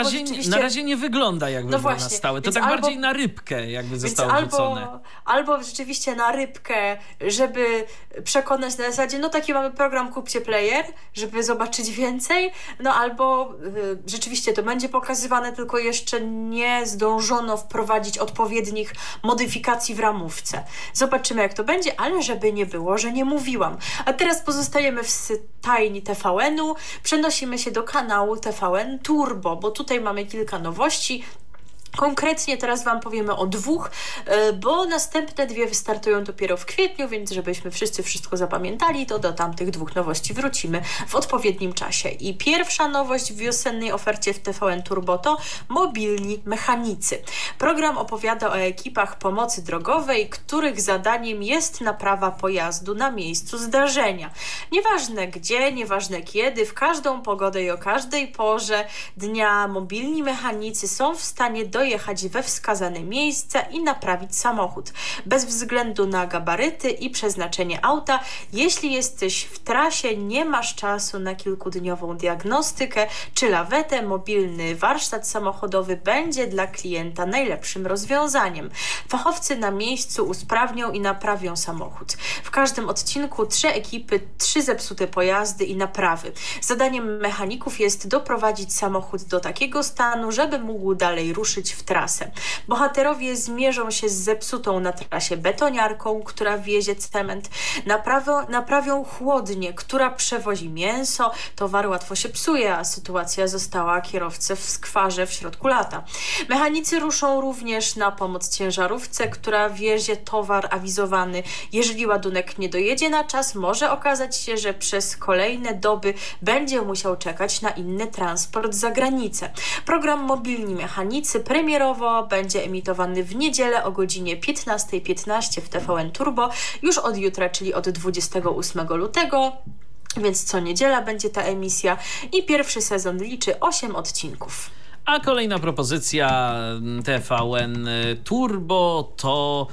na razie nie wygląda jakby było właśnie, na stałe. To tak bardziej na rybkę jakby zostało rzucone. Albo rzeczywiście na rybkę, żeby przekonać na zasadzie, no taki mamy program, kupcie player, żeby zobaczyć więcej, no albo rzeczywiście to będzie pokazywane, tylko jeszcze nie zdążono wprowadzić odpowiednich modyfikacji w ramówce. Zobaczymy, jak to będzie, ale żeby nie było, że nie mówiłam. A teraz pozostajemy w stajni TVN-u, przenosimy się do kanału TVN Turbo, bo tutaj mamy kilka nowości. Konkretnie teraz wam powiemy o 2, bo następne 2 wystartują dopiero w kwietniu, więc żebyśmy wszyscy wszystko zapamiętali, to do tamtych 2 nowości wrócimy w odpowiednim czasie. I pierwsza nowość w wiosennej ofercie w TVN Turbo to Mobilni Mechanicy. Program opowiada o ekipach pomocy drogowej, których zadaniem jest naprawa pojazdu na miejscu zdarzenia. Nieważne gdzie, nieważne kiedy, w każdą pogodę i o każdej porze dnia mobilni mechanicy są w stanie dojechać we wskazane miejsce i naprawić samochód. Bez względu na gabaryty i przeznaczenie auta, jeśli jesteś w trasie, nie masz czasu na kilkudniową diagnostykę czy lawetę, mobilny warsztat samochodowy będzie dla klienta najlepszym rozwiązaniem. Fachowcy na miejscu usprawnią i naprawią samochód. W każdym odcinku 3 ekipy, 3 zepsute pojazdy i naprawy. Zadaniem mechaników jest doprowadzić samochód do takiego stanu, żeby mógł dalej ruszyć w trasę. Bohaterowie zmierzą się z zepsutą na trasie betoniarką, która wiezie cement, naprawią chłodnię, która przewozi mięso, towar łatwo się psuje, a sytuacja została kierowcę w skwarze w środku lata. Mechanicy ruszą również na pomoc ciężarówce, która wiezie towar awizowany. Jeżeli ładunek nie dojedzie na czas, może okazać się, że przez kolejne doby będzie musiał czekać na inny transport za granicę. Program Mobilni Mechanicy premierowo będzie emitowany w niedzielę o godzinie 15:15 w TVN Turbo już od jutra, czyli od 28 lutego. Więc co niedziela będzie ta emisja i pierwszy sezon liczy 8 odcinków. A kolejna propozycja TVN Turbo to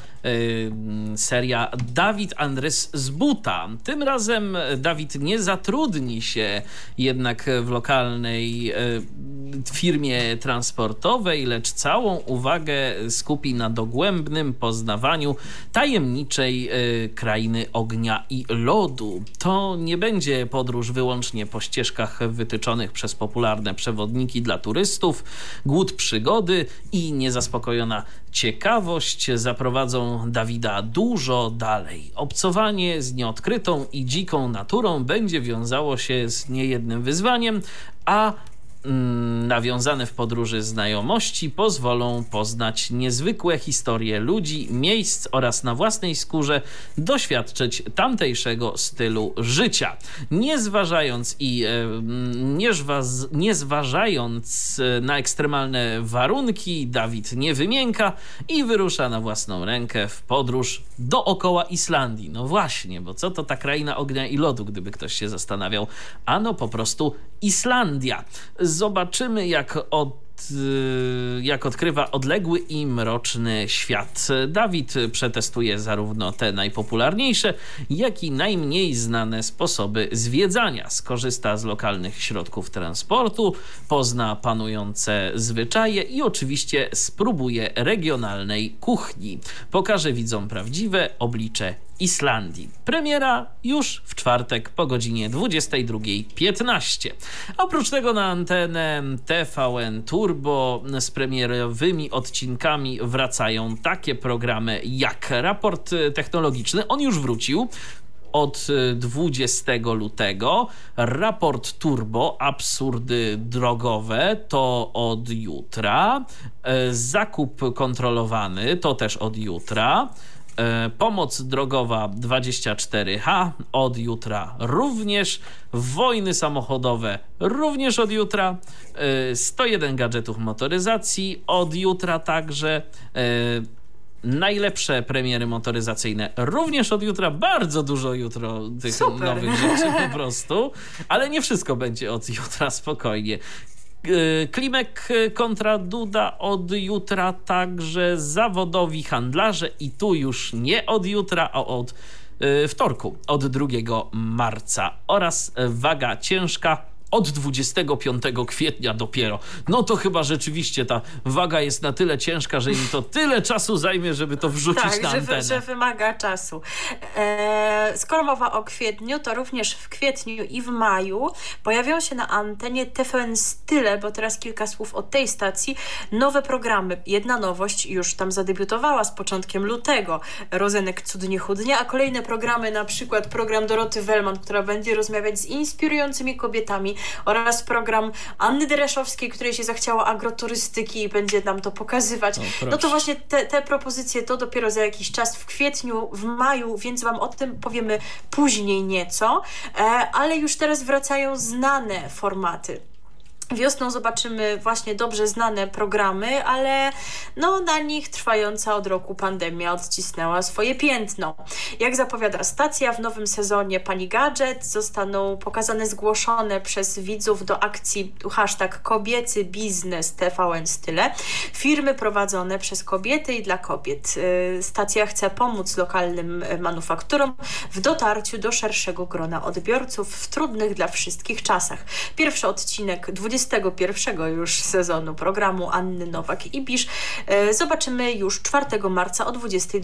seria Dawid Andres z buta. Tym razem Dawid nie zatrudni się jednak w lokalnej firmie transportowej, lecz całą uwagę skupi na dogłębnym poznawaniu tajemniczej krainy ognia i lodu. To nie będzie podróż wyłącznie po ścieżkach wytyczonych przez popularne przewodniki dla turystów. Głód przygody i niezaspokojona ciekawość zaprowadzą Dawida dużo dalej. Obcowanie z nieodkrytą i dziką naturą będzie wiązało się z niejednym wyzwaniem, a nawiązane w podróży znajomości pozwolą poznać niezwykłe historie ludzi, miejsc oraz na własnej skórze doświadczyć tamtejszego stylu życia. Nie zważając na ekstremalne warunki, Dawid nie wymięka i wyrusza na własną rękę w podróż dookoła Islandii. No właśnie, bo co to ta kraina ognia i lodu, gdyby ktoś się zastanawiał? Ano po prostu Islandia. Zobaczymy, jak odkrywa odległy i mroczny świat. Dawid przetestuje zarówno te najpopularniejsze, jak i najmniej znane sposoby zwiedzania. Skorzysta z lokalnych środków transportu, pozna panujące zwyczaje i oczywiście spróbuje regionalnej kuchni. Pokaże widzom prawdziwe oblicze Islandii. Premiera już w czwartek po godzinie 22:15. Oprócz tego na antenę TVN Turbo z premierowymi odcinkami wracają takie programy jak Raport Technologiczny. On już wrócił od 20 lutego. Raport Turbo, absurdy drogowe, to od jutra. Zakup kontrolowany, to też od jutra. Pomoc drogowa 24H od jutra również. Wojny samochodowe również od jutra. 101 gadżetów motoryzacji od jutra także. Najlepsze premiery motoryzacyjne również od jutra. Bardzo dużo jutro tych nowych rzeczy po prostu. Ale nie wszystko będzie od jutra, spokojnie. Klimek kontra Duda od jutra, także zawodowi handlarze i tu już nie od jutra, a od wtorku, od 2 marca oraz waga ciężka od 25 kwietnia dopiero. No to chyba rzeczywiście ta waga jest na tyle ciężka, że im to tyle czasu zajmie, żeby to wrzucić na antenę. Że wymaga czasu. Skoro mowa o kwietniu, to również w kwietniu i w maju pojawią się na antenie TVN Style, bo teraz kilka słów o tej stacji. Nowe programy. Jedna nowość już tam zadebiutowała z początkiem lutego. Rozenek cudnie chudnie, a kolejne programy, na przykład program Doroty Wellman, która będzie rozmawiać z inspirującymi kobietami, oraz program Anny Dereszowskiej, której się zachciało agroturystyki i będzie nam to pokazywać. No to właśnie te propozycje to dopiero za jakiś czas w kwietniu, w maju, więc wam o tym powiemy później nieco, ale już teraz wracają znane formaty. Wiosną zobaczymy właśnie dobrze znane programy, ale no na nich trwająca od roku pandemia odcisnęła swoje piętno. Jak zapowiada stacja, w nowym sezonie Pani Gadżet zostaną pokazane, zgłoszone przez widzów do akcji #kobiecy biznes TVN Style. Firmy prowadzone przez kobiety i dla kobiet. Stacja chce pomóc lokalnym manufakturom w dotarciu do szerszego grona odbiorców w trudnych dla wszystkich czasach. Pierwszy odcinek 21 już sezonu programu Anny Nowak-Ibisz zobaczymy już 4 marca o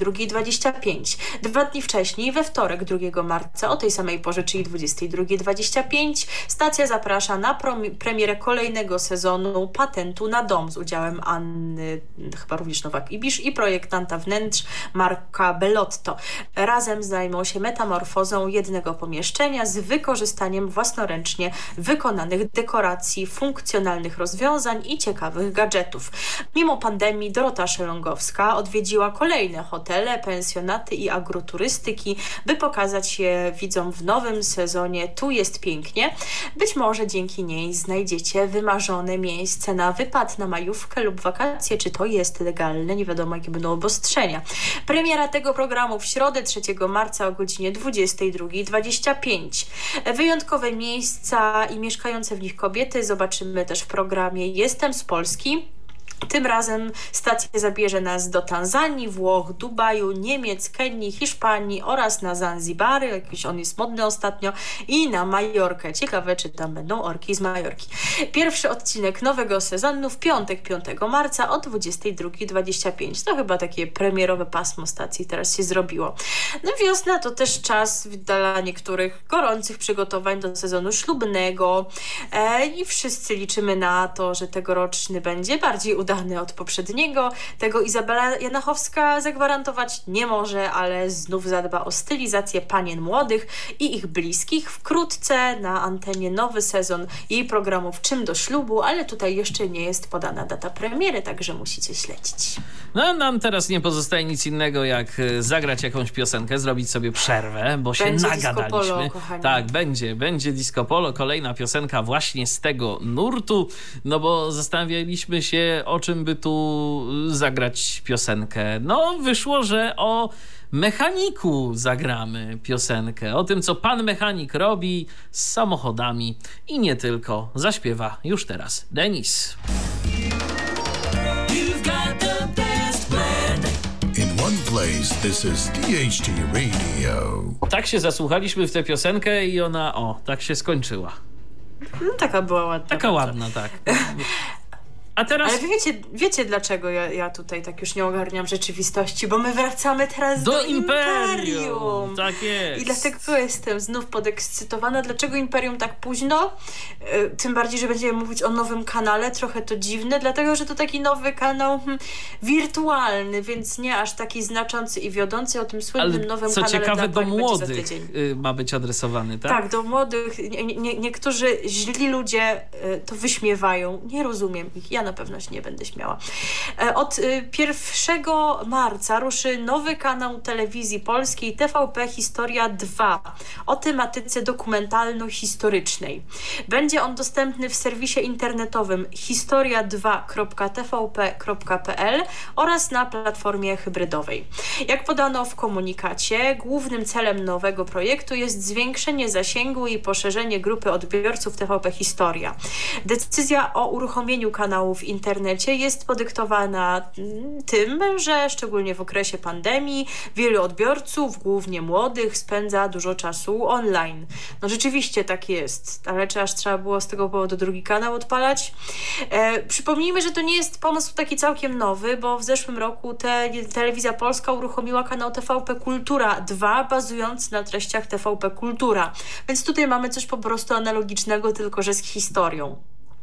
22:25. 2 dni wcześniej, we wtorek 2 marca o tej samej porze, czyli 22:25, stacja zaprasza na premierę kolejnego sezonu Patentu na dom z udziałem Anny, chyba również Nowak-Ibisz, i projektanta wnętrz Marka Bellotto. Razem zajmą się metamorfozą jednego pomieszczenia z wykorzystaniem własnoręcznie wykonanych dekoracji, funkcjonalnych rozwiązań i ciekawych gadżetów. Mimo pandemii Dorota Szelongowska odwiedziła kolejne hotele, pensjonaty i agroturystyki, by pokazać się widzom w nowym sezonie Tu jest pięknie. Być może dzięki niej znajdziecie wymarzone miejsce na wypad na majówkę lub wakacje. Czy to jest legalne? Nie wiadomo, jakie będą obostrzenia. Premiera tego programu w środę 3 marca o godzinie 22:25. Wyjątkowe miejsca i mieszkające w nich kobiety zobaczymy też w programie Jestem z Polski. Tym razem stacja zabierze nas do Tanzanii, Włoch, Dubaju, Niemiec, Kenii, Hiszpanii oraz na Zanzibary, jakiś on jest modny ostatnio, i na Majorkę. Ciekawe, czy tam będą orki z Majorki. Pierwszy odcinek nowego sezonu w piątek, 5 marca o 22:25. To chyba takie premierowe pasmo stacji teraz się zrobiło. No wiosna to też czas dla niektórych gorących przygotowań do sezonu ślubnego i wszyscy liczymy na to, że tegoroczny będzie bardziej udany od poprzedniego. Tego Izabela Janachowska zagwarantować nie może, ale znów zadba o stylizację panien młodych i ich bliskich. Wkrótce na antenie nowy sezon jej programów Czym do ślubu, ale tutaj jeszcze nie jest podana data premiery, także musicie śledzić. No nam teraz nie pozostaje nic innego, jak zagrać jakąś piosenkę, zrobić sobie przerwę, bo się nagadaliśmy. Disco Polo, kochani. Tak, będzie Disco Polo, kolejna piosenka właśnie z tego nurtu, no bo zastanawialiśmy się, o czym by tu zagrać piosenkę. No wyszło, że o mechaniku zagramy piosenkę, o tym, co pan mechanik robi z samochodami i nie tylko. Zaśpiewa już teraz Denis. One place, this is DHT Radio. Tak się zasłuchaliśmy w tę piosenkę i ona, tak się skończyła. No, taka była ładna. Taka ładna, tak. A teraz... Ale wiecie dlaczego ja tutaj tak już nie ogarniam rzeczywistości, bo my wracamy teraz do Imperium. Tak jest. I dlatego jestem znów podekscytowana. Dlaczego Imperium tak późno? Tym bardziej, że będziemy mówić o nowym kanale. Trochę to dziwne, dlatego, że to taki nowy kanał wirtualny, więc nie aż taki znaczący i wiodący. O tym słynnym nowym kanale. Co ciekawe, do młodych ma być adresowany, tak? Tak, do młodych. Niektórzy źli ludzie to wyśmiewają. Nie rozumiem ich. Ja na pewno się nie będę śmiała. Od 1 marca ruszy nowy kanał telewizji polskiej TVP Historia 2 o tematyce dokumentalno-historycznej. Będzie on dostępny w serwisie internetowym historia2.tvp.pl oraz na platformie hybrydowej. Jak podano w komunikacie, głównym celem nowego projektu jest zwiększenie zasięgu i poszerzenie grupy odbiorców TVP Historia. Decyzja o uruchomieniu kanału w internecie jest podyktowana tym, że szczególnie w okresie pandemii wielu odbiorców, głównie młodych, spędza dużo czasu online. No rzeczywiście tak jest, ale czy aż trzeba było z tego powodu drugi kanał odpalać? Przypomnijmy, że to nie jest pomysł taki całkiem nowy, bo w zeszłym roku Telewizja Polska uruchomiła kanał TVP Kultura 2, bazując na treściach TVP Kultura. Więc tutaj mamy coś po prostu analogicznego, tylko że z historią.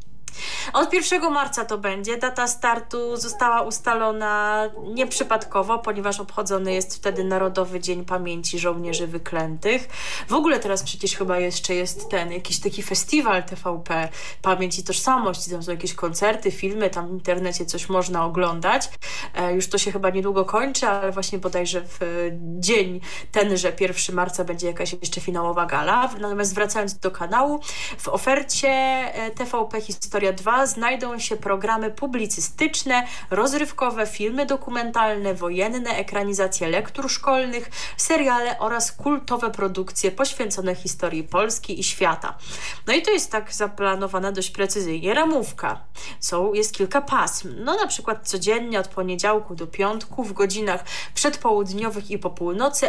Od 1 marca to będzie. Data startu została ustalona nieprzypadkowo, ponieważ obchodzony jest wtedy Narodowy Dzień Pamięci Żołnierzy Wyklętych. W ogóle teraz przecież chyba jeszcze jest jakiś taki festiwal TVP Pamięć i Tożsamość. Tam są jakieś koncerty, filmy, tam w internecie coś można oglądać. Już to się chyba niedługo kończy, ale właśnie bodajże w dzień tenże 1 marca będzie jakaś jeszcze finałowa gala. Natomiast wracając do kanału, w ofercie TVP Historia 2 znajdą się programy publicystyczne, rozrywkowe, filmy dokumentalne, wojenne, ekranizacje lektur szkolnych, seriale oraz kultowe produkcje poświęcone historii Polski i świata. No i to jest tak zaplanowana dość precyzyjnie ramówka. Jest kilka pasm. No na przykład codziennie od poniedziałku do piątku w godzinach przedpołudniowych i po północy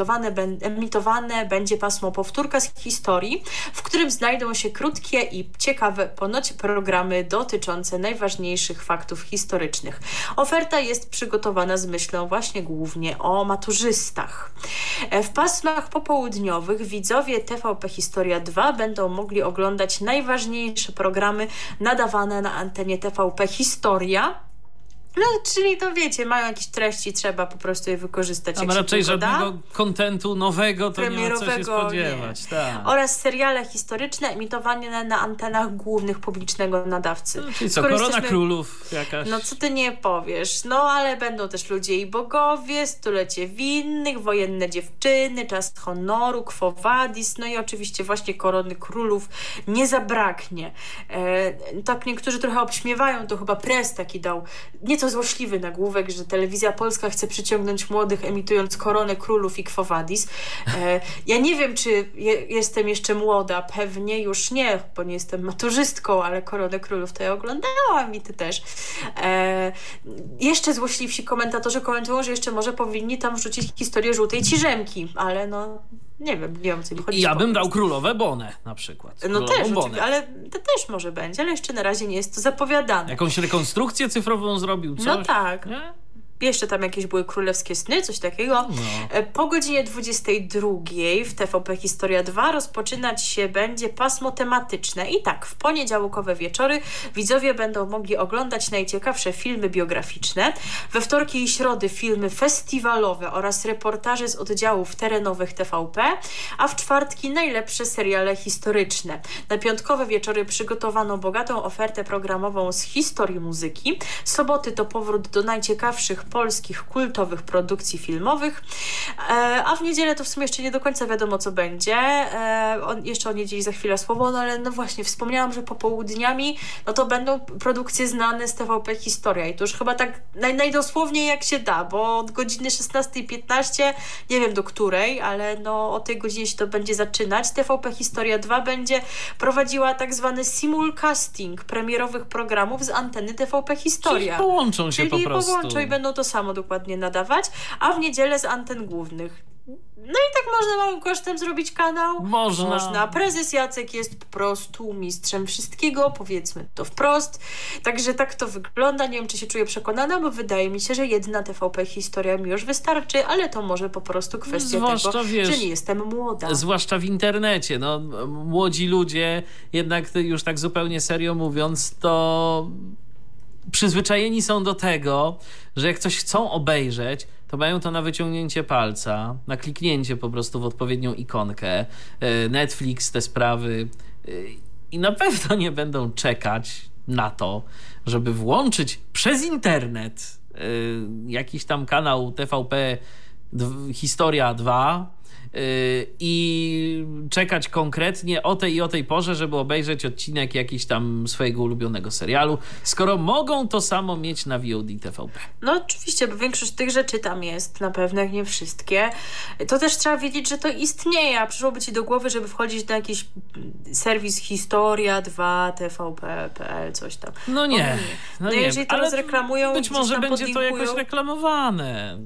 emitowane będzie pasmo Powtórka z historii, w którym znajdą się krótkie i ciekawe ponoć programy dotyczące najważniejszych faktów historycznych. Oferta jest przygotowana z myślą właśnie głównie o maturzystach. W pasmach popołudniowych widzowie TVP Historia 2 będą mogli oglądać najważniejsze programy nadawane na antenie TVP Historia. No, czyli to wiecie, mają jakieś treści, trzeba po prostu je wykorzystać. Tam raczej żadnego kontentu nowego to nie ma co się spodziewać. Tak. Oraz seriale historyczne emitowane na antenach głównych publicznego nadawcy. No, czyli co, Korona Królów jakaś? No co ty nie powiesz, no ale będą też Ludzie i Bogowie, Stulecie Winnych, Wojenne Dziewczyny, Czas Honoru, Quo Vadis, no i oczywiście właśnie Korony Królów nie zabraknie. Tak niektórzy trochę obśmiewają, to chyba Press taki dał nieco złośliwy nagłówek, że Telewizja Polska chce przyciągnąć młodych, emitując Koronę Królów i Quo Vadis. Ja nie wiem, czy jestem jeszcze młoda, pewnie już nie, bo nie jestem maturzystką, ale Koronę Królów to ja oglądałam i ty też. Jeszcze złośliwsi komentatorzy komentują, że jeszcze może powinni tam wrzucić historię żółtej Ciżemki, ale no nie wiem, co mi chodzi. Ja bym dał Królowe Bonę na przykład. No też, ale to też może będzie, ale jeszcze na razie nie jest to zapowiadane. Jakąś rekonstrukcję cyfrową zrobił, coś? No tak. Nie? Jeszcze tam jakieś były Królewskie Sny, coś takiego. No. Po godzinie 22 w TVP Historia 2 rozpoczynać się będzie pasmo tematyczne. I tak, w poniedziałkowe wieczory widzowie będą mogli oglądać najciekawsze filmy biograficzne, we wtorki i środy filmy festiwalowe oraz reportaże z oddziałów terenowych TVP, a w czwartki najlepsze seriale historyczne. Na piątkowe wieczory przygotowano bogatą ofertę programową z historii muzyki. Soboty to powrót do najciekawszych polskich kultowych produkcji filmowych, a w niedzielę to w sumie jeszcze nie do końca wiadomo, co będzie. Jeszcze o niedzieli za chwilę słowo, no ale no właśnie, wspomniałam, że popołudniami no to będą produkcje znane z TVP Historia i to już chyba tak najdosłowniej jak się da, bo od godziny 16:15, nie wiem do której, ale no o tej godzinie się to będzie zaczynać. TVP Historia 2 będzie prowadziła tak zwany simulcasting premierowych programów z anteny TVP Historia. Czyli połączą się po prostu. Połączą i będą to samo dokładnie nadawać, a w niedzielę z anten głównych. No i tak można małym kosztem zrobić kanał. Można. Prezes Jacek jest po prostu mistrzem wszystkiego, powiedzmy to wprost. Także tak to wygląda. Nie wiem, czy się czuję przekonana, bo wydaje mi się, że jedna TVP Historia mi już wystarczy, ale to może po prostu kwestia tego, że nie jestem młoda. Zwłaszcza w internecie. No, młodzi ludzie, jednak już tak zupełnie serio mówiąc, to przyzwyczajeni są do tego, że jak coś chcą obejrzeć, to mają to na wyciągnięcie palca, na kliknięcie po prostu w odpowiednią ikonkę. Netflix, te sprawy. I na pewno nie będą czekać na to, żeby włączyć przez internet jakiś tam kanał TVP Historia 2 i czekać konkretnie o tej i o tej porze, żeby obejrzeć odcinek jakiś tam swojego ulubionego serialu, skoro mogą to samo mieć na VOD TVP. No oczywiście, bo większość tych rzeczy tam jest, na pewno, jak nie wszystkie. To też trzeba wiedzieć, że to istnieje, a przyszłoby ci do głowy, żeby wchodzić na jakiś serwis Historia 2, TVP.pl, coś tam. No nie. No nie, jeżeli to rozreklamują, być może będzie to jakoś reklamowane.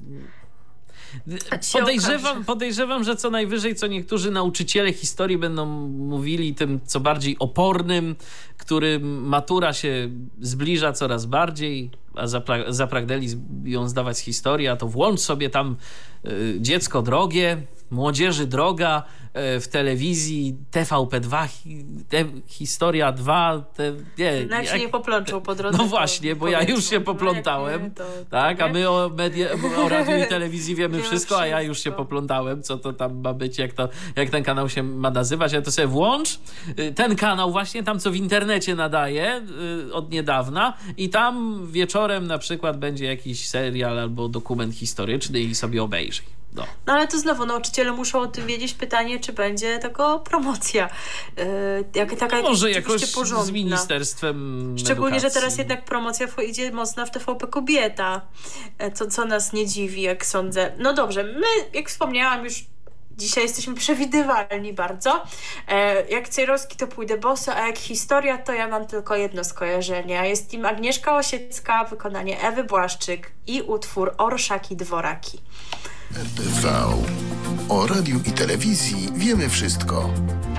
Podejrzewam, że co najwyżej co niektórzy nauczyciele historii będą mówili tym co bardziej opornym, którym matura się zbliża coraz bardziej, a zapragnęli ją zdawać z historii, a to włącz sobie tam dziecko drogie, młodzieży droga w telewizji TVP2, Historia 2. Jak się nie poplączą po drodze. No właśnie, bo ja już się poplątałem. Tak, a my o radiu i telewizji wiemy wszystko, a ja już się poplątałem, co to tam ma być, jak ten kanał się ma nazywać. Ja to sobie włącz. Ten kanał właśnie, tam co w internecie nadaje od niedawna i tam wieczorem na przykład będzie jakiś serial albo dokument historyczny i sobie obejrzyj. No ale to znowu nauczyciele muszą o tym wiedzieć. Pytanie, czy będzie tego promocja. Taka może jakoś porządna. Z ministerstwem Szczególnie, edukacji. że teraz jednak promocja idzie mocno w TVP Kobieta. Co nas nie dziwi, jak sądzę. No dobrze, my, jak wspomniałam już, dzisiaj jesteśmy przewidywalni bardzo. Jak Cejrowski, to pójdę boso, a jak Historia, to ja mam tylko jedno skojarzenie. Jest im Agnieszka Osiecka, wykonanie Ewy Błaszczyk i utwór Orszaki Dworaki. RTV. O radiu i telewizji wiemy wszystko.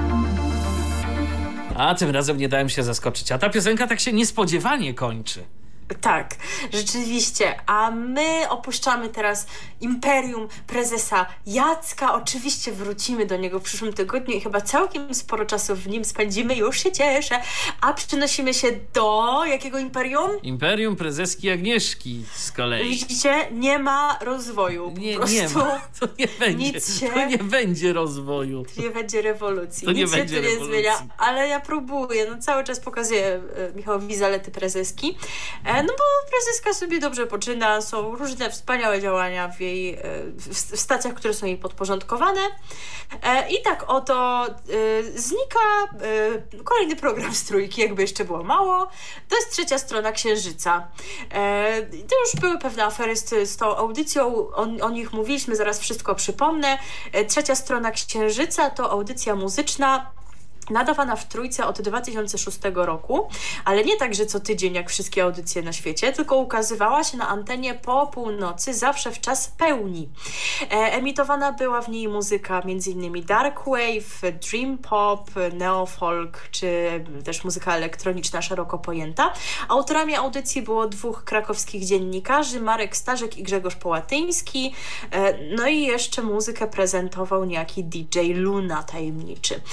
A tym razem nie dałem się zaskoczyć. A ta piosenka tak się niespodziewanie kończy. Tak, rzeczywiście. A my opuszczamy teraz imperium prezesa Jacka. Oczywiście wrócimy do niego w przyszłym tygodniu i chyba całkiem sporo czasu w nim spędzimy. Już się cieszę. A przenosimy się do jakiego imperium? Imperium prezeski Agnieszki z kolei. Widzicie? Nie ma rozwoju. Nie ma. To nie będzie. To nie będzie rozwoju. To nie będzie rewolucji. To nie Nic będzie się tu nie rewolucji. zmienia. Ale ja próbuję. No cały czas pokazuję Michałowi zalety prezeski. No bo prezeska sobie dobrze poczyna, są różne wspaniałe działania w jej w stacjach, które są jej podporządkowane. I tak oto znika kolejny program z Trójki, jakby jeszcze było mało. To jest Trzecia Strona Księżyca. To już były pewne afery z tą audycją, o nich mówiliśmy, zaraz wszystko przypomnę. Trzecia Strona Księżyca to audycja muzyczna nadawana w Trójce od 2006 roku, ale nie tak, że co tydzień jak wszystkie audycje na świecie, tylko ukazywała się na antenie po północy, zawsze w czas pełni. Emitowana była w niej muzyka m.in. dark wave, dream pop, neofolk, czy też muzyka elektroniczna szeroko pojęta. Autorami audycji było dwóch krakowskich dziennikarzy, Marek Starzyk i Grzegorz Połatyński, no i jeszcze muzykę prezentował niejaki DJ Luna tajemniczy.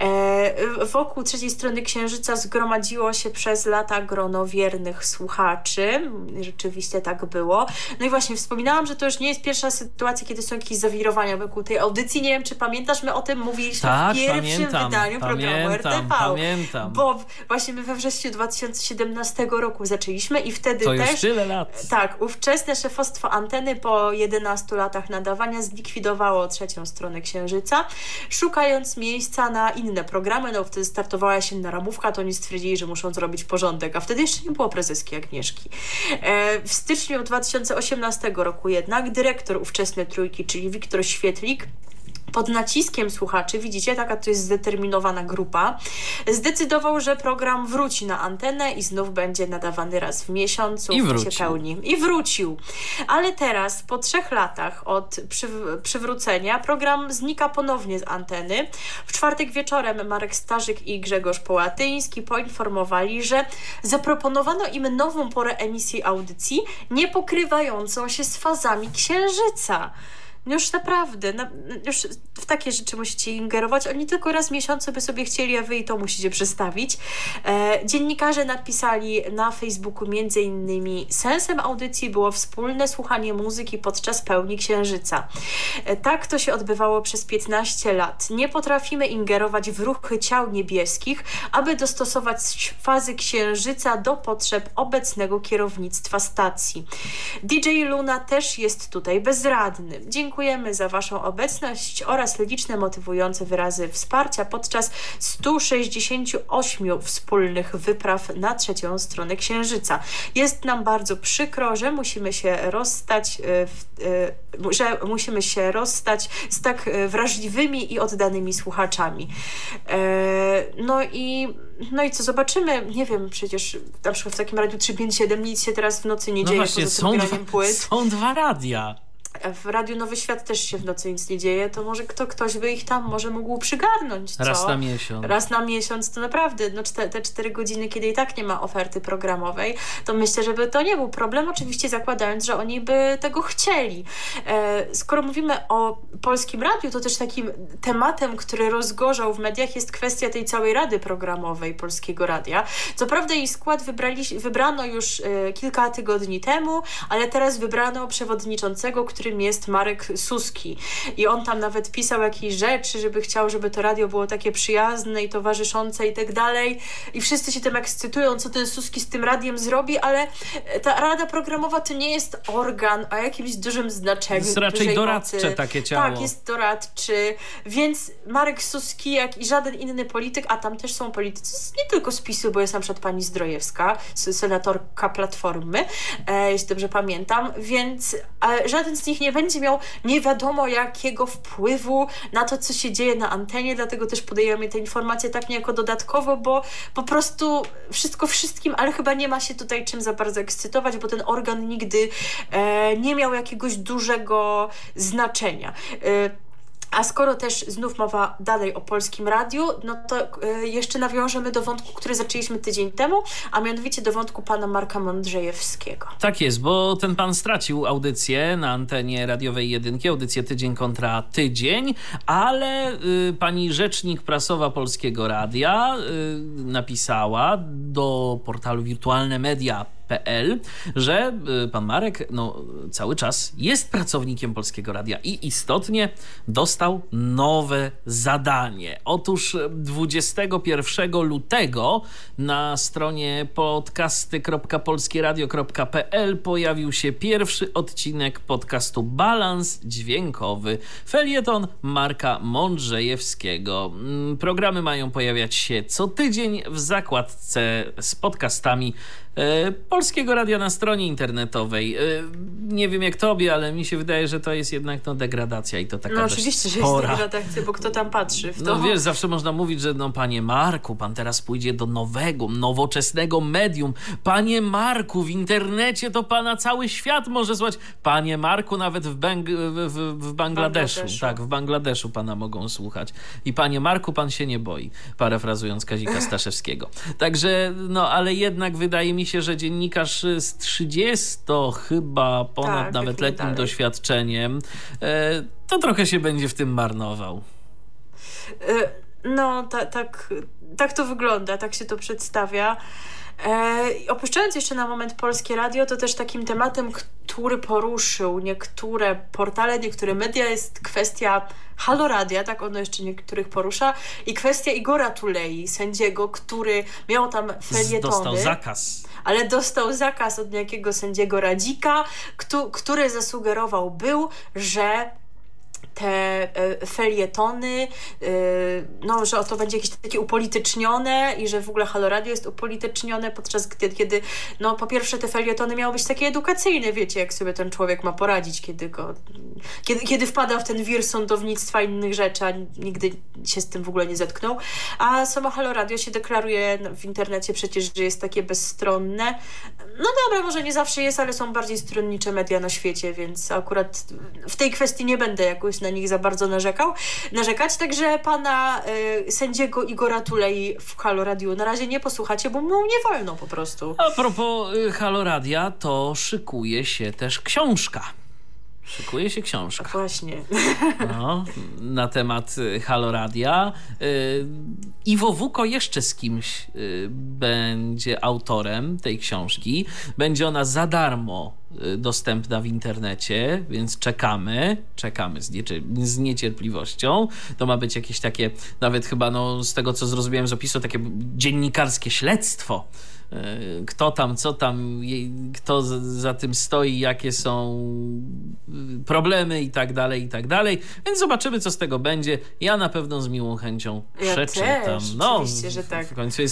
Wokół Trzeciej Strony Księżyca zgromadziło się przez lata grono wiernych słuchaczy. Rzeczywiście tak było. No i właśnie wspominałam, że to już nie jest pierwsza sytuacja, kiedy są jakieś zawirowania wokół tej audycji. Nie wiem, czy pamiętasz, my o tym mówiliśmy w pierwszym wydaniu programu RTV. Pamiętam. Bo właśnie my we wrześniu 2017 roku zaczęliśmy i wtedy to też... już tyle lat. Tak, ówczesne szefostwo anteny po 11 latach nadawania zlikwidowało Trzecią Stronę Księżyca, szukając miejsca na inne programy. No wtedy startowała się inna ramówka, to oni stwierdzili, że muszą zrobić porządek, a wtedy jeszcze nie było prezeski Agnieszki. W styczniu 2018 roku jednak dyrektor ówczesnej Trójki, czyli Wiktor Świetlik, pod naciskiem słuchaczy, widzicie, taka to jest zdeterminowana grupa, zdecydował, że program wróci na antenę i znów będzie nadawany raz w miesiącu. I się pełni. I wrócił. Ale teraz, po 3 latach od przywrócenia, program znika ponownie z anteny. W czwartek wieczorem Marek Starzyk i Grzegorz Połatyński poinformowali, że zaproponowano im nową porę emisji audycji, nie pokrywającą się z fazami Księżyca. Już naprawdę, już w takie rzeczy musicie ingerować. Oni tylko raz w miesiącu by sobie chcieli, a wy i to musicie przestawić. Dziennikarze napisali na Facebooku między innymi: sensem audycji było wspólne słuchanie muzyki podczas pełni księżyca. Tak to się odbywało przez 15 lat. Nie potrafimy ingerować w ruchy ciał niebieskich, aby dostosować fazy księżyca do potrzeb obecnego kierownictwa stacji. DJ Luna też jest tutaj bezradny. Dziękujemy za waszą obecność oraz liczne motywujące wyrazy wsparcia podczas 168 wspólnych wypraw na trzecią stronę księżyca. Jest nam bardzo przykro, że musimy się rozstać z tak wrażliwymi i oddanymi słuchaczami. No i co, zobaczymy, nie wiem, przecież na przykład w takim Radiu 357 nic się teraz w nocy nie dzieje, właśnie, poza tym graniem płyt. Są dwa radia. W Radiu Nowy Świat też się w nocy nic nie dzieje, to może ktoś by ich tam może mógł przygarnąć, co? Raz na miesiąc. Raz na miesiąc to naprawdę, te 4 godziny, kiedy i tak nie ma oferty programowej, to myślę, żeby to nie był problem, oczywiście zakładając, że oni by tego chcieli. Skoro mówimy o Polskim Radiu, to też takim tematem, który rozgorzał w mediach, jest kwestia tej całej rady programowej Polskiego Radia. Co prawda jej skład wybrano już kilka tygodni temu, ale teraz wybrano przewodniczącego, którym jest Marek Suski. I on tam nawet pisał jakieś rzeczy, żeby chciał, żeby to radio było takie przyjazne i towarzyszące i tak dalej. I wszyscy się tym ekscytują, co ten Suski z tym radiem zrobi, ale ta rada programowa to nie jest organ o jakimś dużym znaczeniu. Jest raczej doradcze takie ciało. Tak, jest doradczy. Więc Marek Suski, jak i żaden inny polityk, a tam też są politycy, nie tylko z PiS-u, bo jest na przykład pani Zdrojewska, senatorka Platformy, jeśli dobrze pamiętam, więc żaden z nich nie będzie miał nie wiadomo jakiego wpływu na to, co się dzieje na antenie, dlatego też podajemy te informacje tak niejako dodatkowo, bo po prostu wszystko wszystkim, ale chyba nie ma się tutaj czym za bardzo ekscytować, bo ten organ nigdy nie miał jakiegoś dużego znaczenia. A skoro też znów mowa dalej o Polskim Radiu, no to jeszcze nawiążemy do wątku, który zaczęliśmy tydzień temu, a mianowicie do wątku pana Marka Mądrzejewskiego. Tak jest, bo ten pan stracił audycję na antenie radiowej Jedynki, audycję Tydzień kontra Tydzień, ale pani rzecznik prasowa Polskiego Radia napisała do portalu wirtualnemedia.pl, że pan Marek cały czas jest pracownikiem Polskiego Radia i istotnie dostał nowe zadanie. Otóż 21 lutego na stronie podcasty.polskieradio.pl pojawił się pierwszy odcinek podcastu Balans Dźwiękowy, felieton Marka Mądrzejewskiego. Programy mają pojawiać się co tydzień w zakładce z podcastami Polskiego Radia na stronie internetowej. Nie wiem jak tobie, ale mi się wydaje, że to jest jednak degradacja i to taka dość oczywiście, spora. że jest degradacja, bo kto tam patrzy w to? No wiesz, zawsze można mówić, że panie Marku, pan teraz pójdzie do nowego, nowoczesnego medium. Panie Marku, w internecie to pana cały świat może słuchać. Panie Marku, nawet w Bangladeszu. Tak, w Bangladeszu pana mogą słuchać. I panie Marku, pan się nie boi. Parafrazując Kazika Staszewskiego. Także, ale jednak wydaje mi się, że dziennikarz z 30 chyba ponad nawet letnim doświadczeniem to trochę się będzie w tym marnował. Tak to wygląda, tak się to przedstawia. Opuszczając jeszcze na moment Polskie Radio, to też takim tematem, który poruszył niektóre portale, niektóre media, jest kwestia Halo Radia, tak ono jeszcze niektórych porusza, i kwestia Igora Tulei, sędziego, który miał tam felietony. Dostał zakaz. Ale dostał zakaz od niejakiego sędziego Radzika, który zasugerował że te felietony, że to będzie jakieś takie upolitycznione i że w ogóle Halo Radio jest upolitycznione, podczas kiedy po pierwsze te felietony miały być takie edukacyjne, wiecie, jak sobie ten człowiek ma poradzić, kiedy wpada w ten wir sądownictwa i innych rzeczy, a nigdy się z tym w ogóle nie zetknął. A samo Halo Radio się deklaruje w internecie przecież, że jest takie bezstronne. No dobra, może nie zawsze jest, ale są bardziej stronnicze media na świecie, więc akurat w tej kwestii nie będę jakoś na nich za bardzo narzekać. Także pana sędziego Igora Tulei w Halo Radiu na razie nie posłuchacie, bo mu nie wolno po prostu. A propos Halo Radia, to szykuje się też książka. Szykuje się książka. Właśnie. No, na temat Halo Radia. Iwo Wuko jeszcze z kimś będzie autorem tej książki. Będzie ona za darmo dostępna w internecie, więc czekamy z niecierpliwością. To ma być jakieś takie, nawet chyba z tego co zrozumiałem z opisu, takie dziennikarskie śledztwo. Kto tam, co tam, kto za tym stoi, jakie są problemy i tak dalej. Więc zobaczymy, co z tego będzie. Ja na pewno z miłą chęcią przeczytam. Też, oczywiście, że tak. W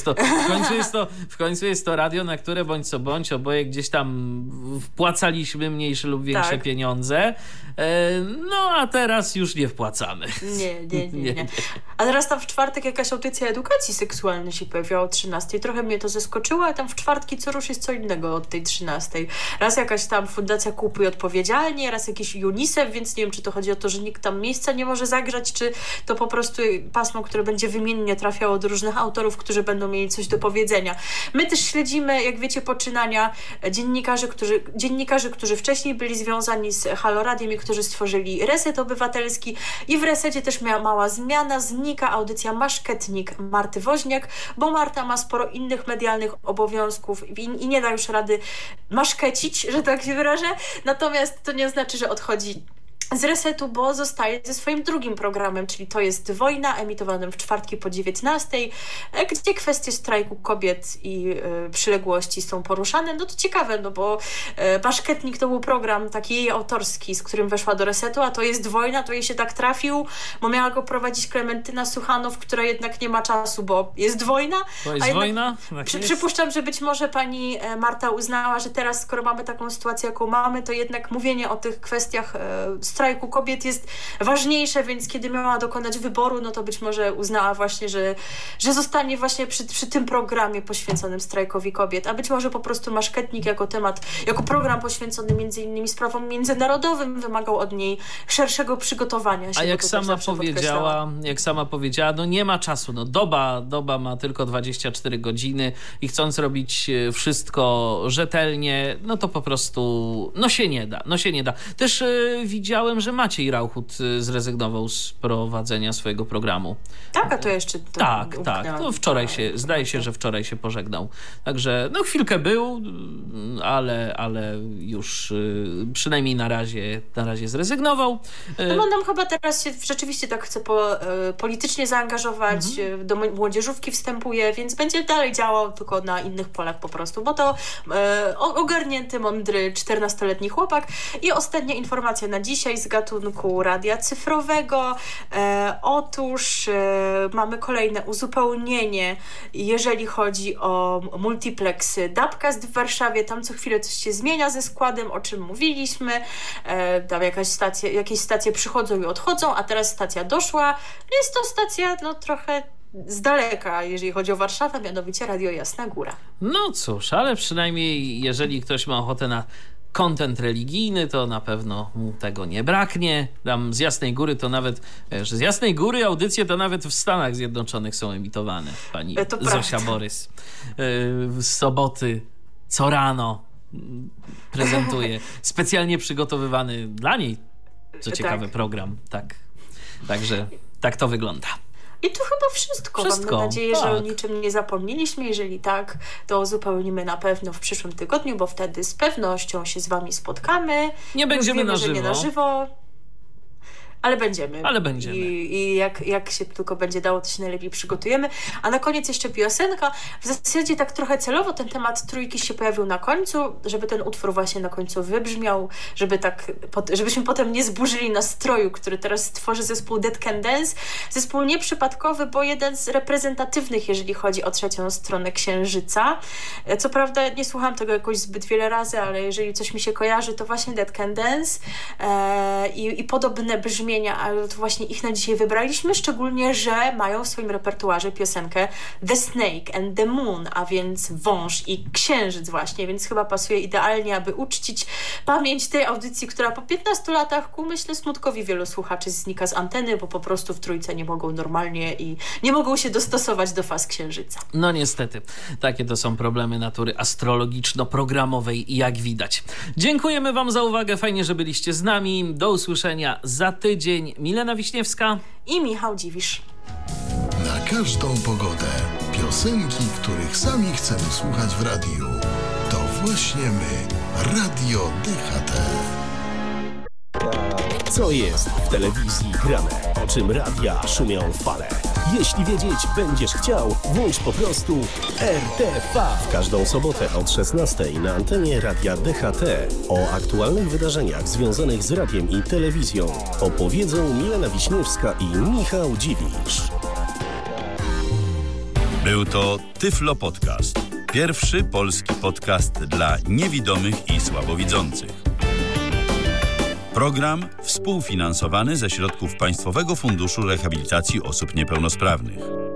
końcu jest to radio, na które bądź co bądź oboje gdzieś tam wpłacaliśmy mniejsze lub większe pieniądze. No a teraz już nie wpłacamy. Nie. A teraz tam w czwartek jakaś audycja edukacji seksualnej się pojawiła o 13:00. Trochę mnie to zaskoczyło, ale tam w czwartki co rusz jest co innego od tej 13:00. Raz jakaś tam Fundacja Kupuj Odpowiedzialnie, raz jakiś UNICEF, więc nie wiem, czy to chodzi o to, że nikt tam miejsca nie może zagrzać, czy to po prostu pasmo, które będzie wymiennie trafiało do różnych autorów, którzy będą mieli coś do powiedzenia. My też śledzimy, jak wiecie, poczynania dziennikarzy, którzy wcześniej byli związani z Halo Radiem i którzy stworzyli Reset Obywatelski, i w Resecie też miała mała zmiana, znika audycja Maszketnik Marty Woźniak, bo Marta ma sporo innych medialnych obowiązków i nie da już rady maszkecić, że tak się wyrażę, natomiast to nie znaczy, że odchodzi z Resetu, bo zostaje ze swoim drugim programem, czyli To jest wojna, emitowanym w czwartki po 19:00, gdzie kwestie strajku kobiet i przyległości są poruszane. No to ciekawe, no bo Maszketnik to był program taki jej autorski, z którym weszła do Resetu, a To jest wojna, to jej się tak trafił, bo miała go prowadzić Klementyna Suchanow, która jednak nie ma czasu, bo jest wojna. To jest wojna? Tak Przypuszczam, że być może pani Marta uznała, że teraz, skoro mamy taką sytuację, jaką mamy, to jednak mówienie o tych kwestiach strajku kobiet jest ważniejsze, więc kiedy miała dokonać wyboru, no to być może uznała właśnie, że zostanie właśnie przy tym programie poświęconym strajkowi kobiet, a być może po prostu Maszketnik jako program poświęcony między innymi sprawom międzynarodowym wymagał od niej szerszego przygotowania się. A jak sama powiedziała, no nie ma czasu, no doba ma tylko 24 godziny i chcąc robić wszystko rzetelnie, no to po prostu się nie da. Też widziałem, że Maciej Rauchut zrezygnował z prowadzenia swojego programu. Tak, a to jeszcze... Tak. No zdaje się, że wczoraj się pożegnał. Także chwilkę był, ale już przynajmniej na razie zrezygnował. No on nam chyba teraz się rzeczywiście tak chce politycznie zaangażować, do młodzieżówki wstępuje, więc będzie dalej działał, tylko na innych polach po prostu, bo to ogarnięty, mądry 14-letni chłopak. I ostatnia informacja na dzisiaj z gatunku radia cyfrowego. Otóż mamy kolejne uzupełnienie, jeżeli chodzi o multiplexy Dubcast w Warszawie. Tam co chwilę coś się zmienia ze składem, o czym mówiliśmy. Tam jakieś stacje przychodzą i odchodzą, a teraz stacja doszła. Jest to stacja trochę z daleka, jeżeli chodzi o Warszawę, mianowicie Radio Jasna Góra. No cóż, ale przynajmniej jeżeli ktoś ma ochotę na content religijny, to na pewno mu tego nie braknie. Tam z Jasnej Góry to nawet, z Jasnej Góry audycje to nawet w Stanach Zjednoczonych są emitowane. Pani Zosia Borys w soboty co rano prezentuje specjalnie przygotowywany dla niej, co ciekawe, program. Tak. Także tak to wygląda. I tu chyba wszystko. Mam nadzieję, że o niczym nie zapomnieliśmy. Jeżeli tak, to uzupełnimy na pewno w przyszłym tygodniu, bo wtedy z pewnością się z wami spotkamy. Nie będziemy na żywo. Że nie na żywo. Ale będziemy. I jak się tylko będzie dało, to się najlepiej przygotujemy. A na koniec jeszcze piosenka. W zasadzie tak trochę celowo ten temat trójki się pojawił na końcu, żeby ten utwór właśnie na końcu wybrzmiał, żebyśmy potem nie zburzyli nastroju, który teraz tworzy zespół Dead Can Dance. Zespół nieprzypadkowy, bo jeden z reprezentatywnych, jeżeli chodzi o trzecią stronę Księżyca. Co prawda nie słucham tego jakoś zbyt wiele razy, ale jeżeli coś mi się kojarzy, to właśnie Dead Can Dance i podobne brzmienie brzmienia, ale to właśnie ich na dzisiaj wybraliśmy, szczególnie, że mają w swoim repertuarze piosenkę The Snake and the Moon, a więc wąż i księżyc właśnie, więc chyba pasuje idealnie, aby uczcić pamięć tej audycji, która po 15 latach ku, myślę, smutkowi wielu słuchaczy znika z anteny, bo po prostu w trójce nie mogą normalnie i nie mogą się dostosować do faz księżyca. No niestety, takie to są problemy natury astrologiczno-programowej, jak widać. Dziękujemy wam za uwagę, fajnie, że byliście z nami. Do usłyszenia za tydzień. Milena Wiśniewska I Michał Dziwisz. Na każdą pogodę piosenki, których sami chcemy słuchać w radiu. To właśnie my, Radio DHT. Co jest w telewizji grane? O czym radia szumią fale? Jeśli wiedzieć będziesz chciał, włącz po prostu RTV. W każdą sobotę od 16 na antenie Radia DHT o aktualnych wydarzeniach związanych z radiem i telewizją opowiedzą Milena Wiśniewska i Michał Dziwisz. Był to Tyflo Podcast. Pierwszy polski podcast dla niewidomych i słabowidzących. Program współfinansowany ze środków Państwowego Funduszu Rehabilitacji Osób Niepełnosprawnych.